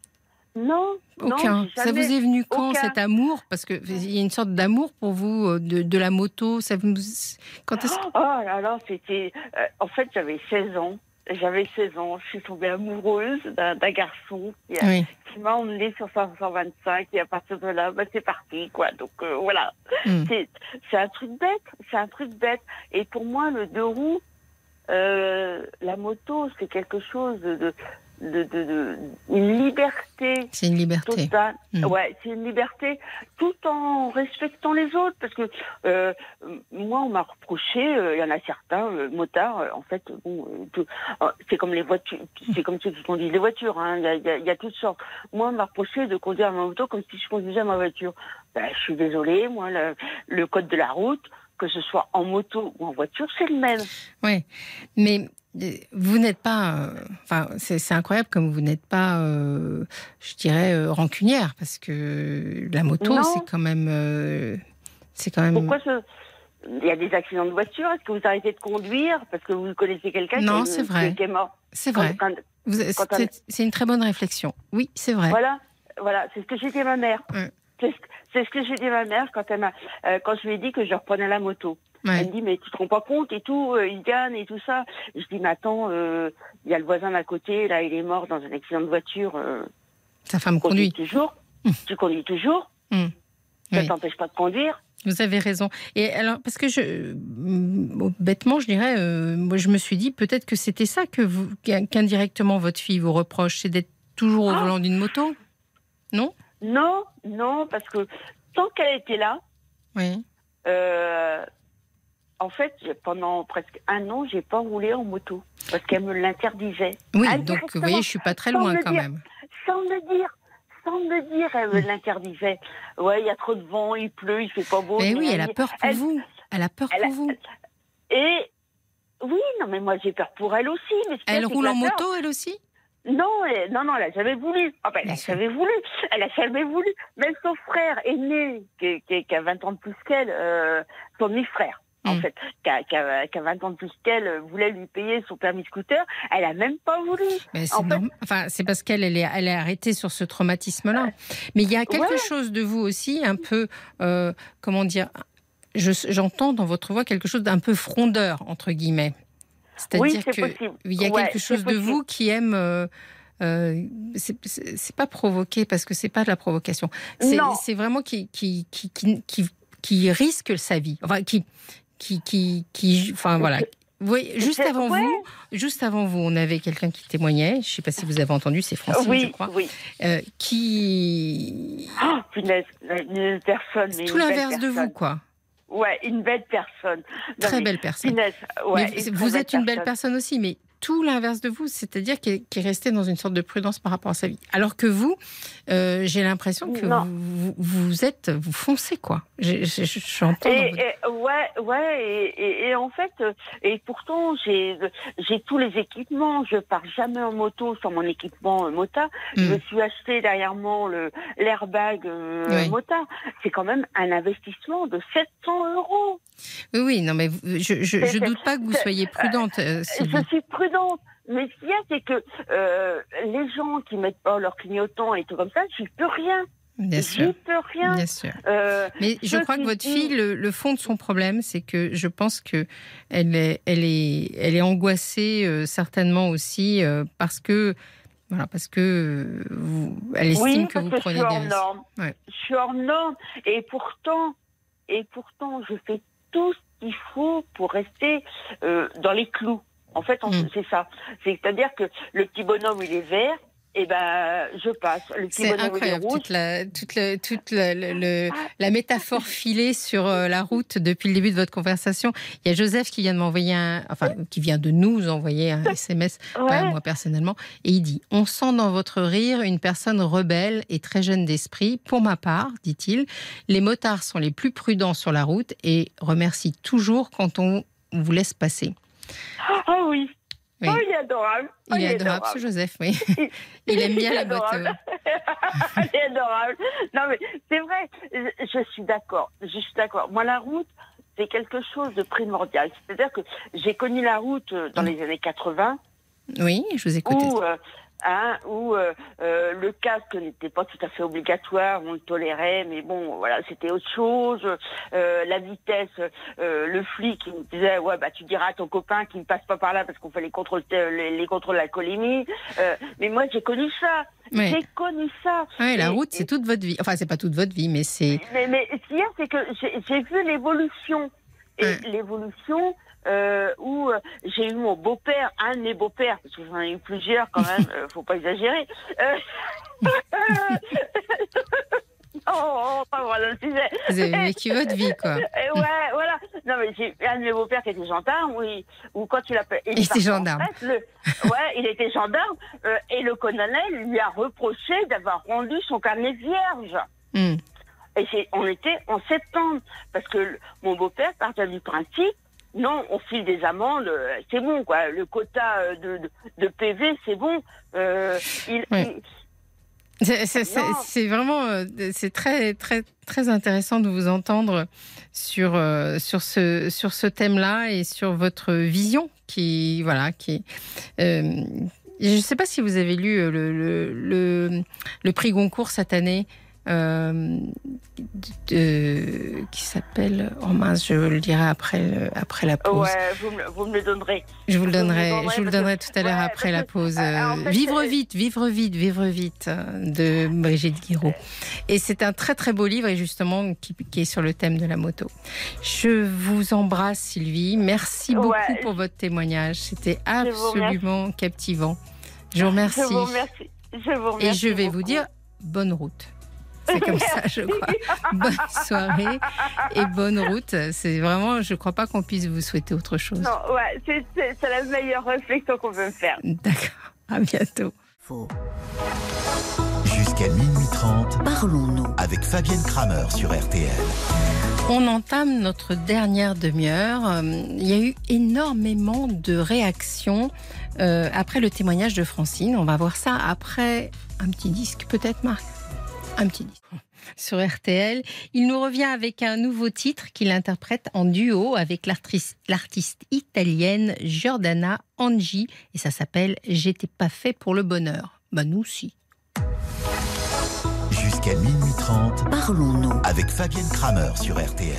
Non, Aucun. non, j'ai Ça jamais- vous est venu quand, aucun. cet amour? Parce qu'il y a une sorte d'amour pour vous euh, de, de la moto. Ça vous... Quand est-ce... Oh là là, c'était... euh, en fait, j'avais seize ans. J'avais seize ans. Je suis tombée amoureuse d'un, d'un garçon qui, a- Oui. qui m'a emmenée sur cent vingt-cinq. Et à partir de là, bah, c'est parti, quoi. Donc, euh, voilà. Mm. C'est, c'est un truc bête. C'est un truc bête. Et pour moi, le deux roues, euh, la moto, c'est quelque chose de... de, de, de, de- une liberté C'est une liberté. totale. Mm. Ouais, c'est une liberté tout en respectant les autres. Parce que euh, moi, on m'a reproché, euh, il y en a certains, euh, motards, euh, en fait, bon, euh, tout- euh, c'est comme les voitures, c'est comme ceux qui conduisent les voitures, hein, il y, a, il y a- il y a toutes sortes. Moi, on m'a reproché de conduire ma moto comme si je conduisais ma voiture. Ben, je suis désolée, moi, le, le code de la route, que ce soit en moto ou en voiture, c'est le même. Oui, mais euh, vous n'êtes pas. euh, Enfin, c'est, c'est incroyable comme vous n'êtes pas, euh, je dirais, euh, rancunière, parce que la moto, Non. c'est quand même. euh, c'est quand même. Pourquoi ce... Il y a des accidents de voiture. Est-ce que vous arrêtez de conduire parce que vous connaissez quelqu'un Non, qui, c'est vrai. qui est mort? C'est vrai. Quand- quand- Vous- quand on- c'est, c'est une très bonne réflexion. Oui, c'est vrai. Voilà, voilà, c'est ce que j'ai dit à ma mère. Ouais. C'est, ce, c'est ce que j'ai dit à ma mère quand elle m'a, euh, quand je lui ai dit que je reprenais la moto. Ouais. Elle me dit mais tu te rends pas compte et tout, euh, il gagne et tout ça. Je dis mais attends, euh, il y a le voisin d'à côté, là il est mort dans un accident de voiture. Euh, Sa femme tu conduis conduit. toujours, Mmh. tu conduis toujours, Mmh. ça Oui. t'empêche pas de conduire. Vous avez raison. Et alors, parce que je, mm, bêtement, je dirais, euh, moi, je me suis dit peut-être que c'était ça que vous, qu'indirectement votre fille vous reproche, c'est d'être toujours au Ah. volant d'une moto, non? Non, non, parce que tant qu'elle était là, Oui. euh, en fait, j'ai- pendant presque un an, j'ai pas roulé en moto parce qu'elle me l'interdisait. Oui, Ah, donc vous directement, voyez, je suis pas très sans loin me quand dire. même. Sans me dire, sans me dire, elle me l'interdisait. Ouais, il y a trop de vent, il pleut, il fait pas beau. Mais gna, oui, gna, elle a gna. peur pour Elle- vous. Elle a peur elle pour a- vous. Et oui, non, mais moi j'ai peur pour elle aussi. Mais ce qu'il y a, Elle c'est roule que en la peur- moto, elle aussi? Non, elle, non, non, elle a jamais voulu. Ah ben, elle Bien a sûr. jamais voulu. Elle a jamais voulu. Même son frère aîné, qui, qui, qui a vingt ans de plus qu'elle, euh, son demi-frère, en Mm. fait, qui a, qui, a, qui a vingt ans de plus qu'elle, euh, voulait lui payer son permis scooter. Elle a même pas voulu. Mais c'est En fait- normal. Enfin, c'est parce qu'elle elle est, elle est arrêtée sur ce traumatisme-là. Mais il y a quelque Ouais. chose de vous aussi, un peu, euh, comment dire, je- j'entends dans votre voix quelque chose d'un peu frondeur, entre guillemets. C'est-à-dire Oui, c'est que possible. il y a Ouais, quelque c'est chose de possible. vous qui aime. euh, euh, c'est- c'est c'est pas provoquer parce que c'est pas de la provocation. C'est Non. c'est vraiment qui qui, qui qui qui qui risque sa vie. Enfin, qui qui qui qui. Enfin voilà. Vous voyez, juste C'est- avant ouais. vous, juste avant vous, on avait quelqu'un qui témoignait. Je ne sais pas si vous avez entendu, c'est Francine, je Oui, crois, oui. euh, qui Oh, punaise, une personne. mais tout une belle l'inverse de vous, personne. quoi. Ouais, une belle personne. Non, Très mais belle personne. punaise, ouais, Mais une vous très êtes une belle personne aussi, mais tout l'inverse de vous, c'est-à-dire qui est, qui est resté dans une sorte de prudence par rapport à sa vie. Alors que vous, euh, j'ai l'impression que Non. vous, vous, vous êtes, vous foncez quoi. J'ai- j'ai- J'entends. dans Et, votre- et- ouais, ouais, et, et, et en fait, euh, et pourtant j'ai j'ai tous les équipements. Je pars jamais en moto sans mon équipement euh, motard. Je Mm. me suis acheté dernièrement le l'airbag euh, Oui. motard. C'est quand même un investissement de sept cents euros. Oui, oui, non, mais vous- je, je, je doute pas que vous c'est- soyez prudente, euh, Sylvie. Je suis prudente. Mais ce qu'il y a, c'est que euh, les gens qui mettent pas leur clignotant et tout comme ça, j'y peux rien. Bien J'y sûr, peux rien. bien sûr. Euh, Mais je ceux crois que qui votre disent- fille, le, le fond de son problème, c'est que je pense que elle est, elle est, elle est angoissée euh, certainement aussi euh, parce que, voilà, parce que euh, vous, elle estime oui, que parce vous que je prenez suis des hors risques. norme. Ouais. Je suis hors norme. Et pourtant, et pourtant, je fais tout ce qu'il faut pour rester euh, dans les clous. En fait, on- Mm. c'est ça. C'est-à-dire que le petit bonhomme, il est vert. et ben je passe. Le petit C'est bonhomme incroyable, de route. toute, la, toute, le, toute le, le, le, la métaphore filée sur euh, la route depuis le début de votre conversation. Il y a Joseph qui vient de m'envoyer un, enfin, qui vient de nous envoyer un S M S, Ouais. pas moi personnellement, et il dit « On sent dans votre rire une personne rebelle et très jeune d'esprit. Pour ma part, dit-il, les motards sont les plus prudents sur la route et remercient toujours quand on vous laisse passer. » Oh oui. Oui. Oh, il est adorable. Oh, Il est adorable, ce Joseph, oui. Il aime bien Il est la moto. adorable. Il est adorable. Non, mais c'est vrai, je, je suis d'accord. Je suis d'accord. Moi, la route, c'est quelque chose de primordial. C'est-à-dire que j'ai connu la route dans les années quatre-vingts. Oui, je vous écoute. Où, euh, hein, où euh, euh, le casque n'était pas tout à fait obligatoire, on le tolérait, mais bon, voilà, c'était autre chose. Euh, la vitesse, euh, le flic il me disait, ouais, bah tu diras à ton copain qu'il ne passe pas par là parce qu'on fait les contrôles, les, les contrôles d'alcoolémie. Euh, mais moi, j'ai connu ça. Oui. J'ai connu ça. Oui, la et, route, c'est et, toute votre vie. Enfin, c'est pas toute votre vie, mais c'est... Mais, mais ce qu'il y a, c'est que j'ai, j'ai vu l'évolution. Et Ouais. l'évolution euh, où euh, j'ai eu mon beau-père, un de mes beaux-pères, parce que j'en ai eu plusieurs quand même, euh, faut pas exagérer. Euh... oh, oh, voilà le sujet. Vous avez vécu votre vie, quoi. Et ouais, voilà. Non, mais j'ai un de mes beaux-pères qui était gendarme, oui, ou quand tu l'appelles. Il était gendarme. Fait, le, ouais, il était gendarme, euh, et le colonel lui a reproché d'avoir rendu son carnet vierge. Mm. Et c'est, on était en septembre, parce que le, mon beau-père partait du principe, non, on file des amendes, euh, c'est bon, quoi. Le quota de, de, de P V, c'est bon. Euh, il, Ouais. il, C'est, c'est, c'est, c'est vraiment, euh, c'est très, très, très intéressant de vous entendre sur euh, sur ce sur ce thème-là et sur votre vision qui, voilà, qui. Euh, je ne sais pas si vous avez lu le le le, le prix Goncourt cette année. Euh, de, qui s'appelle oh mince, je le dirai après après la pause. Ouais, vous me, vous me le donnerez. Je vous le donnerai, vous me je vous le donnerai tout à l'heure ouais, après la que, pause. euh, en fait, Vivre euh, vite, vivre vite, vivre vite de Brigitte Guiraud. Et c'est un très très beau livre et justement qui, qui est sur le thème de la moto. Je vous embrasse Sylvie, merci beaucoup ouais, pour votre témoignage. C'était je absolument captivant. Je vous remercie. Je vous remercie. Je vous remercie et je vais beaucoup. vous dire bonne route. C'est comme ça, je crois. Bonne soirée et bonne route. C'est vraiment, je ne crois pas qu'on puisse vous souhaiter autre chose. Non, ouais, c'est, c'est, c'est la meilleure réflexion qu'on peut me faire. D'accord, à bientôt. Faux. Jusqu'à minuit trente, Parlons-nous. avec Fabienne Kramer sur R T L. On entame notre dernière demi-heure. Euh, Il y a eu énormément de réactions euh, après le témoignage de Francine. On va voir ça après un petit disque, peut-être, Marc ? Un petit disque. Sur R T L, il nous revient avec un nouveau titre qu'il interprète en duo avec l'artiste, l'artiste italienne Giordana Angi. Et ça s'appelle « J'étais pas fait pour le bonheur ». Bah nous aussi. Jusqu'à minuit trente, Parlons-nous. avec Fabienne Kramer sur R T L.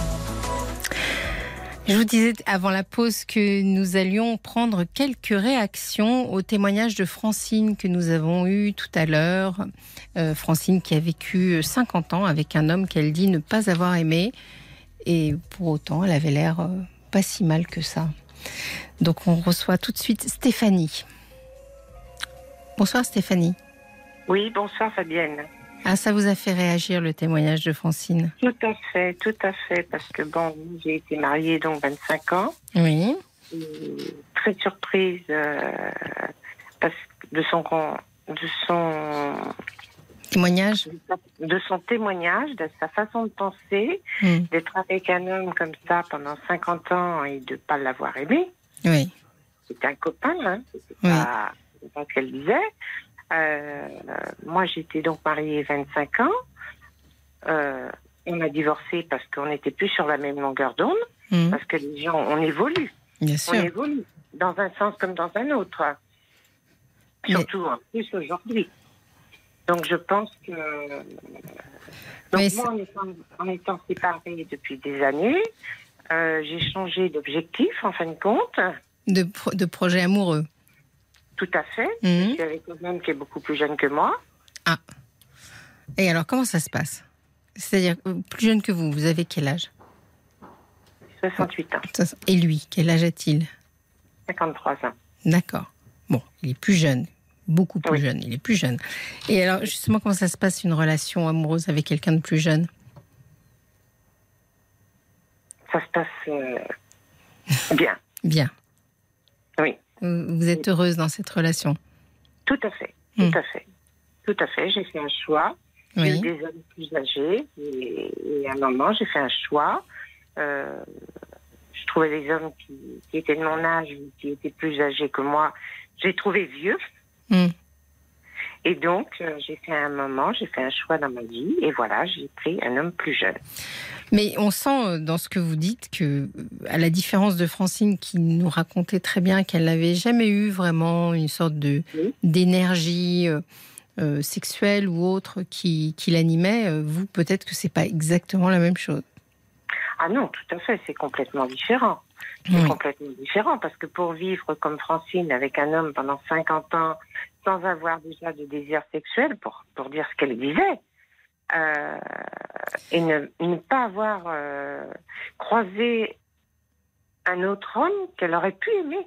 Je vous disais avant la pause que nous allions prendre quelques réactions au témoignage de Francine que nous avons eu tout à l'heure. Euh, Francine qui a vécu cinquante ans avec un homme qu'elle dit ne pas avoir aimé. Et pour autant, elle avait l'air euh, pas si mal que ça. Donc on reçoit tout de suite Stéphanie. Bonsoir Stéphanie. Oui, bonsoir Fabienne. Ah, ça vous a fait réagir le témoignage de Francine? Tout à fait, tout à fait, parce que bon, j'ai été mariée donc vingt-cinq ans. Oui. Et très surprise euh, parce que de son de son Témoignage. de son témoignage, de sa façon de penser, Mmh. d'être avec un homme comme ça pendant cinquante ans et de pas l'avoir aimé. Oui. C'était un copain, hein. C'était Oui. pas, c'était pas ce qu'elle disait. Euh, moi, j'étais donc mariée vingt-cinq ans. Euh, on a divorcé parce qu'on n'était plus sur la même longueur d'onde. Mmh. Parce que les gens, on évolue. Bien On sûr. évolue dans un sens comme dans un autre. Mais- Surtout en plus aujourd'hui. Donc je pense que... Donc Mais moi, en étant, en étant séparée depuis des années, euh, j'ai changé d'objectif en fin de compte. De, pro- de projet amoureux. Tout à fait. Mmh. Je suis avec un homme qui est beaucoup plus jeune que moi. Et alors, comment ça se passe? C'est-à-dire, euh, plus jeune que vous, vous avez quel âge? soixante-huit ans. Et lui, quel âge a-t-il? cinquante-trois ans. D'accord. Bon, il est plus jeune. beaucoup plus Oui. jeune. Il est plus jeune. Et alors, justement, comment ça se passe une relation amoureuse avec quelqu'un de plus jeune ? Ça se passe euh, bien. Bien. Oui. Vous vous êtes heureuse dans cette relation ? Tout à fait. Hmm. Tout à fait. Tout à fait. J'ai fait un choix. J'ai eu Oui. des hommes plus âgés. Et, et à un moment, j'ai fait un choix. Euh, je trouvais des hommes qui, qui étaient de mon âge, qui étaient plus âgés que moi. J'ai trouvé vieux. Hmm. Et donc, euh, j'ai fait un moment, j'ai fait un choix dans ma vie. Et voilà, j'ai pris un homme plus jeune. Mais on sent euh, dans ce que vous dites que, euh, à la différence de Francine qui nous racontait très bien qu'elle n'avait jamais eu vraiment une sorte de Oui. d'énergie euh, euh, sexuelle ou autre qui, qui l'animait, euh, vous peut-être que c'est pas exactement la même chose. Ah non, tout à fait, c'est complètement différent. C'est Oui. complètement différent parce que pour vivre comme Francine avec un homme pendant cinquante ans sans avoir déjà de désir sexuel, pour, pour dire ce qu'elle disait, euh, et ne, ne pas avoir euh, croisé un autre homme qu'elle aurait pu aimer.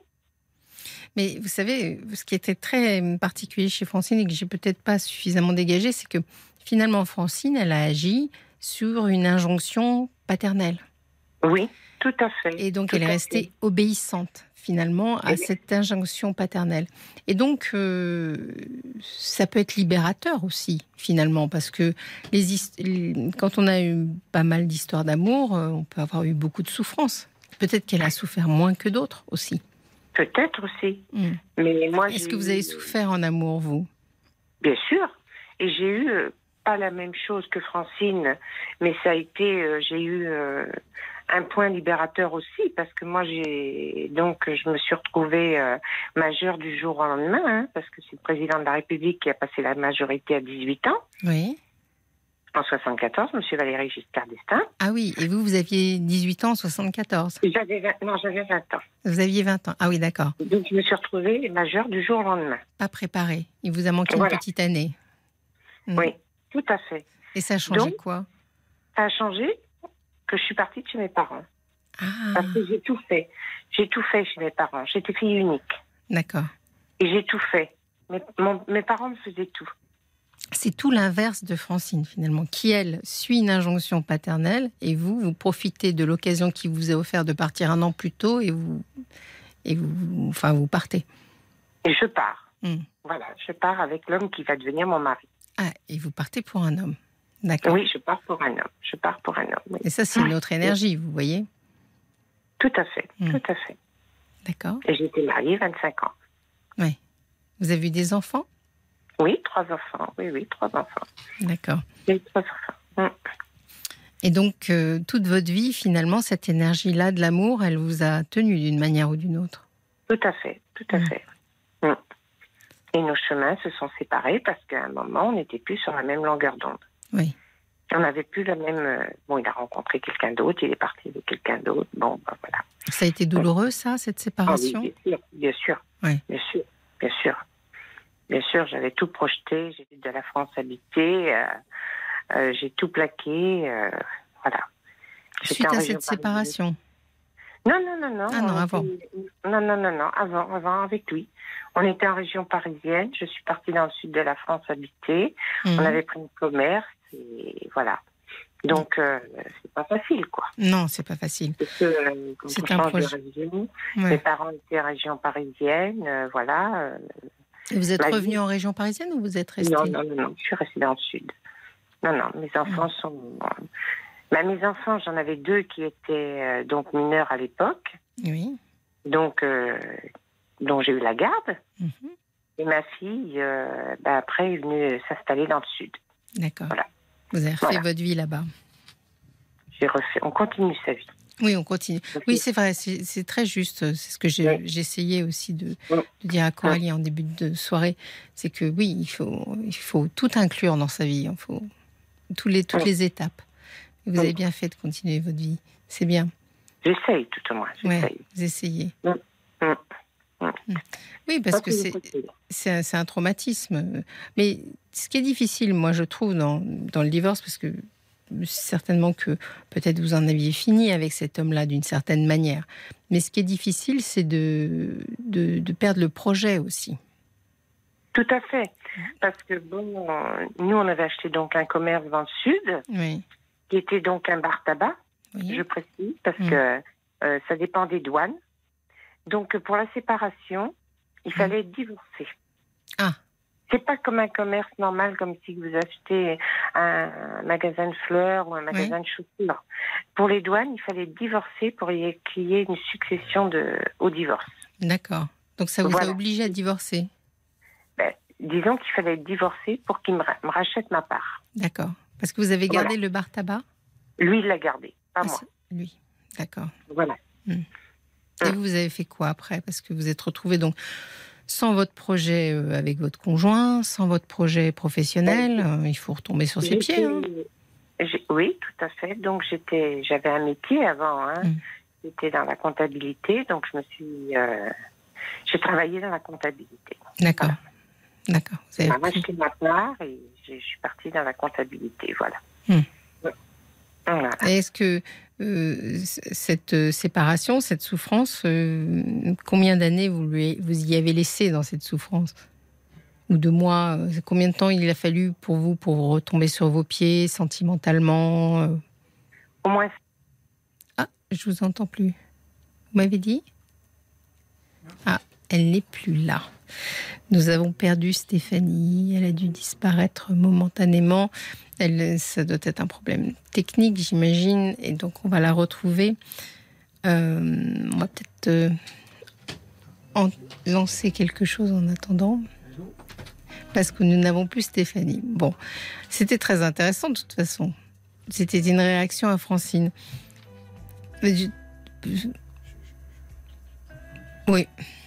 Mais vous savez, ce qui était très particulier chez Francine et que j'ai peut-être pas suffisamment dégagé, c'est que finalement Francine, elle a agi sur une injonction paternelle. Oui, tout à fait. Et donc tout elle est à restée fait. obéissante finalement à Et- cette injonction paternelle. Et donc euh, ça peut être libérateur aussi finalement parce que les hist- les- quand on a eu pas mal d'histoires d'amour, euh, on peut avoir eu beaucoup de souffrance. Peut-être qu'elle a souffert moins que d'autres aussi. Peut-être aussi. Mm. Mais moi, Est-ce j'ai que vous eu- avez souffert en amour, vous ? Bien sûr. Et j'ai eu euh, pas la même chose que Francine, mais ça a été, euh, j'ai eu euh, un point libérateur aussi, parce que moi, j'ai donc je me suis retrouvée euh, majeure du jour au lendemain, hein, parce que c'est le président de la République qui a passé la majorité à dix-huit ans, Oui. en soixante-quatorze, M. Valéry Giscard d'Estaing. Ah oui, et vous, vous aviez dix-huit ans en soixante-quatorze. J'avais vingt, non, j'avais vingt ans. Vous aviez vingt ans. Ah oui, d'accord. Donc je me suis retrouvée majeure du jour au lendemain. Pas préparé. Il vous a manqué Voilà. une petite année. Mm. Oui, tout à fait. Et ça a changé Donc, quoi ? Ça a changé que je suis partie de chez mes parents. Ah, Parce que j'ai tout fait. J'ai tout fait chez mes parents. J'étais fille unique. d'accord. Et j'ai tout fait. Mes, mon- mes parents me faisaient tout. C'est tout l'inverse de Francine, finalement, qui, elle, suit une injonction paternelle, et vous, vous profitez de l'occasion qui vous est offerte de partir un an plus tôt, et vous, et vous, enfin, vous partez. Et je pars. Mm. Voilà, je pars avec l'homme qui va devenir mon mari. Ah, et vous partez pour un homme. D'accord. Oui, je pars pour un homme. Je pars pour un homme, oui. Et ça, c'est une autre énergie, vous voyez ? Tout à fait, Mm. tout à fait. D'accord. Et j'ai été mariée vingt-cinq ans. Oui. Vous avez eu des enfants ? Oui, trois enfants. Oui, oui, trois enfants. D'accord. J'ai eu trois enfants. Mm. Et donc, euh, toute votre vie, finalement, cette énergie-là de l'amour, elle vous a tenu d'une manière ou d'une autre. Tout à fait, tout à Mm. fait. Mm. Et nos chemins se sont séparés parce qu'à un moment, on n'était plus sur la même longueur d'onde. Oui. On n'avait plus la même... euh, Bon, il a rencontré quelqu'un d'autre, il est parti avec quelqu'un d'autre. Bon, ben voilà. Ça a été douloureux, ça, cette Ah séparation ? oui, bien sûr, bien sûr. Oui. Bien sûr, bien sûr. Bien sûr, j'avais tout projeté, j'étais de la France habitée, euh, euh, j'ai tout plaqué, euh, voilà. J'étais Suite en à région cette séparation ? Non, non, non, non. Ah non, on avant. était- Non, non, non, non, avant, avant, avec lui. On était en région parisienne, je suis partie dans le sud de la France habitée, Mhm. on avait pris une commerce, et voilà. Donc, euh, c'est pas facile, quoi. Non, c'est pas facile. Parce que euh, quand C'est on un change projet. de région, Ouais. mes parents étaient en région parisienne, euh, voilà. euh, Et vous êtes Ma revenu vie- en région parisienne ou vous êtes resté ? Non, non, non, non, je suis restée dans le sud. Non, non, mes enfants sont... Bah, mes enfants, j'en avais deux qui étaient euh, donc mineurs à l'époque, Oui. donc euh, dont j'ai eu la garde. Mhm. Et ma fille, euh, bah, après, est venue s'installer dans le sud. D'accord. Voilà. Vous avez refait Voilà. votre vie là-bas. J'ai refait... On continue sa vie. Oui, on continue. Oui, c'est vrai, c'est c'est très juste. C'est ce que j'ai Oui. j'essayais aussi de, Oui. de dire à Coralie en début de soirée. C'est que oui, il faut, il faut tout inclure dans sa vie. Il faut tous les, toutes Oui. les étapes. Et vous Oui. avez bien fait de continuer votre vie. C'est bien. J'essaye, tout au moins, Ouais, j'essaye. vous essayez. Mm. Mm. Mm. Oui, parce Pas que toujours c'est facile. c'est un, c'est un traumatisme. Mais ce qui est difficile, moi, je trouve, dans, dans le divorce, parce que certainement que peut-être vous en aviez fini avec cet homme-là d'une certaine manière. Mais ce qui est difficile, c'est de, de, de perdre le projet aussi. Tout à fait. Parce que, bon, euh, nous, on avait acheté donc un commerce dans le sud, Oui. qui était donc un bar-tabac, Oui. je précise, parce Mm. que euh, ça dépend des douanes. Donc, pour la séparation, il fallait divorcer. Ah. C'est pas comme un commerce normal, comme si vous achetez un magasin de fleurs ou un magasin de chaussures. Pour les douanes, il fallait divorcer pour qu'il y ait une succession de, au divorce. D'accord. Donc ça vous Voilà. a obligé à divorcer. Ben, disons qu'il fallait divorcer pour qu'il me, ra- me rachète ma part. D'accord. Parce que vous avez gardé Voilà. le bar tabac. Lui, il l'a gardé, pas Ah, moi. c'est lui. D'accord. Voilà. Et vous, vous avez fait quoi après? Parce que vous êtes retrouvés donc sans votre projet euh, avec votre conjoint, sans votre projet professionnel. Euh, il faut retomber sur ses J'étais- pieds. Hein. j'ai- Oui, tout à fait. Donc, j'étais, j'avais un métier avant. Hein. Mm. J'étais dans la comptabilité, donc je me suis... euh, j'ai travaillé dans la comptabilité. D'accord. D'accord. Vous avez On m'a pris- acheté ma part et je suis partie dans la comptabilité, voilà. Mm. Voilà. Et est-ce que euh, c- cette euh, séparation, cette souffrance, euh, combien d'années vous, lui, vous y avez laissé dans cette souffrance? Ou de mois? euh, Combien de temps il a fallu pour vous pour retomber sur vos pieds sentimentalement? euh Au moins, Ah, je vous entends plus. Vous m'avez dit? Ah, elle n'est plus là. Nous avons perdu Stéphanie. Elle a dû disparaître momentanément. Elle, ça doit être un problème technique, j'imagine. Et donc, on va la retrouver. Euh, on va peut-être euh, en lancer quelque chose en attendant. Parce que nous n'avons plus Stéphanie. Bon, c'était très intéressant de toute façon. C'était une réaction à Francine. Mais je- je- Oui.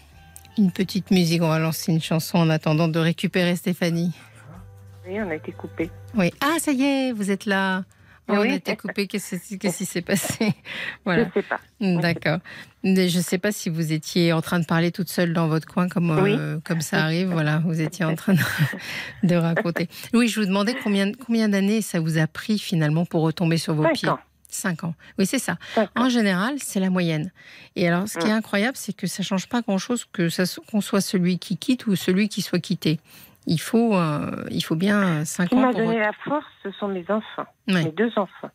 Une petite musique, on va lancer une chanson en attendant de récupérer Stéphanie. oui, on a été coupés. Oui. Ah, ça y est, vous êtes là. Oh, Oui. On a été coupé, qu'est-ce qu'est-ce qui s'est passé? Je Voilà. ne sais pas. D'accord. Mais je ne sais pas si vous étiez en train de parler toute seule dans votre coin, comme, euh, comme ça arrive. Voilà, vous étiez en train de, de raconter. Oui, je vous demandais combien, combien d'années ça vous a pris finalement pour retomber sur vos Cinq pieds. ans. Cinq ans. Oui, c'est ça. Cinq ans. En général, c'est la moyenne. Et alors, ce qui est Mm. incroyable, c'est que ça ne change pas grand-chose que ça, qu'on soit celui qui quitte ou celui qui soit quitté. Il faut, euh, il faut bien cinq Ce qui ans m'a pour... donné la force, ce sont mes enfants, Ouais. mes deux enfants,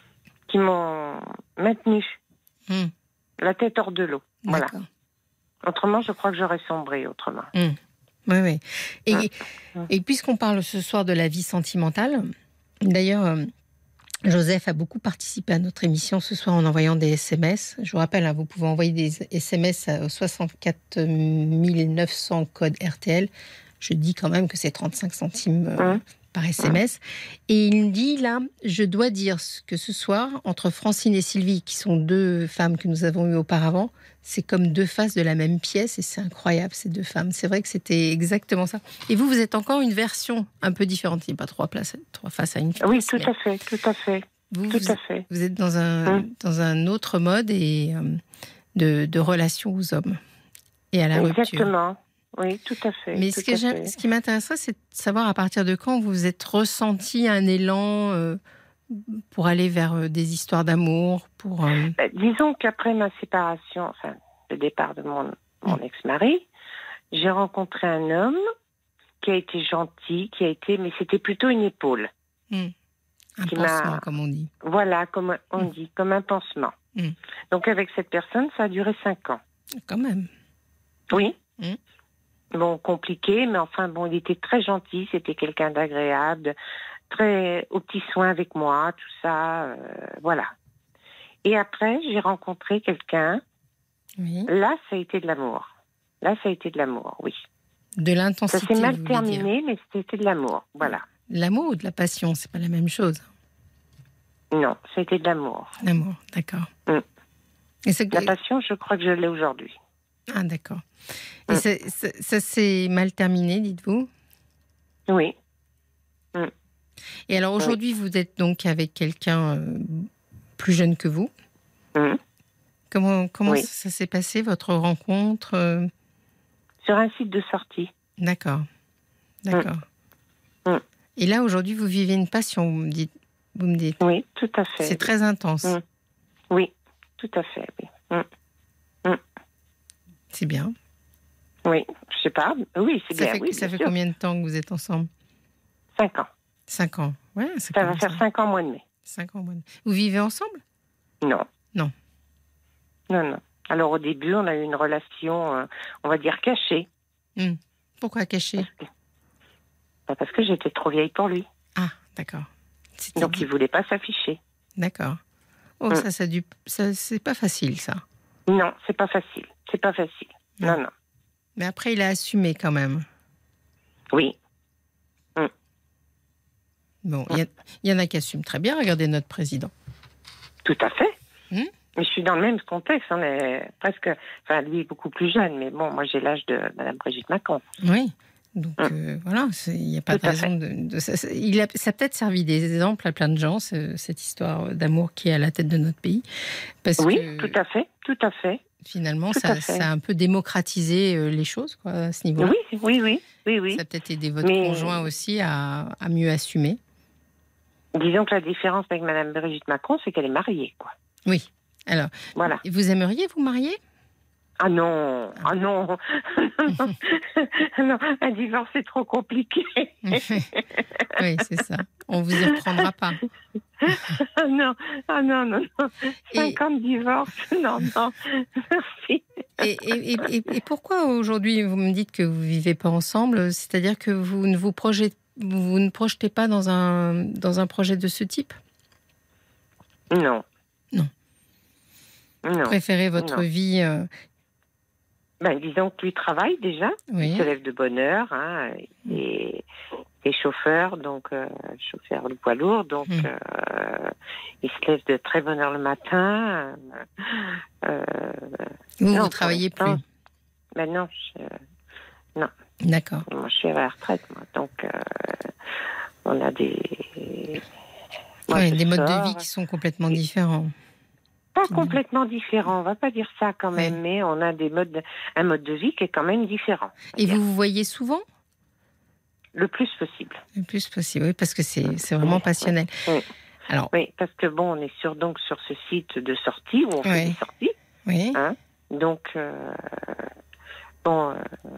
qui m'ont maintenu Mm. la tête hors de l'eau. Voilà. D'accord. Autrement, je crois que j'aurais sombré autrement. Oui, oui. Et, Mm. et puisqu'on parle ce soir de la vie sentimentale, d'ailleurs, euh, Joseph a beaucoup participé à notre émission ce soir en envoyant des S M S. Je vous rappelle, hein, vous pouvez envoyer des S M S au soixante-quatre mille neuf cents code R T L. Je dis quand même que c'est trente-cinq centimes euh, Mm. par S M S. Et il me dit là, je dois dire que ce soir, entre Francine et Sylvie, qui sont deux femmes que nous avons eues auparavant, c'est comme deux faces de la même pièce et c'est incroyable, ces deux femmes. C'est vrai que c'était exactement ça. Et vous, vous êtes encore une version un peu différente. Il n'y a pas trois, places, trois faces à une pièce. Oui, tout mais à fait, tout à fait, Vous, tout vous, à fait. vous êtes dans un, Hum. dans un autre mode et, euh, de, de relation aux hommes et à la rupture. Exactement. Oui, tout à fait. Mais tout ce, que à j'aime- fait. ce qui m'intéresserait, c'est de savoir à partir de quand vous vous êtes ressenti un élan euh, pour aller vers euh, des histoires d'amour, pour... euh, Ben, disons qu'après ma séparation, enfin, le départ de mon, mon ex-mari, j'ai rencontré un homme qui a été gentil, qui a été, mais c'était plutôt une épaule. hmm, un Qui pansement, m'a- comme on dit. Voilà, comme on Mm. dit, comme un pansement. Mm. Donc avec cette personne, ça a duré cinq ans. Quand même. Oui. Mm. Bon, compliqué, mais enfin, bon, il était très gentil, c'était quelqu'un d'agréable, très aux petits soins avec moi, tout ça, euh, voilà. Et après, j'ai rencontré quelqu'un, Oui. là, ça a été de l'amour. Là, ça a été de l'amour, oui. De Ça l'intensité, s'est vous mal voulez dire. terminé, mais c'était de l'amour, voilà. L'amour ou de la passion, c'est pas la même chose. Non, c'était de l'amour. L'amour, d'accord. Mm. Et c'est- La passion, je crois que je l'ai aujourd'hui. Ah, d'accord. Et Mm. c'est- ça, ça s'est mal terminé, dites-vous? Oui. Et alors aujourd'hui, vous êtes donc avec quelqu'un euh, plus jeune que vous. Mm. Comment, comment Oui. ça s'est passé, votre rencontre euh Sur un site de sortie. D'accord. D'accord. Mm. Mm. Et là, aujourd'hui, vous vivez une passion, vous me dites. Vous me dites. Oui, tout à fait. C'est très intense. Mm. Oui, tout à fait, oui. Mm. C'est bien. Oui, je sais pas. Oui, c'est Ça bien. fait, oui, ça bien fait sûr. combien de temps que vous êtes ensemble? Cinq ans. Cinq ans. Ouais, ça Ça va commence faire à- cinq ans au mois de mai. Cinq ans. Bon. Vous vivez ensemble? Non. Non. Non, non. Alors au début, on a eu une relation, euh, on va dire, cachée. Hmm. Pourquoi caché? Parce que, bah, parce que j'étais trop vieille pour lui. Ah, d'accord. C'était Donc dit- il voulait pas s'afficher. D'accord. Oh, Mm. ça, ça, a dû... ça c'est pas facile, ça. Non, c'est pas facile. C'est pas facile. Non. Non, non. Mais après, il a assumé quand même. Oui. Bon, il y, a- il y en a qui assument très bien. Regardez notre président. Tout à fait. Hmm. Mais je suis dans le même contexte. On est presque. Enfin, lui est beaucoup plus jeune, mais bon, moi j'ai l'âge de Madame Brigitte Macron. Oui. Donc Mm. euh, voilà, c'est- il n'y a pas Tout de à raison de. de- ça, ça- il a, ça a peut-être servi d'exemple à plein de gens, ce- cette histoire d'amour qui est à la tête de notre pays. Parce Oui, que tout à fait, tout à fait. finalement, tout ça, à fait. ça a un peu démocratisé euh, les choses quoi, à ce niveau-là. Oui, oui, oui, oui, oui. Ça a peut-être aidé votre Mais- conjoint aussi à, à mieux assumer. Disons que la différence avec Madame Brigitte Macron, c'est qu'elle est mariée, quoi. Oui. Alors, Voilà. vous aimeriez vous marier? Ah non, ah non, non, un divorce c'est trop compliqué. Oui, c'est ça. On vous y reprendra pas. Ah non, ah non, non, non. Et- cinquante divorces, non, non, merci. Et, et- et- et- et pourquoi aujourd'hui vous me dites que vous vivez pas ensemble? C'est-à-dire que vous ne vous projetez, vous ne projetez pas dans un dans un projet de ce type? Non. Non. Non. Vous préférez votre Non. vie euh, Ben, disons que lui travaille déjà. Oui. Il se lève de bonne heure. Hein, et est chauffeur, donc euh, chauffeur de poids lourd, donc Mm. euh, il se lève de très bonne heure le matin. Euh, Vous non, vous travaillez pour l'instant, plus? Ben non, je, non. D'accord. Moi, je suis à la retraite, moi, donc euh, on a des. Moi, Ouais, je des modes de sors. vie qui sont complètement différents. Pas complètement différent, on va pas dire ça quand même, Ouais. mais on a des modes, un mode de vie qui est quand même différent. Et vous vous voyez souvent? Le plus possible. Le plus possible, oui, parce que c'est c'est vraiment passionnel. Oui. Alors, Oui, parce que bon, on est sur donc sur ce site de sortie où on fait Ouais. des sorties, oui, hein. Donc euh, bon, euh,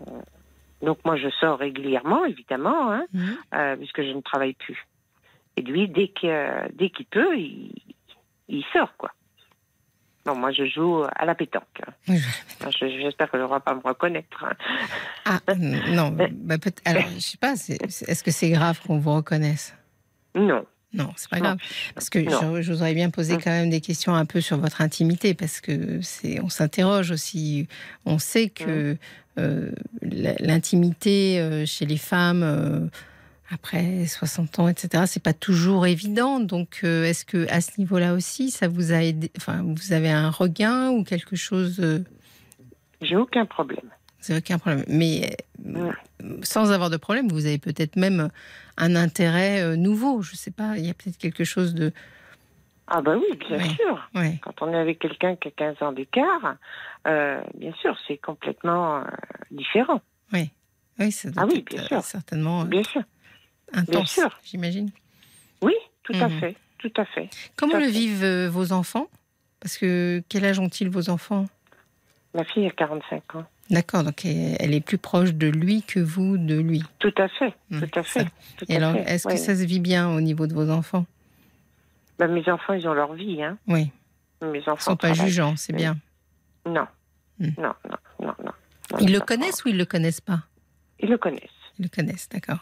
donc moi je sors régulièrement, évidemment, hein, Mhm. euh, puisque je ne travaille plus. Et lui, dès que dès qu'il peut, il, il sort quoi. Bon, moi je joue à la pétanque. Oui. Je- J'espère que ne va pas me reconnaître. Hein. Ah, non, bah, peut alors, je sais pas, c'est- c'est- est-ce que c'est grave qu'on vous reconnaisse? Non. Non, c'est pas Non. grave. Parce que Non. je, je vous aurais bien posé Mm. quand même des questions un peu sur votre intimité, parce que c'est, on s'interroge aussi. On sait que euh, la- l'intimité euh, chez les femmes, euh, après soixante ans, et cetera, c'est pas toujours évident. Donc, euh, est-ce que à ce niveau-là aussi, ça vous a aidé? Enfin, vous avez un regain ou quelque chose? euh, J'ai aucun problème. Vous n'avez aucun problème. Mais euh, sans avoir de problème, vous avez peut-être même un intérêt euh, nouveau. Je ne sais pas, il y a peut-être quelque chose de... Ah bah oui, bien Oui. sûr. Ouais. Quand on est avec quelqu'un qui a quinze ans d'écart, euh, bien sûr, c'est complètement euh, différent. Oui, oui, ça doit Ah oui, être bien euh, sûr. certainement euh, Bien sûr. intense, sûr. j'imagine. Oui, tout à Mhm. fait, tout à fait. Comment Tout à le fait. vivent euh, vos enfants? Parce que quel âge ont-ils vos enfants? Ma fille a quarante-cinq ans. D'accord, donc elle elle est plus proche de lui que vous de lui. Tout à fait, Mhm, tout à fait. ça. tout Et à alors, fait, est-ce ouais. que ça se vit bien au niveau de vos enfants? Bah, mes enfants, ils ont leur vie. Hein. Oui, Mes ils enfants ne sont pas travaillent. jugeants, c'est Oui. bien. Non. Mhm. non, non, non, non, non. Ils mes le enfants, connaissent ou ils ne le connaissent pas? Ils le connaissent. Ils le connaissent, d'accord.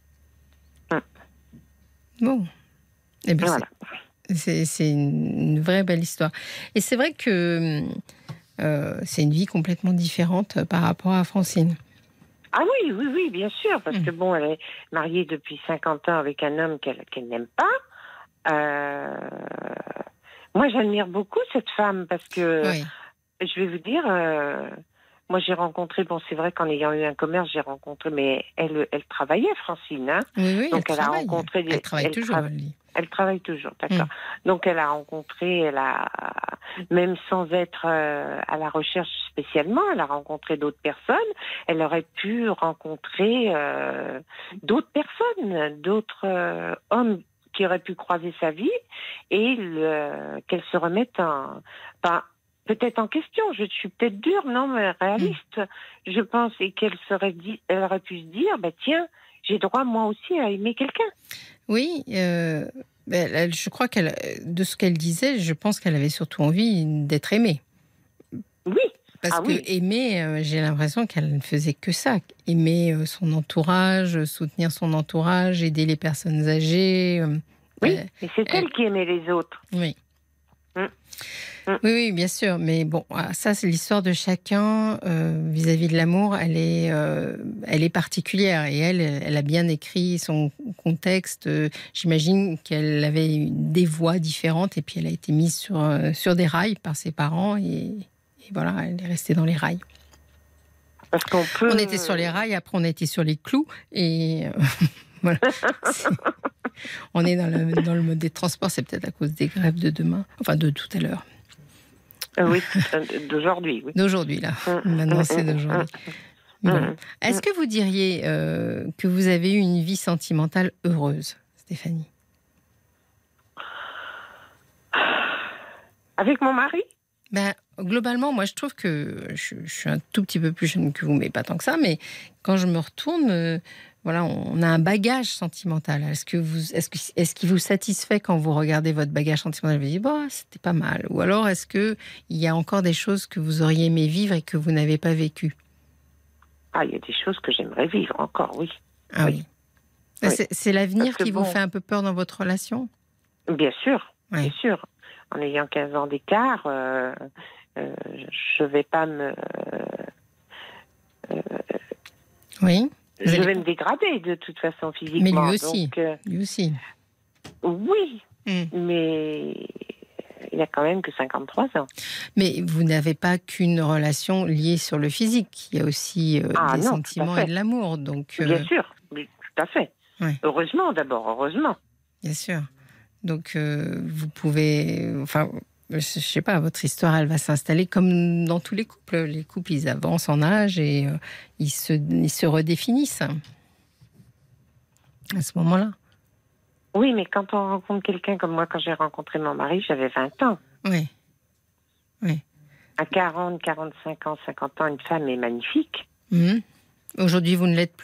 Hum. Bon. Eh ben, Voilà. c'est- c'est c'est une une vraie belle histoire. Et c'est vrai que euh, c'est une vie complètement différente euh, par rapport à Francine. Ah oui, oui, oui, bien sûr, parce Mm. que bon, elle est mariée depuis cinquante ans avec un homme qu'elle qu'elle n'aime pas. Euh, Moi, j'admire beaucoup cette femme parce que, Oui. je vais vous dire, euh, moi j'ai rencontré, bon, c'est vrai qu'en ayant eu un commerce, j'ai rencontré, mais elle, elle travaillait, Francine, hein. Oui, oui, Donc, elle, elle a travaille. rencontré des- Elle travaille elle toujours, trava- elle dit. Elle travaille toujours, d'accord. Donc elle a rencontré, elle a, même sans être euh, à la recherche spécialement, elle a rencontré d'autres personnes. Elle aurait pu rencontrer euh, d'autres personnes, d'autres euh, hommes qui auraient pu croiser sa vie et le- qu'elle se remette en... Enfin, peut-être en question. Je suis peut-être dure, non, mais réaliste. Mmh. Je pense et qu'elle serait dit, elle aurait pu se dire, bah tiens, j'ai droit moi aussi à aimer quelqu'un. Oui, euh, elle, je crois qu'elle, de ce qu'elle disait, je pense qu'elle avait surtout envie d'être aimée. Oui. Parce ah, que oui. aimer, euh, j'ai l'impression qu'elle ne faisait que ça. Aimer euh, son entourage, soutenir son entourage, aider les personnes âgées. Euh, oui, euh, et c'est elle, elle qui aimait les autres. Oui. Mmh. Mmh. Oui, oui, bien sûr. Mais bon, ça, c'est l'histoire de chacun euh, vis-à-vis de l'amour. Elle est, euh, elle est particulière. Et elle, elle a bien écrit son contexte. Euh, j'imagine qu'elle avait des voix différentes. Et puis, elle a été mise sur, euh, sur des rails par ses parents. Et... Et voilà, elle est restée dans les rails. Parce qu'on peut... On était sur les rails, après on était sur les clous. Et euh, voilà. C'est... On est dans le, dans le mode des transports, c'est peut-être à cause des grèves de demain. Enfin, de tout à l'heure. Euh, oui, d'aujourd'hui. Oui. D'aujourd'hui, là. Maintenant, c'est d'aujourd'hui. Bon. Est-ce que vous diriez euh, que vous avez eu une vie sentimentale heureuse, Stéphanie ? Avec mon mari ? Ben, globalement, moi, je trouve que je, je suis un tout petit peu plus jeune que vous, mais pas tant que ça. Mais quand je me retourne, euh, voilà, on a un bagage sentimental. Est-ce que vous, est-ce que, est-ce qu'il vous satisfait quand vous regardez votre bagage sentimental ? Vous vous dites, bah, c'était pas mal. Ou alors, est-ce que il y a encore des choses que vous auriez aimé vivre et que vous n'avez pas vécues ? Ah, il y a des choses que j'aimerais vivre encore, oui. Ah oui. oui. C'est, c'est l'avenir qui bon, vous fait un peu peur dans votre relation ? Bien sûr, ouais. bien sûr. En ayant quinze ans d'écart, euh, euh, je ne vais pas me... Euh, oui. Je allez... vais me dégrader de toute façon physiquement. Mais lui aussi. Donc, euh, lui aussi. Oui, mm. mais il a quand même que cinquante-trois ans. Mais vous n'avez pas qu'une relation liée sur le physique. Il y a aussi euh, ah, des non, sentiments et de l'amour. Donc, euh... Bien sûr, tout à fait. Ouais. Heureusement d'abord, heureusement. Bien sûr. Donc, euh, vous pouvez... Enfin, je ne sais pas, votre histoire, elle va s'installer comme dans tous les couples. Les couples, ils avancent en âge et euh, ils, se, ils se redéfinissent à ce moment-là. Oui, mais quand on rencontre quelqu'un comme moi, quand j'ai rencontré mon mari, j'avais vingt ans. Oui. Oui. À quarante, quarante-cinq ans, cinquante ans, une femme est magnifique. Mmh. Aujourd'hui, vous ne l'êtes plus ?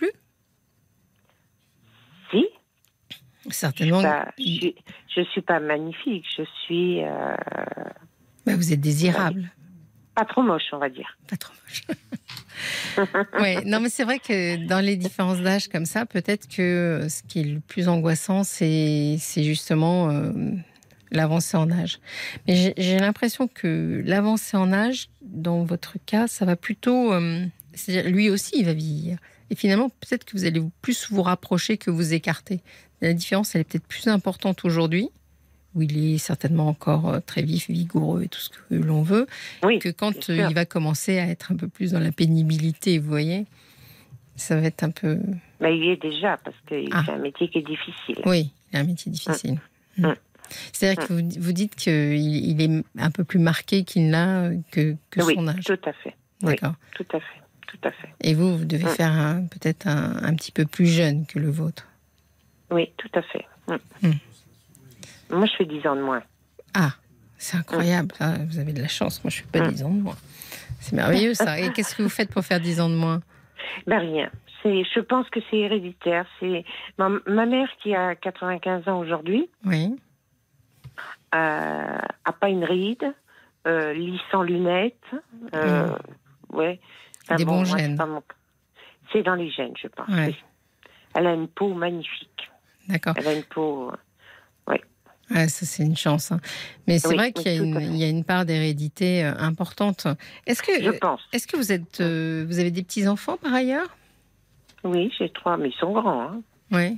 Si. Certainement. Je ne suis pas magnifique, je suis... Euh... Bah, vous êtes désirable. Pas trop moche, on va dire. Pas trop moche. Ouais, non, mais c'est vrai que dans les différences d'âge comme ça, peut-être que ce qui est le plus angoissant, c'est, c'est justement euh, l'avancée en âge. Mais j'ai, j'ai l'impression que l'avancée en âge, dans votre cas, ça va plutôt... Euh, c'est-à-dire, lui aussi, il va vieillir. Et finalement, peut-être que vous allez plus vous rapprocher que vous écarter. La différence, elle est peut-être plus importante aujourd'hui, où il est certainement encore très vif, vigoureux et tout ce que l'on veut, oui, que quand il va commencer à être un peu plus dans la pénibilité, vous voyez, ça va être un peu... Bah, il y est déjà, parce que ah. c'est un métier qui est difficile. Oui, c'est un métier difficile. Mmh. Mmh. C'est-à-dire que vous, vous dites qu'il il est un peu plus marqué qu'il n'a que, que oui, son âge. Oui, tout à fait. D'accord. Oui, tout à fait. Tout à fait. Et vous, vous devez mmh. faire un, peut-être un, un petit peu plus jeune que le vôtre. Oui, tout à fait. Mmh. Mmh. Moi, je fais dix ans de moins. Ah, c'est incroyable. Mmh. Ah, vous avez de la chance. Moi, je ne fais pas mmh. dix ans de moins. C'est merveilleux, ça. Et qu'est-ce que vous faites pour faire dix ans de moins ? Ben, rien. C'est, je pense que c'est héréditaire. C'est ma, ma mère, qui a quatre-vingt-quinze ans aujourd'hui, oui. euh, a pas une ride, euh, lit sans lunettes. Euh, mmh. ouais. Enfin, Des bon, bons moi, gènes. C'est, mon... c'est dans les gènes, je pense. Ouais. Oui. Elle a une peau magnifique. D'accord. Elle a une peau... Oui. Ouais, ça, c'est une chance. Hein. Mais c'est oui, vrai qu'il y a, une, il y a une part d'hérédité euh, importante. Est-ce que, je pense. Est-ce que vous, êtes, euh, vous avez des petits-enfants par ailleurs ? Oui, j'ai trois, mais ils sont grands. Hein. Oui.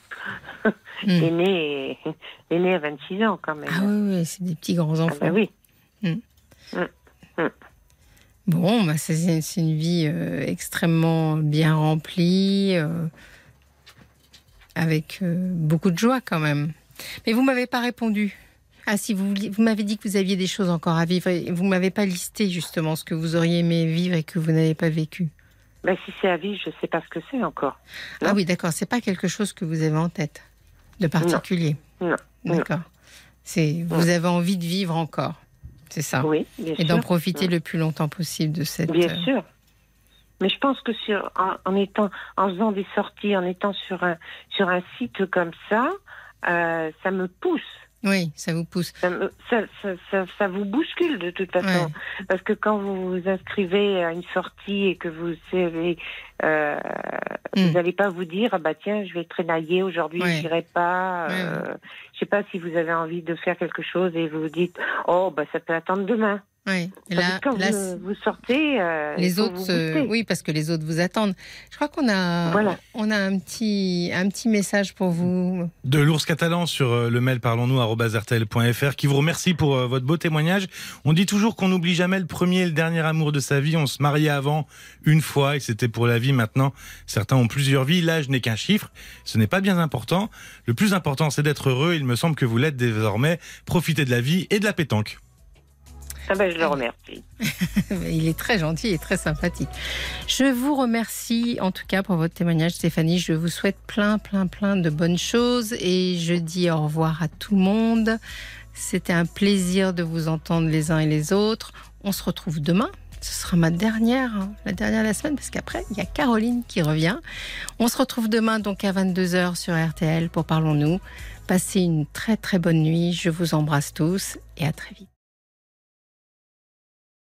L'aîné, mm. L'aîné a vingt-six ans quand même. Ah oui, oui, c'est des petits grands-enfants. Ah ben oui. Mm. Mm. Mm. Bon, bah, c'est, c'est une vie euh, extrêmement bien remplie, euh, avec euh, beaucoup de joie quand même. Mais vous ne m'avez pas répondu. Ah si, vous, vous m'avez dit que vous aviez des choses encore à vivre. Et vous ne m'avez pas listé justement ce que vous auriez aimé vivre et que vous n'avez pas vécu. Ben, si c'est à vivre, je ne sais pas ce que c'est encore. Non. Ah oui, d'accord. Ce n'est pas quelque chose que vous avez en tête de particulier. Non. D'accord. C'est, vous avez envie de vivre encore. c'est ça. Oui, bien Et sûr. d'en profiter Ouais. le plus longtemps possible de cette... Bien euh, sûr. Mais je pense que sur, en, en étant, en faisant des sorties, en étant sur un, sur un site comme ça, euh, ça me pousse. Oui, ça vous pousse. Ça, me- ça, ça, ça, ça vous bouscule de toute façon. Ouais. Parce que quand vous vous inscrivez à une sortie et que vous savez, euh, Mm. vous n'allez pas vous dire, ah bah tiens, je vais traînailler aujourd'hui, Ouais. je n'irai pas. Ouais, Euh, je sais pas si vous avez envie de faire quelque chose et vous vous dites, oh bah ça peut attendre demain. Oui. Et Tandis là, que quand là, vous, vous sortez, euh, il les faut autres, vous euh, booster. oui, parce que les autres vous attendent. Je crois qu'on a, Voilà. on a un petit, un petit message pour vous. De l'ours catalan sur euh, le mail parlons-nous arobase r t l point f r qui vous remercie pour euh, votre beau témoignage. On dit toujours qu'on n'oublie jamais le premier et le dernier amour de sa vie. On se mariait avant une fois et c'était pour la vie. Maintenant, certains ont plusieurs vies. L'âge n'est qu'un chiffre. Ce n'est pas bien important. Le plus important, c'est d'être heureux. Il me semble que vous l'êtes désormais. Profitez de la vie et de la pétanque. Ah ben, je le remercie. Il est très gentil et très sympathique. Je vous remercie en tout cas pour votre témoignage, Stéphanie. Je vous souhaite plein, plein, plein de bonnes choses et je dis au revoir à tout le monde. C'était un plaisir de vous entendre les uns et les autres. On se retrouve demain. Ce sera ma dernière, hein, la dernière de la semaine, parce qu'après, il y a Caroline qui revient. On se retrouve demain donc à vingt-deux heures sur R T L pour Parlons-nous. Passez une très, très bonne nuit. Je vous embrasse tous et à très vite.